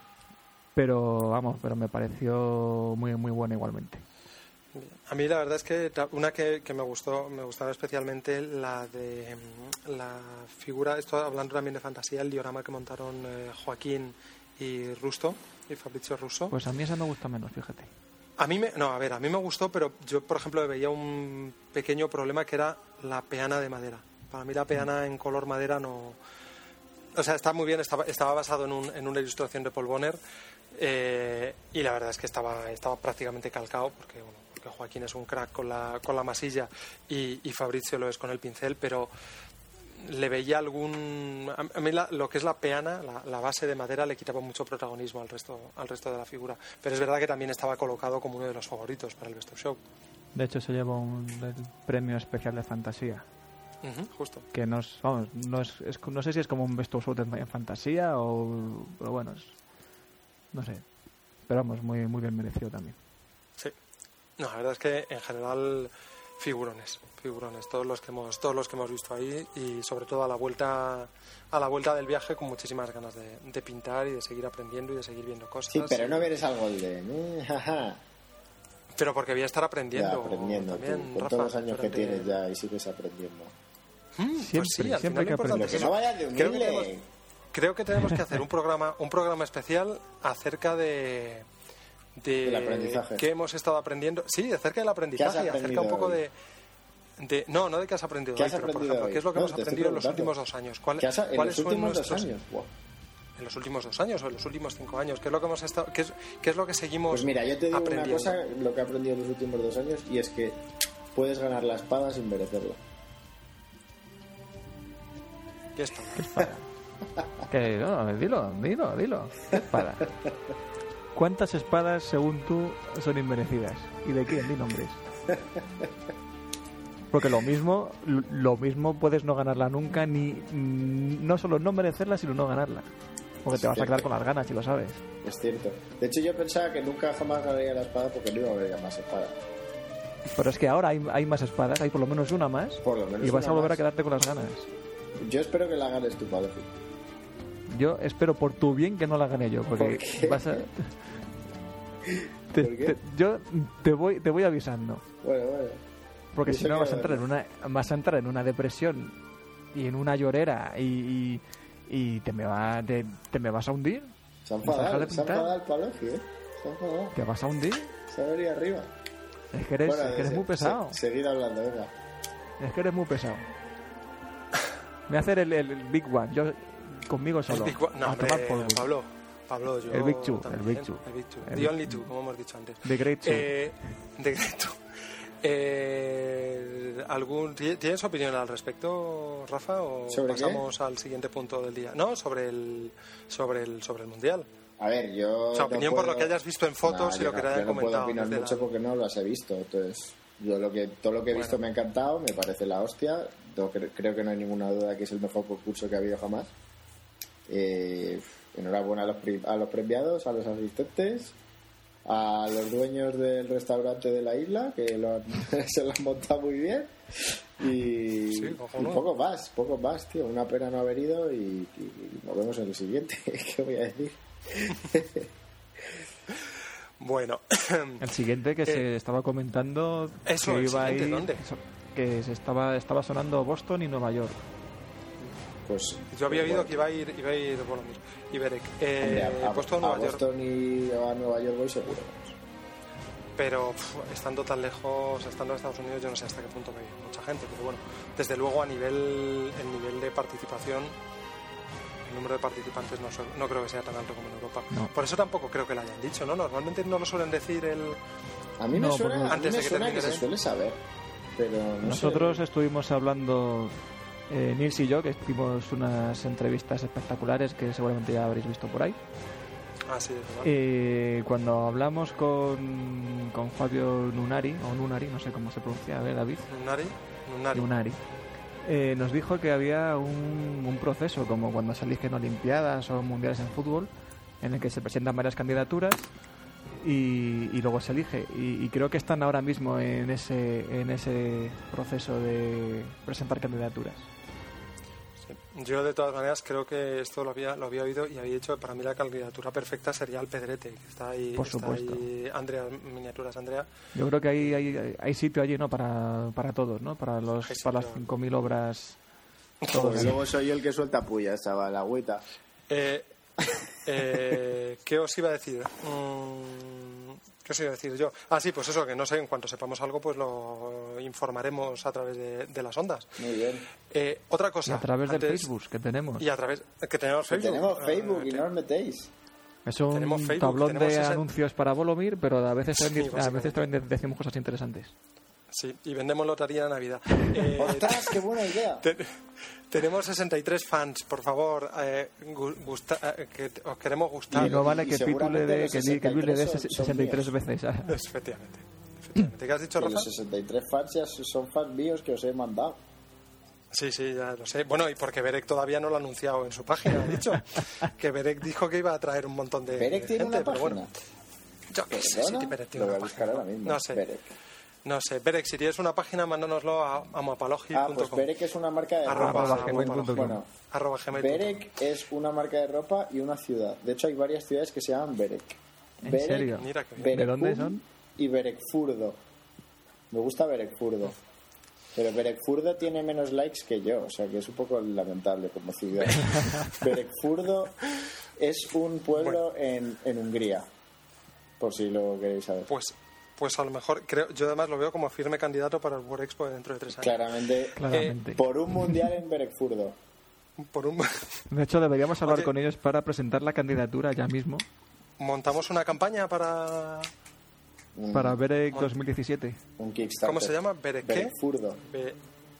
[SPEAKER 4] pero vamos, pero me pareció muy muy buena igualmente.
[SPEAKER 2] a mí la verdad es que ta- una que, que me gustó, me gustaba especialmente la de mm, la figura, esto hablando también de fantasía, el diorama que montaron eh, Joaquín y Rusto, y Fabrizio Russo.
[SPEAKER 4] Pues a mí esa me gusta menos, fíjate.
[SPEAKER 2] A mí me, no, a ver, a mí me gustó, pero yo, por ejemplo, veía un pequeño problema que era la peana de madera. Para mí la peana en color madera no... O sea, está muy bien, estaba, estaba basado en, un, en una ilustración de Paul Bonner, eh, y la verdad es que estaba, estaba prácticamente calcado, porque, bueno, porque Joaquín es un crack con la, con la masilla y, y Fabrizio lo es con el pincel, pero le veía algún... A mí la- lo que es la peana, la, la base de madera, le quitaba mucho protagonismo al resto, al resto de la figura. Pero es verdad que también estaba colocado como uno de los favoritos para el Best of Show.
[SPEAKER 4] De hecho se lleva un el premio especial de fantasía.
[SPEAKER 2] Ujú, justo.
[SPEAKER 4] Que no es, vamos, no es, es- no sé si es como un Best of Show en fantasía o, pero bueno, es- no sé, pero vamos, muy muy bien merecido también.
[SPEAKER 2] Sí. No, la verdad es que en general figurones, figurones, todos los que hemos, todos los que hemos visto ahí, y sobre todo a la vuelta, a la vuelta del viaje con muchísimas ganas de, de pintar y de seguir aprendiendo y de seguir viendo cosas.
[SPEAKER 3] Sí, pero no vienes al Golden, ¿eh? Jaja.
[SPEAKER 2] Pero porque voy a estar
[SPEAKER 3] Ya,
[SPEAKER 2] aprendiendo.
[SPEAKER 3] aprendiendo
[SPEAKER 2] también,
[SPEAKER 3] tú, con
[SPEAKER 2] Rafa,
[SPEAKER 3] todos los años que
[SPEAKER 2] durante-
[SPEAKER 3] tienes ya y sigues aprendiendo.
[SPEAKER 2] Mm, pues
[SPEAKER 4] Siempre,
[SPEAKER 2] sí, al
[SPEAKER 4] siempre
[SPEAKER 2] final
[SPEAKER 4] hay que
[SPEAKER 2] lo importante
[SPEAKER 3] Pero
[SPEAKER 2] es
[SPEAKER 3] que
[SPEAKER 2] eso.
[SPEAKER 3] no vayas de
[SPEAKER 2] Creo que
[SPEAKER 3] humilde.
[SPEAKER 2] tenemos- Creo que tenemos que hacer un programa, un programa especial acerca de, de
[SPEAKER 3] Del aprendizaje.
[SPEAKER 2] qué hemos estado aprendiendo. Sí, acerca del aprendizaje, y acerca
[SPEAKER 3] aprendido
[SPEAKER 2] un poco
[SPEAKER 3] hoy?
[SPEAKER 2] de, de... No, no de qué has aprendido
[SPEAKER 3] ¿Qué
[SPEAKER 2] hoy,
[SPEAKER 3] has
[SPEAKER 2] pero por
[SPEAKER 3] aprendido
[SPEAKER 2] ejemplo,
[SPEAKER 3] hoy?
[SPEAKER 2] ¿qué es lo que
[SPEAKER 3] No,
[SPEAKER 2] hemos
[SPEAKER 3] te estoy
[SPEAKER 2] aprendido en los
[SPEAKER 3] preguntando.
[SPEAKER 2] últimos dos años? ¿Cuál-
[SPEAKER 3] ¿Qué has- en
[SPEAKER 2] ¿Cuáles
[SPEAKER 3] los
[SPEAKER 2] son
[SPEAKER 3] últimos dos
[SPEAKER 2] nuestros...
[SPEAKER 3] años? Buah.
[SPEAKER 2] En los últimos dos años o en los últimos cinco años, ¿qué es lo que hemos estado, qué es, qué es lo que seguimos
[SPEAKER 3] Pues mira, yo te digo una
[SPEAKER 2] aprendiendo?
[SPEAKER 3] cosa, lo que he aprendido en los últimos dos años, y es que puedes ganar la espada sin merecerla.
[SPEAKER 2] ¿Qué es todo?
[SPEAKER 4] Que no, dilo, dilo, dilo. ¿Qué espada? ¿Cuántas espadas, según tú, son inmerecidas? ¿Y de quién? Di nombres. Porque lo mismo, lo mismo puedes no ganarla nunca, ni no solo no merecerla, sino no ganarla. Porque te vas a quedar con las ganas, si lo sabes.
[SPEAKER 3] Es cierto. De hecho, yo pensaba que nunca jamás ganaría la espada porque no iba a haber ya más espadas.
[SPEAKER 4] Pero es que ahora hay, hay más espadas, hay por lo menos una más,
[SPEAKER 3] Por lo menos
[SPEAKER 4] y vas
[SPEAKER 3] una
[SPEAKER 4] a volver
[SPEAKER 3] más.
[SPEAKER 4] a quedarte con las ganas.
[SPEAKER 3] Yo espero que la ganes tú, padre.
[SPEAKER 4] Yo espero por tu bien que no la gane yo, porque
[SPEAKER 3] ¿Por qué?
[SPEAKER 4] vas a... Te-
[SPEAKER 3] ¿Por qué?
[SPEAKER 4] te- yo te voy, te voy avisando.
[SPEAKER 3] Bueno, bueno.
[SPEAKER 4] Porque
[SPEAKER 3] Yo
[SPEAKER 4] si
[SPEAKER 3] sé
[SPEAKER 4] no
[SPEAKER 3] que
[SPEAKER 4] vas a
[SPEAKER 3] va a
[SPEAKER 4] entrar en una vas a entrar en una depresión y en una llorera y, y, y te me va te, te me vas a hundir.
[SPEAKER 3] Se ha
[SPEAKER 4] ¿Vas a dejar
[SPEAKER 3] enfadado,
[SPEAKER 4] de
[SPEAKER 3] se ha
[SPEAKER 4] pintar?
[SPEAKER 3] enfadado el palofi, ¿eh? Se ha enfadado.
[SPEAKER 4] Te vas a hundir.
[SPEAKER 3] Se ha venido arriba.
[SPEAKER 4] Es que eres,
[SPEAKER 3] Bueno,
[SPEAKER 4] es que eres
[SPEAKER 3] se-
[SPEAKER 4] muy pesado.
[SPEAKER 3] se- seguid hablando, venga.
[SPEAKER 4] Es que eres muy pesado. Me voy a hacer el, el, el big one. Yo conmigo
[SPEAKER 2] El
[SPEAKER 4] solo.
[SPEAKER 2] Big One- no,
[SPEAKER 4] a
[SPEAKER 2] hombre,
[SPEAKER 4] tomar por culo.
[SPEAKER 2] Pablo, Pablo, yo
[SPEAKER 4] El Big Two,
[SPEAKER 2] también,
[SPEAKER 4] el Big Two.
[SPEAKER 2] el Big Two.
[SPEAKER 4] El
[SPEAKER 2] The
[SPEAKER 4] Big
[SPEAKER 2] Only
[SPEAKER 4] Two.
[SPEAKER 2] Two, como hemos dicho antes.
[SPEAKER 4] The Great Two.
[SPEAKER 2] Eh, The Great Two. Eh, ¿algún, ¿Tienes opinión al respecto, Rafa? ¿O
[SPEAKER 3] ¿Sobre qué?
[SPEAKER 2] pasamos al siguiente punto del día? No, sobre el, sobre el, sobre el Mundial.
[SPEAKER 3] A ver, yo.
[SPEAKER 2] O sea,
[SPEAKER 3] no
[SPEAKER 2] opinión por
[SPEAKER 3] puedo-
[SPEAKER 2] lo que hayas visto en fotos
[SPEAKER 3] Nah,
[SPEAKER 2] y lo
[SPEAKER 3] yo
[SPEAKER 2] que
[SPEAKER 3] no-
[SPEAKER 2] te hayan
[SPEAKER 3] yo no puedo
[SPEAKER 2] comentado
[SPEAKER 3] opinar
[SPEAKER 2] desde
[SPEAKER 3] mucho
[SPEAKER 2] la-
[SPEAKER 3] porque no las he visto. Entonces, yo lo que todo lo que he visto
[SPEAKER 2] Bueno.
[SPEAKER 3] me ha encantado, me parece la hostia. No, cre- creo que no hay ninguna duda que es el mejor concurso que ha habido jamás. Eh, enhorabuena a los, pri- a los premiados, a los asistentes, a los dueños del restaurante de la isla, que lo han- se lo han montado muy bien. Y,
[SPEAKER 2] Sí,
[SPEAKER 3] y
[SPEAKER 2] cojonudo.
[SPEAKER 3] poco más, poco más, tío. Una pena no haber ido y, y- y nos vemos en el siguiente. ¿Qué voy a decir?
[SPEAKER 2] Bueno.
[SPEAKER 4] El siguiente que eh, se estaba comentando
[SPEAKER 2] eso,
[SPEAKER 4] que iba a ir,
[SPEAKER 2] ¿dónde?
[SPEAKER 4] Eso, que se estaba estaba sonando Boston y Nueva York.
[SPEAKER 3] Pues
[SPEAKER 2] yo había oído
[SPEAKER 3] bueno.
[SPEAKER 2] que iba a ir iba a ir Volomir y Berek. Eh,
[SPEAKER 3] Hombre, a, a,
[SPEAKER 2] puesto a,
[SPEAKER 3] Nueva
[SPEAKER 2] a
[SPEAKER 3] York.
[SPEAKER 2] Boston
[SPEAKER 3] y a Nueva York voy seguro.
[SPEAKER 2] Pero pff, estando tan lejos, estando en Estados Unidos, yo no sé hasta qué punto va a ir mucha gente, pero bueno, desde luego a nivel el nivel de participación, el número de participantes no, no creo que sea tan alto como en Europa.
[SPEAKER 4] No.
[SPEAKER 2] Por eso tampoco creo que lo hayan dicho, ¿no? Normalmente no lo suelen decir el...
[SPEAKER 3] A mí me
[SPEAKER 4] no,
[SPEAKER 3] suena, a
[SPEAKER 2] antes
[SPEAKER 3] mí me
[SPEAKER 2] de que,
[SPEAKER 3] suena que
[SPEAKER 2] se
[SPEAKER 3] suele saber, pero no
[SPEAKER 4] Nosotros
[SPEAKER 3] sé.
[SPEAKER 4] estuvimos hablando, eh, Nils y yo, que hicimos unas entrevistas espectaculares que seguramente ya habréis visto por ahí.
[SPEAKER 2] Ah, sí, es verdad.
[SPEAKER 4] Eh, cuando hablamos con, con Fabio Nunari, o Nunari, no sé cómo se pronuncia, a ver, David.
[SPEAKER 2] Nunari, Nunari.
[SPEAKER 4] Nunari. Eh, nos dijo que había un, un proceso, como cuando se eligen olimpiadas o mundiales en fútbol, en el que se presentan varias candidaturas y, y luego se elige. Y, y creo que están ahora mismo en ese, en ese proceso de presentar candidaturas.
[SPEAKER 2] Yo de todas maneras creo que esto lo había lo había oído y había dicho que para mí la candidatura perfecta sería el Pedrete, que está ahí,
[SPEAKER 4] Por
[SPEAKER 2] está
[SPEAKER 4] supuesto.
[SPEAKER 2] ahí Andrea, miniaturas Andrea.
[SPEAKER 4] Yo creo que hay, hay, hay sitio allí, ¿no? Para, para todos, ¿no? Para los
[SPEAKER 2] Hay
[SPEAKER 4] para las
[SPEAKER 2] sitio.
[SPEAKER 4] cinco mil obras.
[SPEAKER 3] Pues
[SPEAKER 4] allí.
[SPEAKER 3] luego soy yo el que suelta puya, chaval, agüita.
[SPEAKER 2] Eh, eh, ¿Qué os iba a decir? Mm, ¿Qué os iba a decir yo? Ah, sí, pues eso, que no sé, en cuanto sepamos algo, pues lo informaremos a través de, de las ondas.
[SPEAKER 3] Muy bien.
[SPEAKER 2] Eh, otra
[SPEAKER 4] Y
[SPEAKER 2] cosa.
[SPEAKER 4] a través del
[SPEAKER 2] antes-
[SPEAKER 4] Facebook que tenemos.
[SPEAKER 2] Y a través. Que tenemos
[SPEAKER 3] Que
[SPEAKER 2] Facebook.
[SPEAKER 3] tenemos Facebook
[SPEAKER 2] Eh,
[SPEAKER 3] y no os metéis.
[SPEAKER 4] Es un
[SPEAKER 2] tenemos Facebook,
[SPEAKER 4] tablón
[SPEAKER 2] tenemos
[SPEAKER 4] de
[SPEAKER 2] ese-
[SPEAKER 4] anuncios para Volomir, pero a veces,
[SPEAKER 2] Sí,
[SPEAKER 4] también, a
[SPEAKER 2] básicamente.
[SPEAKER 4] veces también decimos cosas interesantes.
[SPEAKER 2] Sí, y vendemos lotería de Navidad. Eh,
[SPEAKER 3] ¡Ostras, qué buena idea!
[SPEAKER 2] te- tenemos sesenta y tres fans, por favor. Eh, gu- gusta- eh, que os queremos gustar.
[SPEAKER 4] Y no vale
[SPEAKER 3] y
[SPEAKER 4] que Pitu le
[SPEAKER 3] seguramente
[SPEAKER 4] dé,
[SPEAKER 3] los
[SPEAKER 4] que, Li- que Luis le dé
[SPEAKER 3] sesenta y tres son-
[SPEAKER 4] sesenta y tres
[SPEAKER 3] son
[SPEAKER 4] veces. Ah,
[SPEAKER 2] Efectivamente. Efectivamente. ¿Qué has dicho,
[SPEAKER 3] Que
[SPEAKER 2] Rafa?
[SPEAKER 3] los sesenta y tres fans ya son fans míos que os he mandado.
[SPEAKER 2] Sí, sí, ya lo sé. Bueno, y porque Berek todavía no lo ha anunciado en su página, ha dicho. Que Berek dijo que iba a traer un montón de
[SPEAKER 3] ¿Berek tiene
[SPEAKER 2] gente,
[SPEAKER 3] una
[SPEAKER 2] pero
[SPEAKER 3] página?
[SPEAKER 2] bueno. Yo qué sé si
[SPEAKER 3] ¿Perdona?
[SPEAKER 2] Berek tiene
[SPEAKER 3] Lo voy
[SPEAKER 2] una
[SPEAKER 3] a buscar
[SPEAKER 2] página.
[SPEAKER 3] ahora mismo.
[SPEAKER 2] No sé.
[SPEAKER 3] Berek.
[SPEAKER 2] No sé. Berek, si tienes una página, mándanoslo a amopalogi punto com.
[SPEAKER 3] Ah, pues Berek es una marca de
[SPEAKER 2] Arroba
[SPEAKER 3] ropa.
[SPEAKER 4] gmail punto com.
[SPEAKER 3] Bueno,
[SPEAKER 2] Arroba gmail punto com.
[SPEAKER 3] Berek es una marca de ropa y una ciudad. De hecho, hay varias ciudades que se llaman Berek.
[SPEAKER 4] ¿En
[SPEAKER 3] Berek,
[SPEAKER 4] serio?
[SPEAKER 2] Mira qué bien.
[SPEAKER 3] Berekum
[SPEAKER 4] ¿De dónde son?
[SPEAKER 3] Y Berekfurdo. Me gusta Berekfurdo. Pero Berekfurdo tiene menos likes que yo, o sea que es un poco lamentable como ciudad. Berekfurdo es un pueblo en, en Hungría, por si lo queréis saber.
[SPEAKER 2] Pues, pues a lo mejor, creo, yo además lo veo como firme candidato para el World Expo dentro de tres años.
[SPEAKER 3] Claramente,
[SPEAKER 4] Claramente.
[SPEAKER 3] por un mundial en Berekfurdo.
[SPEAKER 2] Por un...
[SPEAKER 4] De hecho, deberíamos hablar
[SPEAKER 2] Oye.
[SPEAKER 4] con ellos para presentar la candidatura ya mismo
[SPEAKER 2] Montamos una campaña para...
[SPEAKER 3] Un,
[SPEAKER 4] para Berek dos mil diecisiete.
[SPEAKER 3] un Kickstarter.
[SPEAKER 2] ¿Cómo se llama? ¿Berek qué?
[SPEAKER 3] Berekfurdo.
[SPEAKER 2] Be-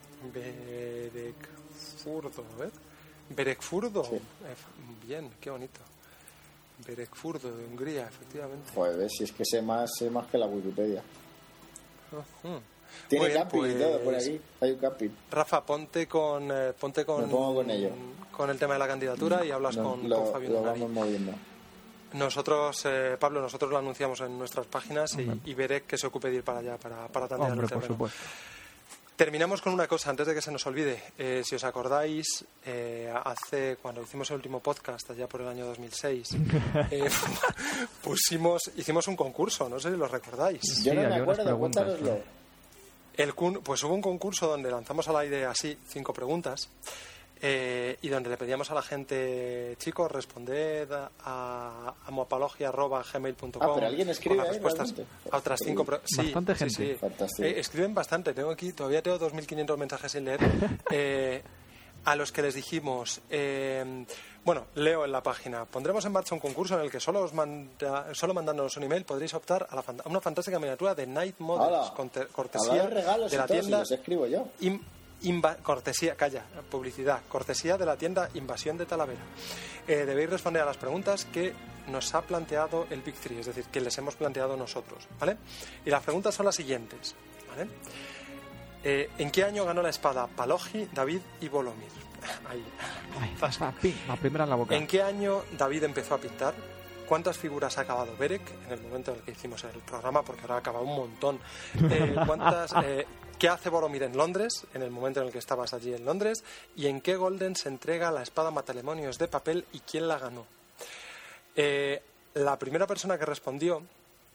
[SPEAKER 2] Berekfurdo, a ver. Berekfurdo.
[SPEAKER 3] Sí.
[SPEAKER 2] Eh, bien, qué bonito. Berekfurdo de Hungría, efectivamente.
[SPEAKER 3] Joder, si es que sé más, sé más que la Wikipedia.
[SPEAKER 2] Ujú.
[SPEAKER 3] Tiene
[SPEAKER 2] Muy bien,
[SPEAKER 3] camping y
[SPEAKER 2] pues,
[SPEAKER 3] todo por aquí. Hay un camping.
[SPEAKER 2] Rafa, ponte con, eh, ponte con,
[SPEAKER 3] Me pongo con ello.
[SPEAKER 2] con el tema de la candidatura y hablas
[SPEAKER 3] No,
[SPEAKER 2] con,
[SPEAKER 3] lo,
[SPEAKER 2] con Fabio
[SPEAKER 3] lo
[SPEAKER 2] Nunari.
[SPEAKER 3] vamos moviendo.
[SPEAKER 2] Nosotros, eh, Pablo, nosotros lo anunciamos en nuestras páginas y, y Berek que se ocupe de ir para allá, para, para tantear
[SPEAKER 4] Hombre,
[SPEAKER 2] el
[SPEAKER 4] por
[SPEAKER 2] terreno.
[SPEAKER 4] supuesto.
[SPEAKER 2] Terminamos con una cosa, antes de que se nos olvide. Eh, si os acordáis, eh, hace cuando hicimos el último podcast, allá por el año dos mil seis, eh, pusimos, hicimos un concurso, no sé si lo recordáis.
[SPEAKER 3] Yo
[SPEAKER 4] Sí,
[SPEAKER 3] no me
[SPEAKER 4] había unas
[SPEAKER 3] acuerdo,
[SPEAKER 4] preguntas,
[SPEAKER 3] cuéntanoslo.
[SPEAKER 2] El, cun- pues hubo un concurso donde lanzamos al aire así cinco preguntas eh, y donde le pedíamos a la gente, chicos, responded a amopalogia arroba gmail punto com
[SPEAKER 3] Ah, pero alguien escribe
[SPEAKER 2] con las
[SPEAKER 3] ahí,
[SPEAKER 2] respuestas
[SPEAKER 3] realmente.
[SPEAKER 2] a otras cinco pre- sí,
[SPEAKER 4] Bastante
[SPEAKER 2] sí,
[SPEAKER 4] gente.
[SPEAKER 2] sí.
[SPEAKER 3] Fantástico.
[SPEAKER 2] Eh, escriben bastante, tengo aquí, todavía tengo dos mil quinientos mensajes sin leer. Eh, a los que les dijimos, eh, bueno, leo en la página, pondremos en marcha un concurso en el que solo os manda, solo mandándonos un email podréis optar a, la fant- a una fantástica miniatura de Night Models,
[SPEAKER 3] Hala.
[SPEAKER 2] con te-
[SPEAKER 3] Habla
[SPEAKER 2] cortesía
[SPEAKER 3] de regalos
[SPEAKER 2] de
[SPEAKER 3] y
[SPEAKER 2] la
[SPEAKER 3] todo, si
[SPEAKER 2] tienda
[SPEAKER 3] los escribo yo.
[SPEAKER 2] Im- inva- cortesía, calla, publicidad, cortesía de la tienda Invasión de Talavera. Eh, debéis responder a las preguntas que nos ha planteado el Big Three, es decir, que les hemos planteado nosotros, ¿vale? Y las preguntas son las siguientes, ¿vale? Eh, ¿En qué año ganó la espada Palogi, David y Volomir? Ahí.
[SPEAKER 4] Ay, la, pi- la primera en la boca.
[SPEAKER 2] ¿En qué año David empezó a pintar? ¿Cuántas figuras ha acabado Berek en el momento en el que hicimos el programa? Porque ahora ha acabado un montón. Eh, ¿cuántas, eh, ¿Qué hace Boromir en Londres, en el momento en el que estabas allí en Londres? ¿Y en qué Golden se entrega la espada Matalemonios de papel y quién la ganó? Eh, la primera persona que respondió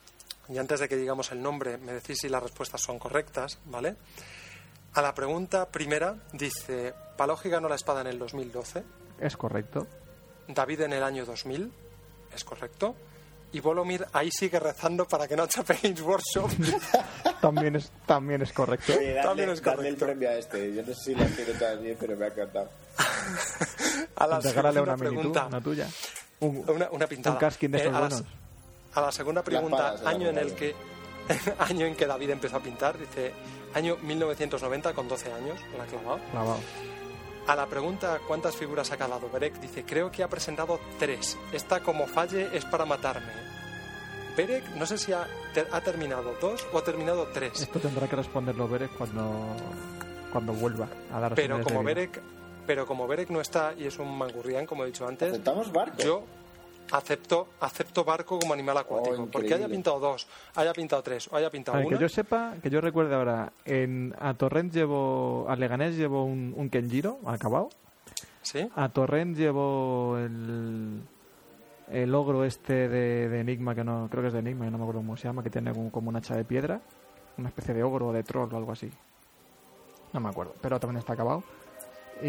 [SPEAKER 2] y antes de que digamos el nombre, me decís si las respuestas son correctas, ¿vale? A la pregunta primera dice, Palogi ganó la espada en el dos mil doce.
[SPEAKER 4] Es correcto.
[SPEAKER 2] David en el año dos mil. Es correcto. Y Volomir ahí sigue rezando para que no chape Games Workshop.
[SPEAKER 4] también, es, también es correcto.
[SPEAKER 3] Oye, dale,
[SPEAKER 2] También es
[SPEAKER 3] dale
[SPEAKER 2] correcto.
[SPEAKER 3] el premio a este. Yo no sé si las tiene todas bien, pero me ha encantado.
[SPEAKER 2] A la
[SPEAKER 4] Regálale
[SPEAKER 2] segunda
[SPEAKER 4] una mini tú,
[SPEAKER 2] pregunta.
[SPEAKER 4] una tuya. Un,
[SPEAKER 2] Una, una pintada.
[SPEAKER 4] un casking de
[SPEAKER 2] Eh,
[SPEAKER 4] esos
[SPEAKER 2] a, la,
[SPEAKER 4] buenos.
[SPEAKER 2] a la segunda pregunta,
[SPEAKER 3] Las palas,
[SPEAKER 2] año en
[SPEAKER 3] las
[SPEAKER 2] el que año en que David empezó a pintar, dice año mil novecientos noventa, con doce años, la ha clavado.
[SPEAKER 4] Clavado.
[SPEAKER 2] A la pregunta ¿cuántas figuras ha calado Berek? Dice, creo que ha presentado tres. Esta como falle es para matarme. Berek, no sé si ha, ter- ha terminado dos o ha terminado tres.
[SPEAKER 4] Esto tendrá que responderlo Berek cuando, cuando vuelva a dar
[SPEAKER 2] Pero
[SPEAKER 4] opiniones
[SPEAKER 2] como
[SPEAKER 4] de vida.
[SPEAKER 2] Berek, pero como Berek no está y es un mangurrián, como he dicho antes,
[SPEAKER 3] ¿Aceptamos barco?
[SPEAKER 2] yo acepto acepto barco como animal acuático.
[SPEAKER 3] Oh,
[SPEAKER 2] porque
[SPEAKER 3] increíble.
[SPEAKER 2] haya pintado dos, haya pintado tres o haya
[SPEAKER 4] A
[SPEAKER 2] pintado
[SPEAKER 4] ver, que
[SPEAKER 2] una.
[SPEAKER 4] yo sepa, que yo recuerde ahora, en, a Torrent llevo, a Leganés llevo un, un Kenjiro acabado,
[SPEAKER 2] ¿Sí?
[SPEAKER 4] a Torrent llevo el, el ogro este de, de Enigma, que no creo que es de Enigma, y no me acuerdo cómo se llama, que tiene como, como un hacha de piedra, una especie de ogro o de troll o algo así. No me acuerdo, pero también está acabado. Y,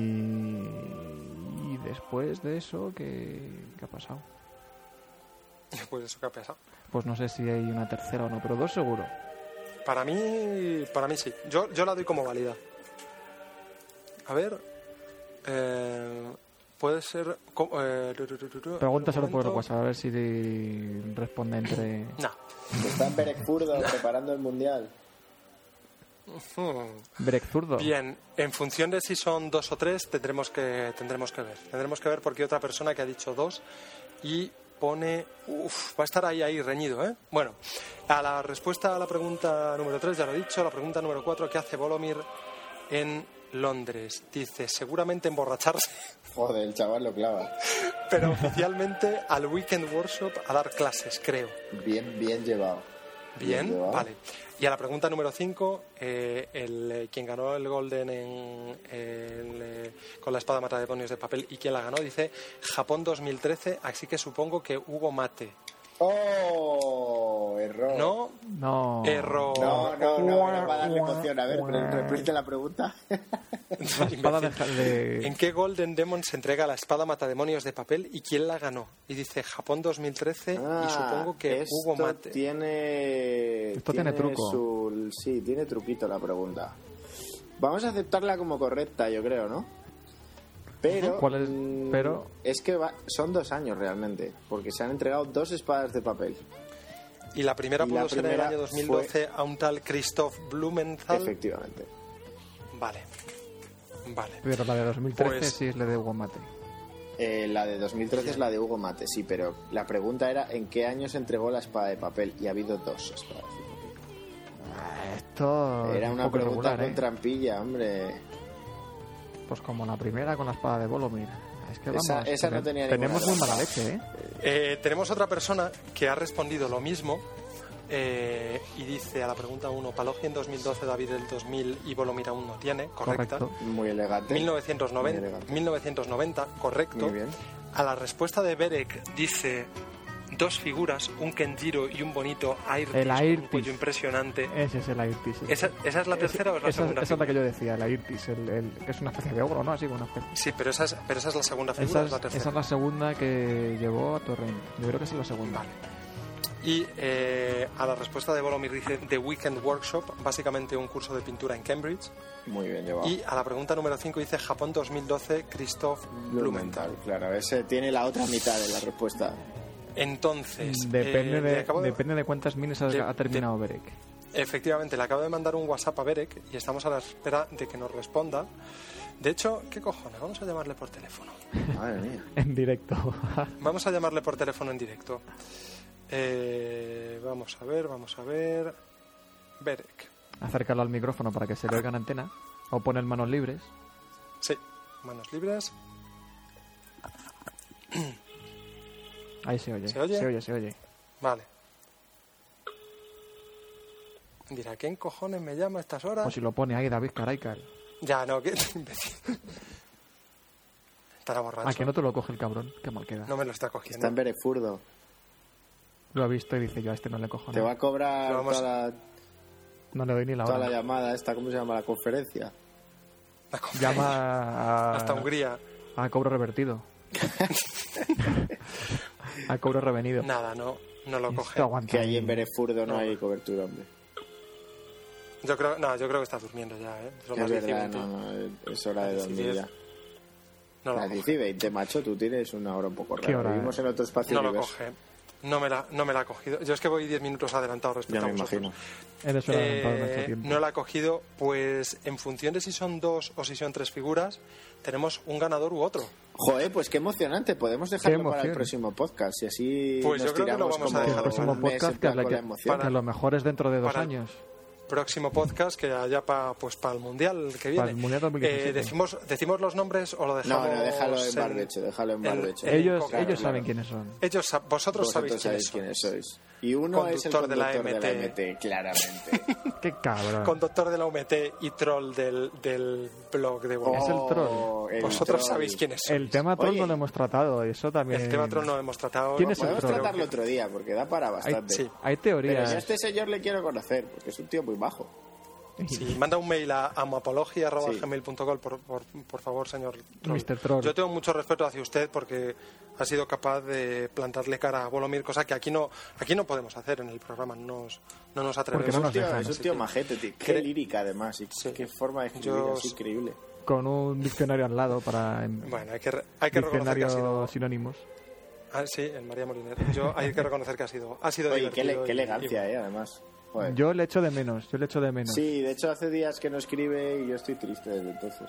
[SPEAKER 4] y después de eso, ¿qué, qué ha pasado?
[SPEAKER 2] Pues eso que ha pesado.
[SPEAKER 4] Pues no sé si hay una tercera o no, pero dos seguro.
[SPEAKER 2] Para mí, para mí sí. Yo, yo la doy como válida. A ver. Eh, puede ser. co- Eh, ru, ru, ru, ru, ru,
[SPEAKER 4] Pregúntaselo
[SPEAKER 2] un
[SPEAKER 4] por
[SPEAKER 2] momento.
[SPEAKER 4] WhatsApp a ver si responde entre...
[SPEAKER 2] No.
[SPEAKER 3] Está en Berek Furdo preparando el mundial.
[SPEAKER 2] Hmm.
[SPEAKER 4] Berek zurdo.
[SPEAKER 2] Bien, en función de si son dos o tres, tendremos que tendremos que ver. Tendremos que ver porque hay otra persona que ha dicho dos y pone... Uf, va a estar ahí, ahí, reñido, ¿eh? Bueno, a la respuesta a la pregunta número tres, ya lo he dicho. La pregunta número cuatro, ¿qué hace Volomir en Londres? Dice, seguramente emborracharse,
[SPEAKER 3] Joder, el chaval lo clava.
[SPEAKER 2] pero oficialmente al Weekend Workshop a dar clases, creo.
[SPEAKER 3] Bien, bien llevado.
[SPEAKER 2] Bien,
[SPEAKER 3] llevado.
[SPEAKER 2] vale. Y a la pregunta número cinco, eh, el, eh, quien ganó el Golden en, el, eh, con la espada matademonios de papel y quién la ganó, dice Japón dos mil trece, así que supongo que Hugo Mate.
[SPEAKER 3] ¡Oh! Error.
[SPEAKER 2] ¿No?
[SPEAKER 4] No.
[SPEAKER 2] Error.
[SPEAKER 3] No, no, no, no va a darle emoción. A ver, pero repite la pregunta.
[SPEAKER 4] La espada de... de-
[SPEAKER 2] ¿En qué Golden Demon se entrega la espada matademonios de papel y quién la ganó? Y dice Japón dos mil trece
[SPEAKER 3] Ah,
[SPEAKER 2] y supongo que
[SPEAKER 3] esto
[SPEAKER 2] Hugo Mate.
[SPEAKER 3] Tiene,
[SPEAKER 4] Esto tiene truco.
[SPEAKER 3] su- sí, tiene truquito la pregunta. Vamos a aceptarla como correcta, yo creo, ¿no? Pero,
[SPEAKER 4] ¿Cuál es?
[SPEAKER 3] mm,
[SPEAKER 4] Pero-
[SPEAKER 3] es que va- son dos años realmente, porque se han entregado dos espadas de papel.
[SPEAKER 2] Y la primera
[SPEAKER 3] Y
[SPEAKER 2] pudo
[SPEAKER 3] la
[SPEAKER 2] ser en el
[SPEAKER 3] primera
[SPEAKER 2] año dos mil doce a un tal Christoph Blumenthal.
[SPEAKER 3] Efectivamente.
[SPEAKER 2] Vale. Vale.
[SPEAKER 4] Pero la de dos mil trece
[SPEAKER 2] Pues-
[SPEAKER 4] sí es la de Hugo Mate.
[SPEAKER 3] Eh, la de dos mil trece es la de Hugo Mate, sí, pero la pregunta era ¿en qué año se entregó la espada de papel? Y ha habido dos espadas de papel.
[SPEAKER 4] Esto
[SPEAKER 3] Era
[SPEAKER 4] es un
[SPEAKER 3] una
[SPEAKER 4] poco
[SPEAKER 3] pregunta
[SPEAKER 4] irregular,
[SPEAKER 3] con
[SPEAKER 4] ¿eh?
[SPEAKER 3] trampilla, hombre.
[SPEAKER 4] Pues como la primera con la espada de Volomir. Es que vamos,
[SPEAKER 3] Esa- esa no
[SPEAKER 4] tene-
[SPEAKER 3] tenía
[SPEAKER 4] tenemos
[SPEAKER 3] ninguna
[SPEAKER 4] muy mala
[SPEAKER 3] gracia.
[SPEAKER 4] leche, ¿eh?
[SPEAKER 2] Eh, tenemos otra persona que ha respondido lo mismo eh, y dice a la pregunta uno, Palogi en dos mil doce, David el dos mil y Volomir aún no tiene, correcta.
[SPEAKER 4] Correcto.
[SPEAKER 3] Muy elegante.
[SPEAKER 2] mil novecientos noventa,
[SPEAKER 3] Muy elegante.
[SPEAKER 2] mil novecientos noventa, correcto.
[SPEAKER 3] Muy bien.
[SPEAKER 2] A la respuesta de Berek dice dos figuras, un Kenjiro y un bonito Airtis,
[SPEAKER 4] El
[SPEAKER 2] con un
[SPEAKER 4] Airtis.
[SPEAKER 2] cuello impresionante.
[SPEAKER 4] Ese es el Airtis. sí.
[SPEAKER 2] ¿Esa, esa es la tercera o es la
[SPEAKER 4] esa,
[SPEAKER 2] segunda
[SPEAKER 4] esa es la que
[SPEAKER 2] figura?
[SPEAKER 4] yo decía, el Airtis, el, el- que es una especie de ogro, ¿no? Así, una especie.
[SPEAKER 2] Sí, pero esa, es, pero esa es la segunda figura,
[SPEAKER 4] Esa
[SPEAKER 2] o
[SPEAKER 4] es,
[SPEAKER 2] es la tercera.
[SPEAKER 4] esa es la segunda que llevó a Torrent. Yo creo que esa es la segunda.
[SPEAKER 2] Vale. Y eh, a la respuesta de Volomir dice The Weekend Workshop, básicamente un curso de pintura en Cambridge.
[SPEAKER 3] Muy bien llevado.
[SPEAKER 2] Y a la pregunta número cinco dice Japón dos mil doce, Christoph Blumenthal.
[SPEAKER 3] Claro, ese tiene la otra mitad de la respuesta.
[SPEAKER 2] Entonces,
[SPEAKER 4] Depende,
[SPEAKER 2] eh,
[SPEAKER 4] de,
[SPEAKER 2] le acabo de-
[SPEAKER 4] depende de cuántas minis has-
[SPEAKER 2] de-
[SPEAKER 4] ha terminado Berek.
[SPEAKER 2] efectivamente, le acabo de mandar un WhatsApp a Berek y estamos a la espera de que nos responda. De hecho, ¿qué cojones? Vamos a llamarle por teléfono.
[SPEAKER 3] Madre mía.
[SPEAKER 4] En directo.
[SPEAKER 2] Vamos a llamarle por teléfono en directo. Eh, vamos a ver, vamos a ver. Berek.
[SPEAKER 4] Acércalo al micrófono para que se le oiga en antena. O poner manos libres.
[SPEAKER 2] Sí, manos libres.
[SPEAKER 4] Ahí se oye.
[SPEAKER 2] ¿Se oye?
[SPEAKER 4] Se oye, se oye.
[SPEAKER 2] Vale. Dirá, ¿quién cojones me llama a estas horas?
[SPEAKER 4] O si lo pone ahí David Caraical.
[SPEAKER 2] Ya, no, que imbécil. Estará borracho.
[SPEAKER 4] Ah, que no te lo coge el cabrón. Qué mal queda.
[SPEAKER 2] No me lo está cogiendo.
[SPEAKER 3] Está en Berefurdo.
[SPEAKER 4] Lo ha visto y dice, yo a este no le cojo
[SPEAKER 3] Te
[SPEAKER 4] nada.
[SPEAKER 3] va a cobrar
[SPEAKER 2] Vamos.
[SPEAKER 3] toda, la,
[SPEAKER 4] No le doy ni la
[SPEAKER 3] toda la
[SPEAKER 4] hora.
[SPEAKER 3] llamada esta, ¿cómo se llama? La conferencia.
[SPEAKER 4] Llama a,
[SPEAKER 2] Hasta Hungría.
[SPEAKER 4] a cobro revertido. A cobro revenido.
[SPEAKER 2] Nada, no, no lo
[SPEAKER 4] Y
[SPEAKER 2] coge.
[SPEAKER 4] esto aguanta
[SPEAKER 3] Que allí
[SPEAKER 4] ahí.
[SPEAKER 3] en Berefurdo no,
[SPEAKER 2] No.
[SPEAKER 3] hay cobertura, hombre.
[SPEAKER 2] Yo creo, no, yo creo que estás durmiendo ya, ¿eh? Son
[SPEAKER 3] Es
[SPEAKER 2] las diez y
[SPEAKER 3] verdad,
[SPEAKER 2] veinte.
[SPEAKER 3] no, no, es hora de
[SPEAKER 2] Las diez y
[SPEAKER 3] dormir
[SPEAKER 2] diez.
[SPEAKER 3] ya.
[SPEAKER 2] No lo
[SPEAKER 3] Las
[SPEAKER 2] coge.
[SPEAKER 3] diez y veinte, macho, tú tienes una hora un poco
[SPEAKER 4] ¿Qué
[SPEAKER 3] rara.
[SPEAKER 4] hora
[SPEAKER 3] Vivimos
[SPEAKER 4] es?
[SPEAKER 3] en otro espacio
[SPEAKER 2] No lo
[SPEAKER 3] universo.
[SPEAKER 2] coge. No me, la, no me la ha cogido. Yo es que voy diez minutos adelantado respecto
[SPEAKER 3] Ya me
[SPEAKER 2] a vosotros.
[SPEAKER 3] imagino.
[SPEAKER 4] Eres un adelantado de nuestro
[SPEAKER 2] Eh,
[SPEAKER 4] tiempo.
[SPEAKER 2] no la ha cogido, pues en función de si son dos o si son tres figuras, tenemos un ganador u otro.
[SPEAKER 3] Joder, pues qué emocionante. Podemos dejarlo
[SPEAKER 4] Qué
[SPEAKER 3] para el
[SPEAKER 4] emoción.
[SPEAKER 3] próximo podcast y así
[SPEAKER 2] Pues
[SPEAKER 3] nos
[SPEAKER 2] yo creo que lo
[SPEAKER 3] tiramos
[SPEAKER 2] vamos a
[SPEAKER 3] como
[SPEAKER 2] dejar
[SPEAKER 4] el próximo
[SPEAKER 3] un mes
[SPEAKER 4] podcast
[SPEAKER 3] en
[SPEAKER 4] que,
[SPEAKER 3] plan
[SPEAKER 4] hable
[SPEAKER 3] con
[SPEAKER 4] que,
[SPEAKER 3] la emoción.
[SPEAKER 4] que lo mejor es dentro de dos
[SPEAKER 2] para el-
[SPEAKER 4] años.
[SPEAKER 2] Próximo podcast que haya para pues para el mundial que viene.
[SPEAKER 4] Para el Mundial dos mil diecisiete.
[SPEAKER 2] Eh, decimos decimos los nombres o lo
[SPEAKER 3] No,
[SPEAKER 2] dejamos.
[SPEAKER 3] no, déjalo en
[SPEAKER 2] en-
[SPEAKER 3] barbecho, déjalo en
[SPEAKER 2] en-
[SPEAKER 3] barbecho.
[SPEAKER 2] en-
[SPEAKER 4] Ellos,
[SPEAKER 2] Claro,
[SPEAKER 4] ellos
[SPEAKER 3] claro.
[SPEAKER 4] saben quiénes son.
[SPEAKER 2] Ellos sa- vosotros,
[SPEAKER 3] Vosotros
[SPEAKER 2] sabéis quiénes,
[SPEAKER 3] sabéis quiénes
[SPEAKER 2] sois.
[SPEAKER 3] sois. Y uno es el
[SPEAKER 2] Conductor de la
[SPEAKER 3] conductor de la
[SPEAKER 2] M T.
[SPEAKER 3] M T, claramente.
[SPEAKER 4] Qué cabrón.
[SPEAKER 2] Conductor de la U M T y troll del, del blog de Word.
[SPEAKER 4] Es el troll.
[SPEAKER 3] Oh, el
[SPEAKER 2] Vosotros
[SPEAKER 3] troll.
[SPEAKER 2] sabéis quiénes sois.
[SPEAKER 4] El tema troll
[SPEAKER 3] Oye.
[SPEAKER 4] no lo hemos tratado, eso también.
[SPEAKER 2] El tema troll no lo hemos tratado.
[SPEAKER 4] ¿Quién es el
[SPEAKER 3] Podemos
[SPEAKER 4] troll?
[SPEAKER 3] tratarlo otro día, porque da para
[SPEAKER 4] Hay,
[SPEAKER 3] bastante.
[SPEAKER 2] sí.
[SPEAKER 4] hay
[SPEAKER 3] Pero
[SPEAKER 4] teorías.
[SPEAKER 3] yo a este señor le quiero conocer, porque es un tío muy bajo.
[SPEAKER 2] Sí, manda un mail a amapologia arroba
[SPEAKER 3] Sí.
[SPEAKER 2] gmail punto com por, por, por favor, señor Troll.
[SPEAKER 4] mister Troll.
[SPEAKER 2] Yo tengo mucho respeto hacia usted porque ha sido capaz de plantarle cara a Volomir, cosa que aquí no aquí no podemos hacer en el programa, no nos, no nos atrevemos.
[SPEAKER 4] Porque no nos
[SPEAKER 3] Tío,
[SPEAKER 4] dejan,
[SPEAKER 3] es un
[SPEAKER 2] así
[SPEAKER 3] tío
[SPEAKER 2] que-
[SPEAKER 3] majete, tío. Qué
[SPEAKER 2] Cre-
[SPEAKER 3] lírica, además. Y
[SPEAKER 2] Sí.
[SPEAKER 3] qué forma de escribir,
[SPEAKER 2] Yo-
[SPEAKER 3] es increíble.
[SPEAKER 4] Con un diccionario al lado para. em,
[SPEAKER 2] Bueno, hay que, re- hay que reconocer que ha
[SPEAKER 4] diccionario
[SPEAKER 2] sido...
[SPEAKER 4] sinónimos.
[SPEAKER 2] Ah, sí, el María Moliner. Yo hay que reconocer que ha sido, ha sido
[SPEAKER 3] Oye, qué,
[SPEAKER 2] divertido
[SPEAKER 3] ele- qué
[SPEAKER 2] y-
[SPEAKER 3] elegancia,
[SPEAKER 2] y-
[SPEAKER 3] eh, además. Joder.
[SPEAKER 4] Yo le echo de menos, yo le echo de menos.
[SPEAKER 3] Sí, de hecho hace días que no escribe y yo estoy triste desde entonces.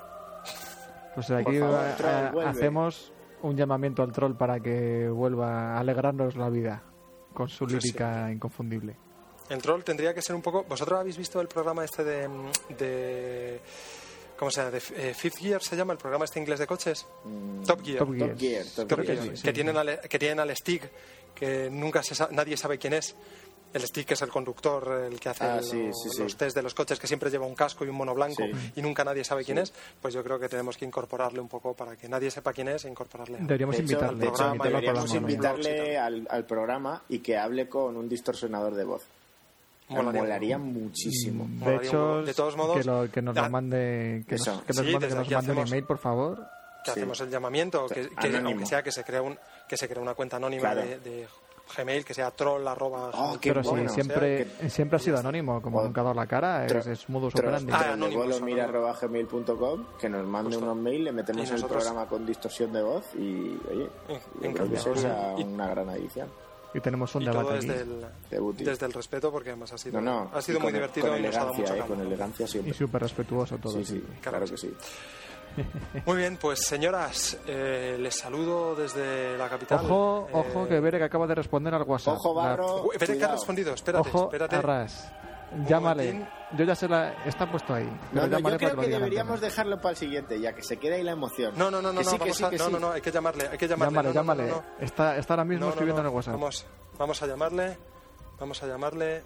[SPEAKER 4] Pues aquí
[SPEAKER 3] Por favor,
[SPEAKER 4] a-
[SPEAKER 3] troll,
[SPEAKER 4] a-
[SPEAKER 3] vuelve.
[SPEAKER 4] hacemos un llamamiento al troll para que vuelva a alegrarnos la vida con su
[SPEAKER 2] Pues
[SPEAKER 4] lírica inconfundible.
[SPEAKER 2] El troll tendría que ser un poco... ¿Vosotros habéis visto el programa este de... de ¿cómo se llama? De, eh, Fifth Gear se llama el programa este inglés de coches. Top Gear.
[SPEAKER 4] Top Gear.
[SPEAKER 3] Top Gear, Top
[SPEAKER 2] Top
[SPEAKER 3] Gear.
[SPEAKER 2] Gear,
[SPEAKER 4] sí, sí.
[SPEAKER 2] que tienen al, que tienen al Stick, que nunca se sa- nadie sabe quién es. El Stick es el conductor, el que hace
[SPEAKER 3] Ah,
[SPEAKER 2] lo-
[SPEAKER 3] sí, sí, sí.
[SPEAKER 2] los test de los coches, que siempre lleva un casco y un mono blanco
[SPEAKER 3] Sí.
[SPEAKER 2] y nunca nadie sabe quién es. Pues yo creo que tenemos que incorporarle un poco para que nadie sepa quién es e incorporarle. a-
[SPEAKER 4] Deberíamos
[SPEAKER 3] De hecho,
[SPEAKER 4] invitarle.
[SPEAKER 3] de hecho,
[SPEAKER 2] programa,
[SPEAKER 4] invitarlo al
[SPEAKER 3] deberíamos
[SPEAKER 4] programa, ¿no?
[SPEAKER 3] invitarle al, al programa y que hable con un distorsionador de voz. Me
[SPEAKER 2] Molaría.
[SPEAKER 3] molaría muchísimo.
[SPEAKER 4] De
[SPEAKER 2] Molaría un
[SPEAKER 4] hecho,
[SPEAKER 2] huevo. De todos modos,
[SPEAKER 4] que, lo- que nos
[SPEAKER 2] ah,
[SPEAKER 4] lo mande, que nos,
[SPEAKER 3] eso.
[SPEAKER 4] que nos
[SPEAKER 2] Sí,
[SPEAKER 4] mande, que
[SPEAKER 2] desde
[SPEAKER 4] nos
[SPEAKER 2] aquí
[SPEAKER 4] mande un
[SPEAKER 2] hacemos-
[SPEAKER 4] email, por favor.
[SPEAKER 2] que
[SPEAKER 3] Sí.
[SPEAKER 2] hacemos el llamamiento, que, que
[SPEAKER 3] Anónimo.
[SPEAKER 2] aunque sea que se crea un que se crea una cuenta anónima
[SPEAKER 3] Claro.
[SPEAKER 2] de, de Gmail, que sea troll arroba
[SPEAKER 3] Oh, qué
[SPEAKER 4] Pero sí,
[SPEAKER 3] bueno,
[SPEAKER 4] siempre,
[SPEAKER 3] o
[SPEAKER 4] siempre ha sido anónimo, como
[SPEAKER 3] O-
[SPEAKER 4] nunca ha dado la cara, es,
[SPEAKER 3] Tro-
[SPEAKER 4] es modus
[SPEAKER 3] Tro-
[SPEAKER 4] operandi.
[SPEAKER 2] Ah,
[SPEAKER 3] tro- de
[SPEAKER 2] anónimos,
[SPEAKER 3] volomir arroba gmail punto com, que nos mande
[SPEAKER 2] Justo.
[SPEAKER 3] unos mail, le metemos
[SPEAKER 2] Y
[SPEAKER 3] el
[SPEAKER 2] nosotros-
[SPEAKER 3] programa con distorsión de voz y, oye,
[SPEAKER 2] Eh,
[SPEAKER 3] yo creo que
[SPEAKER 2] encantado.
[SPEAKER 3] sería
[SPEAKER 2] Y-
[SPEAKER 3] una gran adición.
[SPEAKER 4] Y tenemos un
[SPEAKER 2] y todo
[SPEAKER 4] debate aquí.
[SPEAKER 2] desde el,
[SPEAKER 3] De útil.
[SPEAKER 2] desde el respeto, porque además ha sido,
[SPEAKER 3] No, no,
[SPEAKER 2] ha sido
[SPEAKER 3] y
[SPEAKER 2] muy
[SPEAKER 3] con-
[SPEAKER 2] divertido
[SPEAKER 3] con
[SPEAKER 2] y nos ha dado
[SPEAKER 3] elegancia,
[SPEAKER 2] mucho
[SPEAKER 3] eh,
[SPEAKER 2] calor.
[SPEAKER 3] con elegancia
[SPEAKER 4] Y
[SPEAKER 3] siempre.
[SPEAKER 4] súper respetuoso todo.
[SPEAKER 3] Sí, sí,
[SPEAKER 4] siempre.
[SPEAKER 3] claro que sí.
[SPEAKER 2] Muy bien, pues señoras, eh, les saludo desde la capital.
[SPEAKER 4] Ojo,
[SPEAKER 2] Eh,
[SPEAKER 4] ojo, que Berek acaba de responder al WhatsApp.
[SPEAKER 3] Ojo,
[SPEAKER 4] La-
[SPEAKER 3] Barro.
[SPEAKER 2] Uy, espera, que ha
[SPEAKER 3] Cuidado.
[SPEAKER 2] respondido, espérate,
[SPEAKER 4] Ojo,
[SPEAKER 2] espérate.
[SPEAKER 4] Arras. Llámale.
[SPEAKER 2] momentín.
[SPEAKER 4] Yo ya sé la... Está puesto ahí.
[SPEAKER 3] No,
[SPEAKER 4] pero
[SPEAKER 3] no,
[SPEAKER 4] llámale
[SPEAKER 3] yo creo
[SPEAKER 4] para
[SPEAKER 3] que
[SPEAKER 4] lo diga en
[SPEAKER 3] deberíamos
[SPEAKER 4] antena.
[SPEAKER 3] dejarlo para el siguiente, ya que se queda ahí la emoción.
[SPEAKER 2] No, no, no, no,
[SPEAKER 3] Que
[SPEAKER 2] no,
[SPEAKER 3] sí, que
[SPEAKER 2] vamos
[SPEAKER 3] sí,
[SPEAKER 2] a,
[SPEAKER 3] que
[SPEAKER 2] no,
[SPEAKER 3] sí.
[SPEAKER 2] no, no, hay que llamarle, hay que llamarle.
[SPEAKER 4] Llámale,
[SPEAKER 2] no, no,
[SPEAKER 4] llámale.
[SPEAKER 2] no, no.
[SPEAKER 4] Está, está ahora mismo
[SPEAKER 2] No, no,
[SPEAKER 4] escribiendo
[SPEAKER 2] no.
[SPEAKER 4] en el WhatsApp.
[SPEAKER 2] Vamos, vamos a llamarle, vamos a llamarle.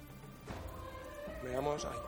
[SPEAKER 2] Veamos, ahí.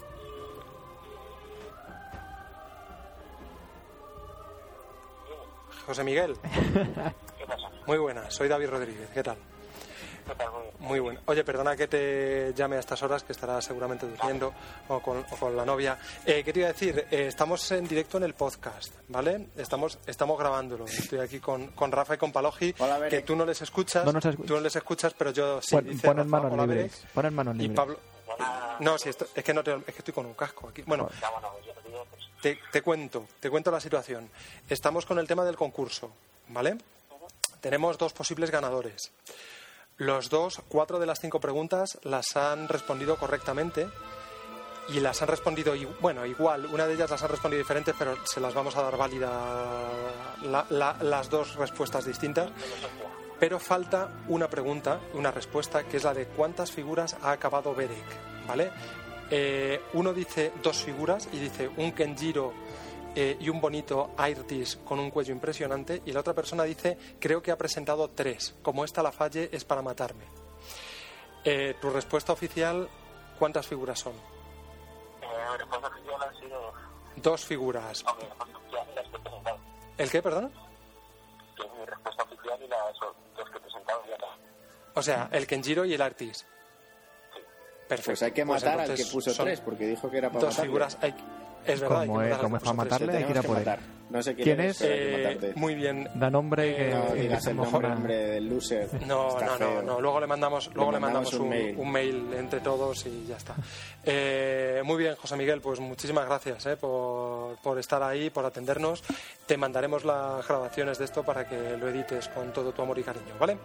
[SPEAKER 2] José Miguel. Muy buena, soy David Rodríguez, ¿qué tal? Muy bueno. Oye, perdona que te llame a estas horas, que estarás seguramente durmiendo o con, o con la novia. Eh, ¿Qué te iba a decir? Eh, estamos en directo en el podcast, ¿vale? Estamos estamos grabándolo. Estoy aquí con, con Rafa y con Palogi,
[SPEAKER 3] Hola, Berek.
[SPEAKER 2] que tú no les escuchas,
[SPEAKER 4] No nos escu-
[SPEAKER 2] tú no les escuchas, pero yo sí.
[SPEAKER 4] Pon,
[SPEAKER 2] dice
[SPEAKER 4] pon en
[SPEAKER 2] Rafa,
[SPEAKER 4] manos
[SPEAKER 2] hola,
[SPEAKER 4] libres.
[SPEAKER 2] Berek.
[SPEAKER 4] Pon en manos
[SPEAKER 2] Y
[SPEAKER 4] libres.
[SPEAKER 2] Pablo... No, sí, esto- es, que no te- es que estoy con un casco aquí. Bueno, te, te cuento, te cuento la situación. Estamos con el tema del concurso, ¿vale? Tenemos dos posibles ganadores. Los dos, cuatro de las cinco preguntas las han respondido correctamente y las han respondido, i- bueno, igual, una de ellas las han respondido diferentes, pero se las vamos a dar válida la- la- las dos respuestas distintas. Pero falta una pregunta, una respuesta, que es la de cuántas figuras ha acabado Berek, ¿vale? Eh, uno dice dos figuras y dice un Kenjiro eh, y un bonito Airtis con un cuello impresionante, y la otra persona dice creo que ha presentado tres, como esta la falle es para matarme. Eh, tu respuesta oficial, ¿cuántas figuras son?
[SPEAKER 5] Mi respuesta oficial han sido
[SPEAKER 2] Dos figuras.
[SPEAKER 5] no, mi respuesta oficial y las que he presentado.
[SPEAKER 2] ¿El qué, perdón?
[SPEAKER 5] Que es mi respuesta oficial y las dos que he presentado ya está.
[SPEAKER 2] O sea, el Kenjiro y el Artis. Perfecto.
[SPEAKER 3] Pues hay que
[SPEAKER 2] Pues
[SPEAKER 3] matar al que
[SPEAKER 2] entonces
[SPEAKER 3] puso
[SPEAKER 2] son
[SPEAKER 3] tres, porque dijo que era para
[SPEAKER 2] dos
[SPEAKER 3] matarle.
[SPEAKER 2] figuras. Hay, es verdad, hay que
[SPEAKER 4] Como es,
[SPEAKER 2] matar al
[SPEAKER 4] como
[SPEAKER 2] que
[SPEAKER 4] es para
[SPEAKER 2] puso tres.
[SPEAKER 4] matarle, hay que ir a
[SPEAKER 3] Tenemos
[SPEAKER 4] por
[SPEAKER 3] que
[SPEAKER 4] él.
[SPEAKER 3] matar. No sé quién,
[SPEAKER 4] ¿Quién
[SPEAKER 3] eres,
[SPEAKER 4] es?
[SPEAKER 3] pero hay que
[SPEAKER 2] Eh,
[SPEAKER 3] matarte.
[SPEAKER 2] muy bien.
[SPEAKER 4] Da nombre y que,
[SPEAKER 3] No
[SPEAKER 4] y que
[SPEAKER 3] digas
[SPEAKER 4] se
[SPEAKER 3] el
[SPEAKER 4] mejora.
[SPEAKER 3] nombre, nombre del loser.
[SPEAKER 2] No,
[SPEAKER 3] Está
[SPEAKER 2] no, no,
[SPEAKER 3] feo.
[SPEAKER 2] no. Luego le mandamos, luego le mandamos,
[SPEAKER 3] mandamos un
[SPEAKER 2] un,
[SPEAKER 3] mail.
[SPEAKER 2] un mail entre todos y ya está. Eh, muy bien, José Miguel, pues muchísimas gracias eh, por, por estar ahí, por atendernos. Te mandaremos las grabaciones de esto para que lo edites con todo tu amor y cariño, ¿vale?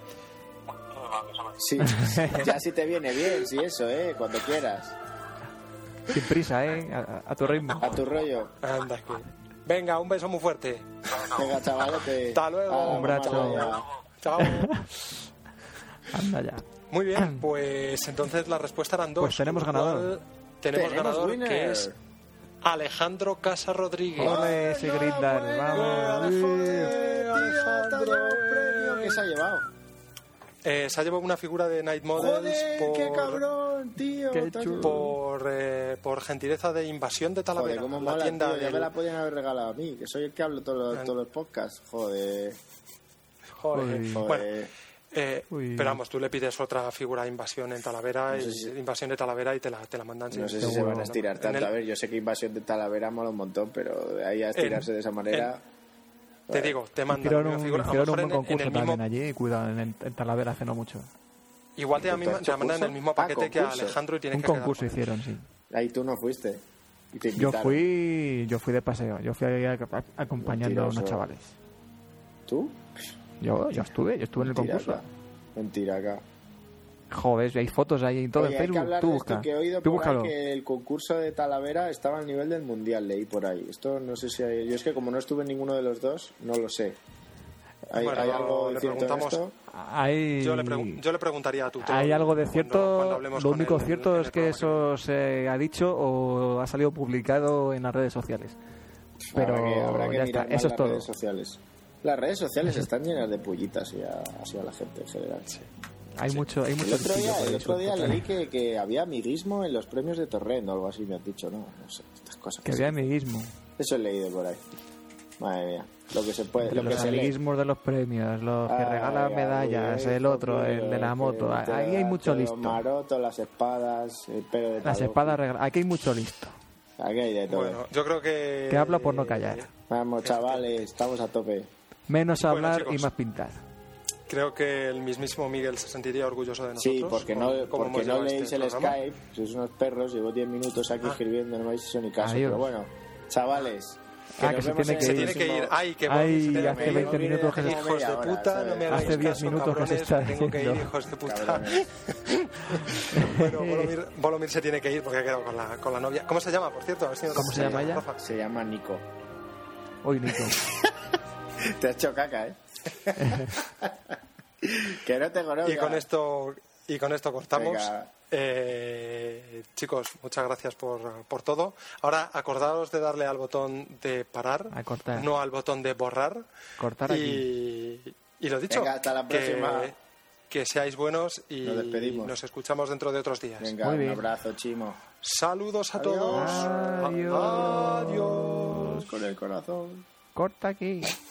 [SPEAKER 3] Sí, ya si te viene bien, si eso, ¿eh? Cuando quieras.
[SPEAKER 4] Sin prisa, ¿eh? A, a tu ritmo.
[SPEAKER 3] A tu rollo.
[SPEAKER 2] Anda, que... Venga, un beso muy fuerte.
[SPEAKER 3] Venga, chavalete.
[SPEAKER 2] Hasta luego.
[SPEAKER 3] Ah,
[SPEAKER 4] Un abrazo.
[SPEAKER 3] vamos allá.
[SPEAKER 2] Chao.
[SPEAKER 4] Anda ya.
[SPEAKER 2] Muy bien, pues entonces la respuesta eran dos.
[SPEAKER 4] Pues tenemos
[SPEAKER 2] con lo
[SPEAKER 4] ganador.
[SPEAKER 2] cual Tenemos,
[SPEAKER 3] Tenemos
[SPEAKER 2] ganador
[SPEAKER 3] winner.
[SPEAKER 2] que es Alejandro Casa Rodríguez.
[SPEAKER 4] Ole, ese Grindar, vamos.
[SPEAKER 3] Tío, Alejandro, premio que se ha llevado.
[SPEAKER 2] Eh, se ha llevado una figura de Night Models
[SPEAKER 3] Joder,
[SPEAKER 2] por,
[SPEAKER 3] qué cabrón, tío.
[SPEAKER 4] Qué
[SPEAKER 3] Te has
[SPEAKER 4] chulo.
[SPEAKER 3] llevado-
[SPEAKER 2] por, eh, por gentileza de Invasión de Talavera.
[SPEAKER 3] Joder, cómo
[SPEAKER 2] la
[SPEAKER 3] mola,
[SPEAKER 2] tienda
[SPEAKER 3] tío. Ya
[SPEAKER 2] del-
[SPEAKER 3] me la podían haber regalado a mí, que soy el que hablo todos los, todos los podcasts. Joder.
[SPEAKER 2] Joder.
[SPEAKER 4] Uy.
[SPEAKER 2] Bueno,
[SPEAKER 3] Joder.
[SPEAKER 2] eh,
[SPEAKER 4] Uy.
[SPEAKER 2] pero vamos, tú le pides otra figura de Invasión en Talavera,
[SPEAKER 3] No sé
[SPEAKER 2] y,
[SPEAKER 3] si-
[SPEAKER 2] Invasión de Talavera y te la, te la mandan.
[SPEAKER 3] No sé si
[SPEAKER 2] sin-
[SPEAKER 3] se van a
[SPEAKER 2] no,
[SPEAKER 3] estirar
[SPEAKER 2] en
[SPEAKER 3] tanto.
[SPEAKER 2] el-
[SPEAKER 3] A ver, yo sé que Invasión de Talavera mola un montón, pero de ahí a estirarse
[SPEAKER 2] En-
[SPEAKER 3] de esa manera...
[SPEAKER 2] Te digo, te mandan
[SPEAKER 4] Hicieron
[SPEAKER 2] una
[SPEAKER 4] un,
[SPEAKER 2] figura. A lo
[SPEAKER 4] hicieron un
[SPEAKER 2] mejor
[SPEAKER 4] buen
[SPEAKER 2] en, en
[SPEAKER 4] concurso
[SPEAKER 2] el mismo,
[SPEAKER 4] también allí, cuidado, en, en Talavera hace no mucho.
[SPEAKER 2] igual te,
[SPEAKER 3] ¿Tú has
[SPEAKER 2] te
[SPEAKER 3] hecho
[SPEAKER 2] mandan en el
[SPEAKER 3] curso?
[SPEAKER 2] mismo
[SPEAKER 3] Ah,
[SPEAKER 2] paquete que a
[SPEAKER 3] concurso.
[SPEAKER 2] Alejandro y tienes
[SPEAKER 4] Un
[SPEAKER 2] que quedar
[SPEAKER 4] concurso
[SPEAKER 2] con él.
[SPEAKER 4] hicieron, sí.
[SPEAKER 3] Ahí tú no fuiste. Y te
[SPEAKER 4] Yo
[SPEAKER 3] invitaron.
[SPEAKER 4] fui, yo fui de paseo, yo fui ahí a- a- acompañando a unos
[SPEAKER 3] Mentiroso.
[SPEAKER 4] chavales.
[SPEAKER 3] ¿Tú?
[SPEAKER 4] Yo, yo estuve, yo estuve en el concurso.
[SPEAKER 3] Mentiraca. Mentiraca.
[SPEAKER 4] Joder, hay fotos ahí y todo
[SPEAKER 3] Oye,
[SPEAKER 4] en
[SPEAKER 3] hay que
[SPEAKER 4] Facebook.
[SPEAKER 3] hablar
[SPEAKER 4] Tú
[SPEAKER 3] de
[SPEAKER 4] busca,
[SPEAKER 3] esto, que he oído
[SPEAKER 4] tú
[SPEAKER 3] por ahí
[SPEAKER 4] búscalo.
[SPEAKER 3] que el concurso de Talavera estaba al nivel del mundial, leí por ahí. Esto no sé si hay... Yo es que como no estuve en ninguno de los dos, no lo sé. ¿Hay,
[SPEAKER 2] Bueno,
[SPEAKER 3] ¿hay algo
[SPEAKER 2] le
[SPEAKER 3] cierto en
[SPEAKER 2] preguntamos-
[SPEAKER 3] esto?
[SPEAKER 4] Hay,
[SPEAKER 2] Yo le, pregun- yo le preguntaría a tu tutor
[SPEAKER 4] hay algo de
[SPEAKER 2] cuando-
[SPEAKER 4] cierto,
[SPEAKER 2] cuando hablemos
[SPEAKER 4] lo
[SPEAKER 2] con
[SPEAKER 4] único
[SPEAKER 2] él en-
[SPEAKER 4] cierto
[SPEAKER 2] en
[SPEAKER 4] es
[SPEAKER 2] el
[SPEAKER 4] que
[SPEAKER 2] programa
[SPEAKER 4] eso se ha dicho o ha salido publicado en las redes sociales. Pero
[SPEAKER 3] habrá que, habrá que
[SPEAKER 4] ya
[SPEAKER 3] mirar
[SPEAKER 4] está,
[SPEAKER 3] más
[SPEAKER 4] eso es
[SPEAKER 3] las
[SPEAKER 4] todo.
[SPEAKER 3] redes sociales. Las redes sociales están llenas de pullitas y a, así a la gente en general.
[SPEAKER 4] Hay mucho, hay mucho
[SPEAKER 3] El otro
[SPEAKER 4] listillo
[SPEAKER 3] día,
[SPEAKER 4] por
[SPEAKER 3] el
[SPEAKER 4] ahí
[SPEAKER 3] otro día
[SPEAKER 4] suelto.
[SPEAKER 3] leí que, que había amiguismo en los premios de Torrent o algo así, me han dicho, ¿no? No sé, estas cosas.
[SPEAKER 4] Que
[SPEAKER 3] se
[SPEAKER 4] había
[SPEAKER 3] dicen.
[SPEAKER 4] amiguismo.
[SPEAKER 3] Eso he leído por ahí. Madre mía. Lo que se puede,
[SPEAKER 4] Entre
[SPEAKER 3] lo que
[SPEAKER 4] los
[SPEAKER 3] se lee.
[SPEAKER 4] amiguismos de los premios, los que
[SPEAKER 3] Ay,
[SPEAKER 4] regalan
[SPEAKER 3] ay,
[SPEAKER 4] medallas,
[SPEAKER 3] ay,
[SPEAKER 4] el otro,
[SPEAKER 3] tío,
[SPEAKER 4] el de la
[SPEAKER 3] que
[SPEAKER 4] moto.
[SPEAKER 3] te-
[SPEAKER 4] Ahí hay mucho
[SPEAKER 3] te-
[SPEAKER 4] listo.
[SPEAKER 3] Los marotos, las espadas, el pelo de
[SPEAKER 4] Las
[SPEAKER 3] Taloki.
[SPEAKER 4] espadas regaladas. Aquí hay mucho listo.
[SPEAKER 3] Aquí hay de todo.
[SPEAKER 2] Bueno, yo creo que...
[SPEAKER 4] Que habla por no callar.
[SPEAKER 3] Vamos, chavales, estamos a tope.
[SPEAKER 4] Menos
[SPEAKER 2] Bueno,
[SPEAKER 4] hablar
[SPEAKER 2] chicos.
[SPEAKER 4] y más pintar.
[SPEAKER 2] Creo que el mismísimo Miguel se sentiría orgulloso de nosotros.
[SPEAKER 3] Sí, porque
[SPEAKER 2] con
[SPEAKER 3] no,
[SPEAKER 2] cómo
[SPEAKER 3] porque
[SPEAKER 2] hemos
[SPEAKER 3] no
[SPEAKER 2] llevado
[SPEAKER 3] leéis
[SPEAKER 2] este
[SPEAKER 3] el
[SPEAKER 2] programa.
[SPEAKER 3] Skype, sois unos perros, llevo diez minutos aquí
[SPEAKER 2] Ah.
[SPEAKER 3] escribiendo, no me habéis hecho ni caso.
[SPEAKER 4] Adiós.
[SPEAKER 3] Pero bueno, chavales, que
[SPEAKER 4] Ah,
[SPEAKER 3] nos
[SPEAKER 4] que se
[SPEAKER 3] vemos
[SPEAKER 4] tiene
[SPEAKER 3] en
[SPEAKER 4] que
[SPEAKER 2] Se
[SPEAKER 3] el
[SPEAKER 4] ir.
[SPEAKER 2] tiene que ir.
[SPEAKER 3] próximo-
[SPEAKER 2] Ay, que
[SPEAKER 4] Ay,
[SPEAKER 2] Bolomi se tiene
[SPEAKER 4] hace
[SPEAKER 2] que ir.
[SPEAKER 4] veinte minutos que se-
[SPEAKER 2] Hijos de
[SPEAKER 3] Ahora,
[SPEAKER 2] puta,
[SPEAKER 3] ¿sabes?
[SPEAKER 2] no me hagáis
[SPEAKER 4] Hace diez
[SPEAKER 2] caso,
[SPEAKER 4] minutos que se
[SPEAKER 2] cabrones,
[SPEAKER 4] está
[SPEAKER 2] me tengo que ir,
[SPEAKER 4] yendo.
[SPEAKER 2] hijos de puta.
[SPEAKER 3] Cabrones.
[SPEAKER 2] Bueno, Volomir, Volomir se tiene que ir porque ha quedado con la, con la novia. ¿Cómo se llama, por cierto? A ver si nos
[SPEAKER 4] ¿Cómo
[SPEAKER 2] lo
[SPEAKER 4] se llama
[SPEAKER 2] dice,
[SPEAKER 4] ella?
[SPEAKER 2] Rafa.
[SPEAKER 3] Se llama Nico.
[SPEAKER 4] Hoy, Nico.
[SPEAKER 3] Te has hecho caca, ¿eh? Que no tengo novia.
[SPEAKER 2] Y con esto y con esto cortamos.
[SPEAKER 3] Venga.
[SPEAKER 2] Eh, chicos, muchas gracias por, por todo. Ahora acordaos de darle al botón de parar,
[SPEAKER 4] A cortar.
[SPEAKER 2] no al botón de borrar.
[SPEAKER 4] Cortar aquí.
[SPEAKER 2] y, y lo dicho,
[SPEAKER 3] Venga, hasta la próxima.
[SPEAKER 2] Que, que seáis buenos y
[SPEAKER 3] Nos despedimos.
[SPEAKER 2] nos escuchamos dentro de otros días.
[SPEAKER 3] Venga,
[SPEAKER 4] Muy
[SPEAKER 3] un
[SPEAKER 4] bien.
[SPEAKER 3] abrazo, Chimo.
[SPEAKER 2] Saludos a
[SPEAKER 3] Adiós.
[SPEAKER 2] todos.
[SPEAKER 4] Adiós.
[SPEAKER 2] Adiós.
[SPEAKER 3] Con el corazón.
[SPEAKER 4] Corta aquí.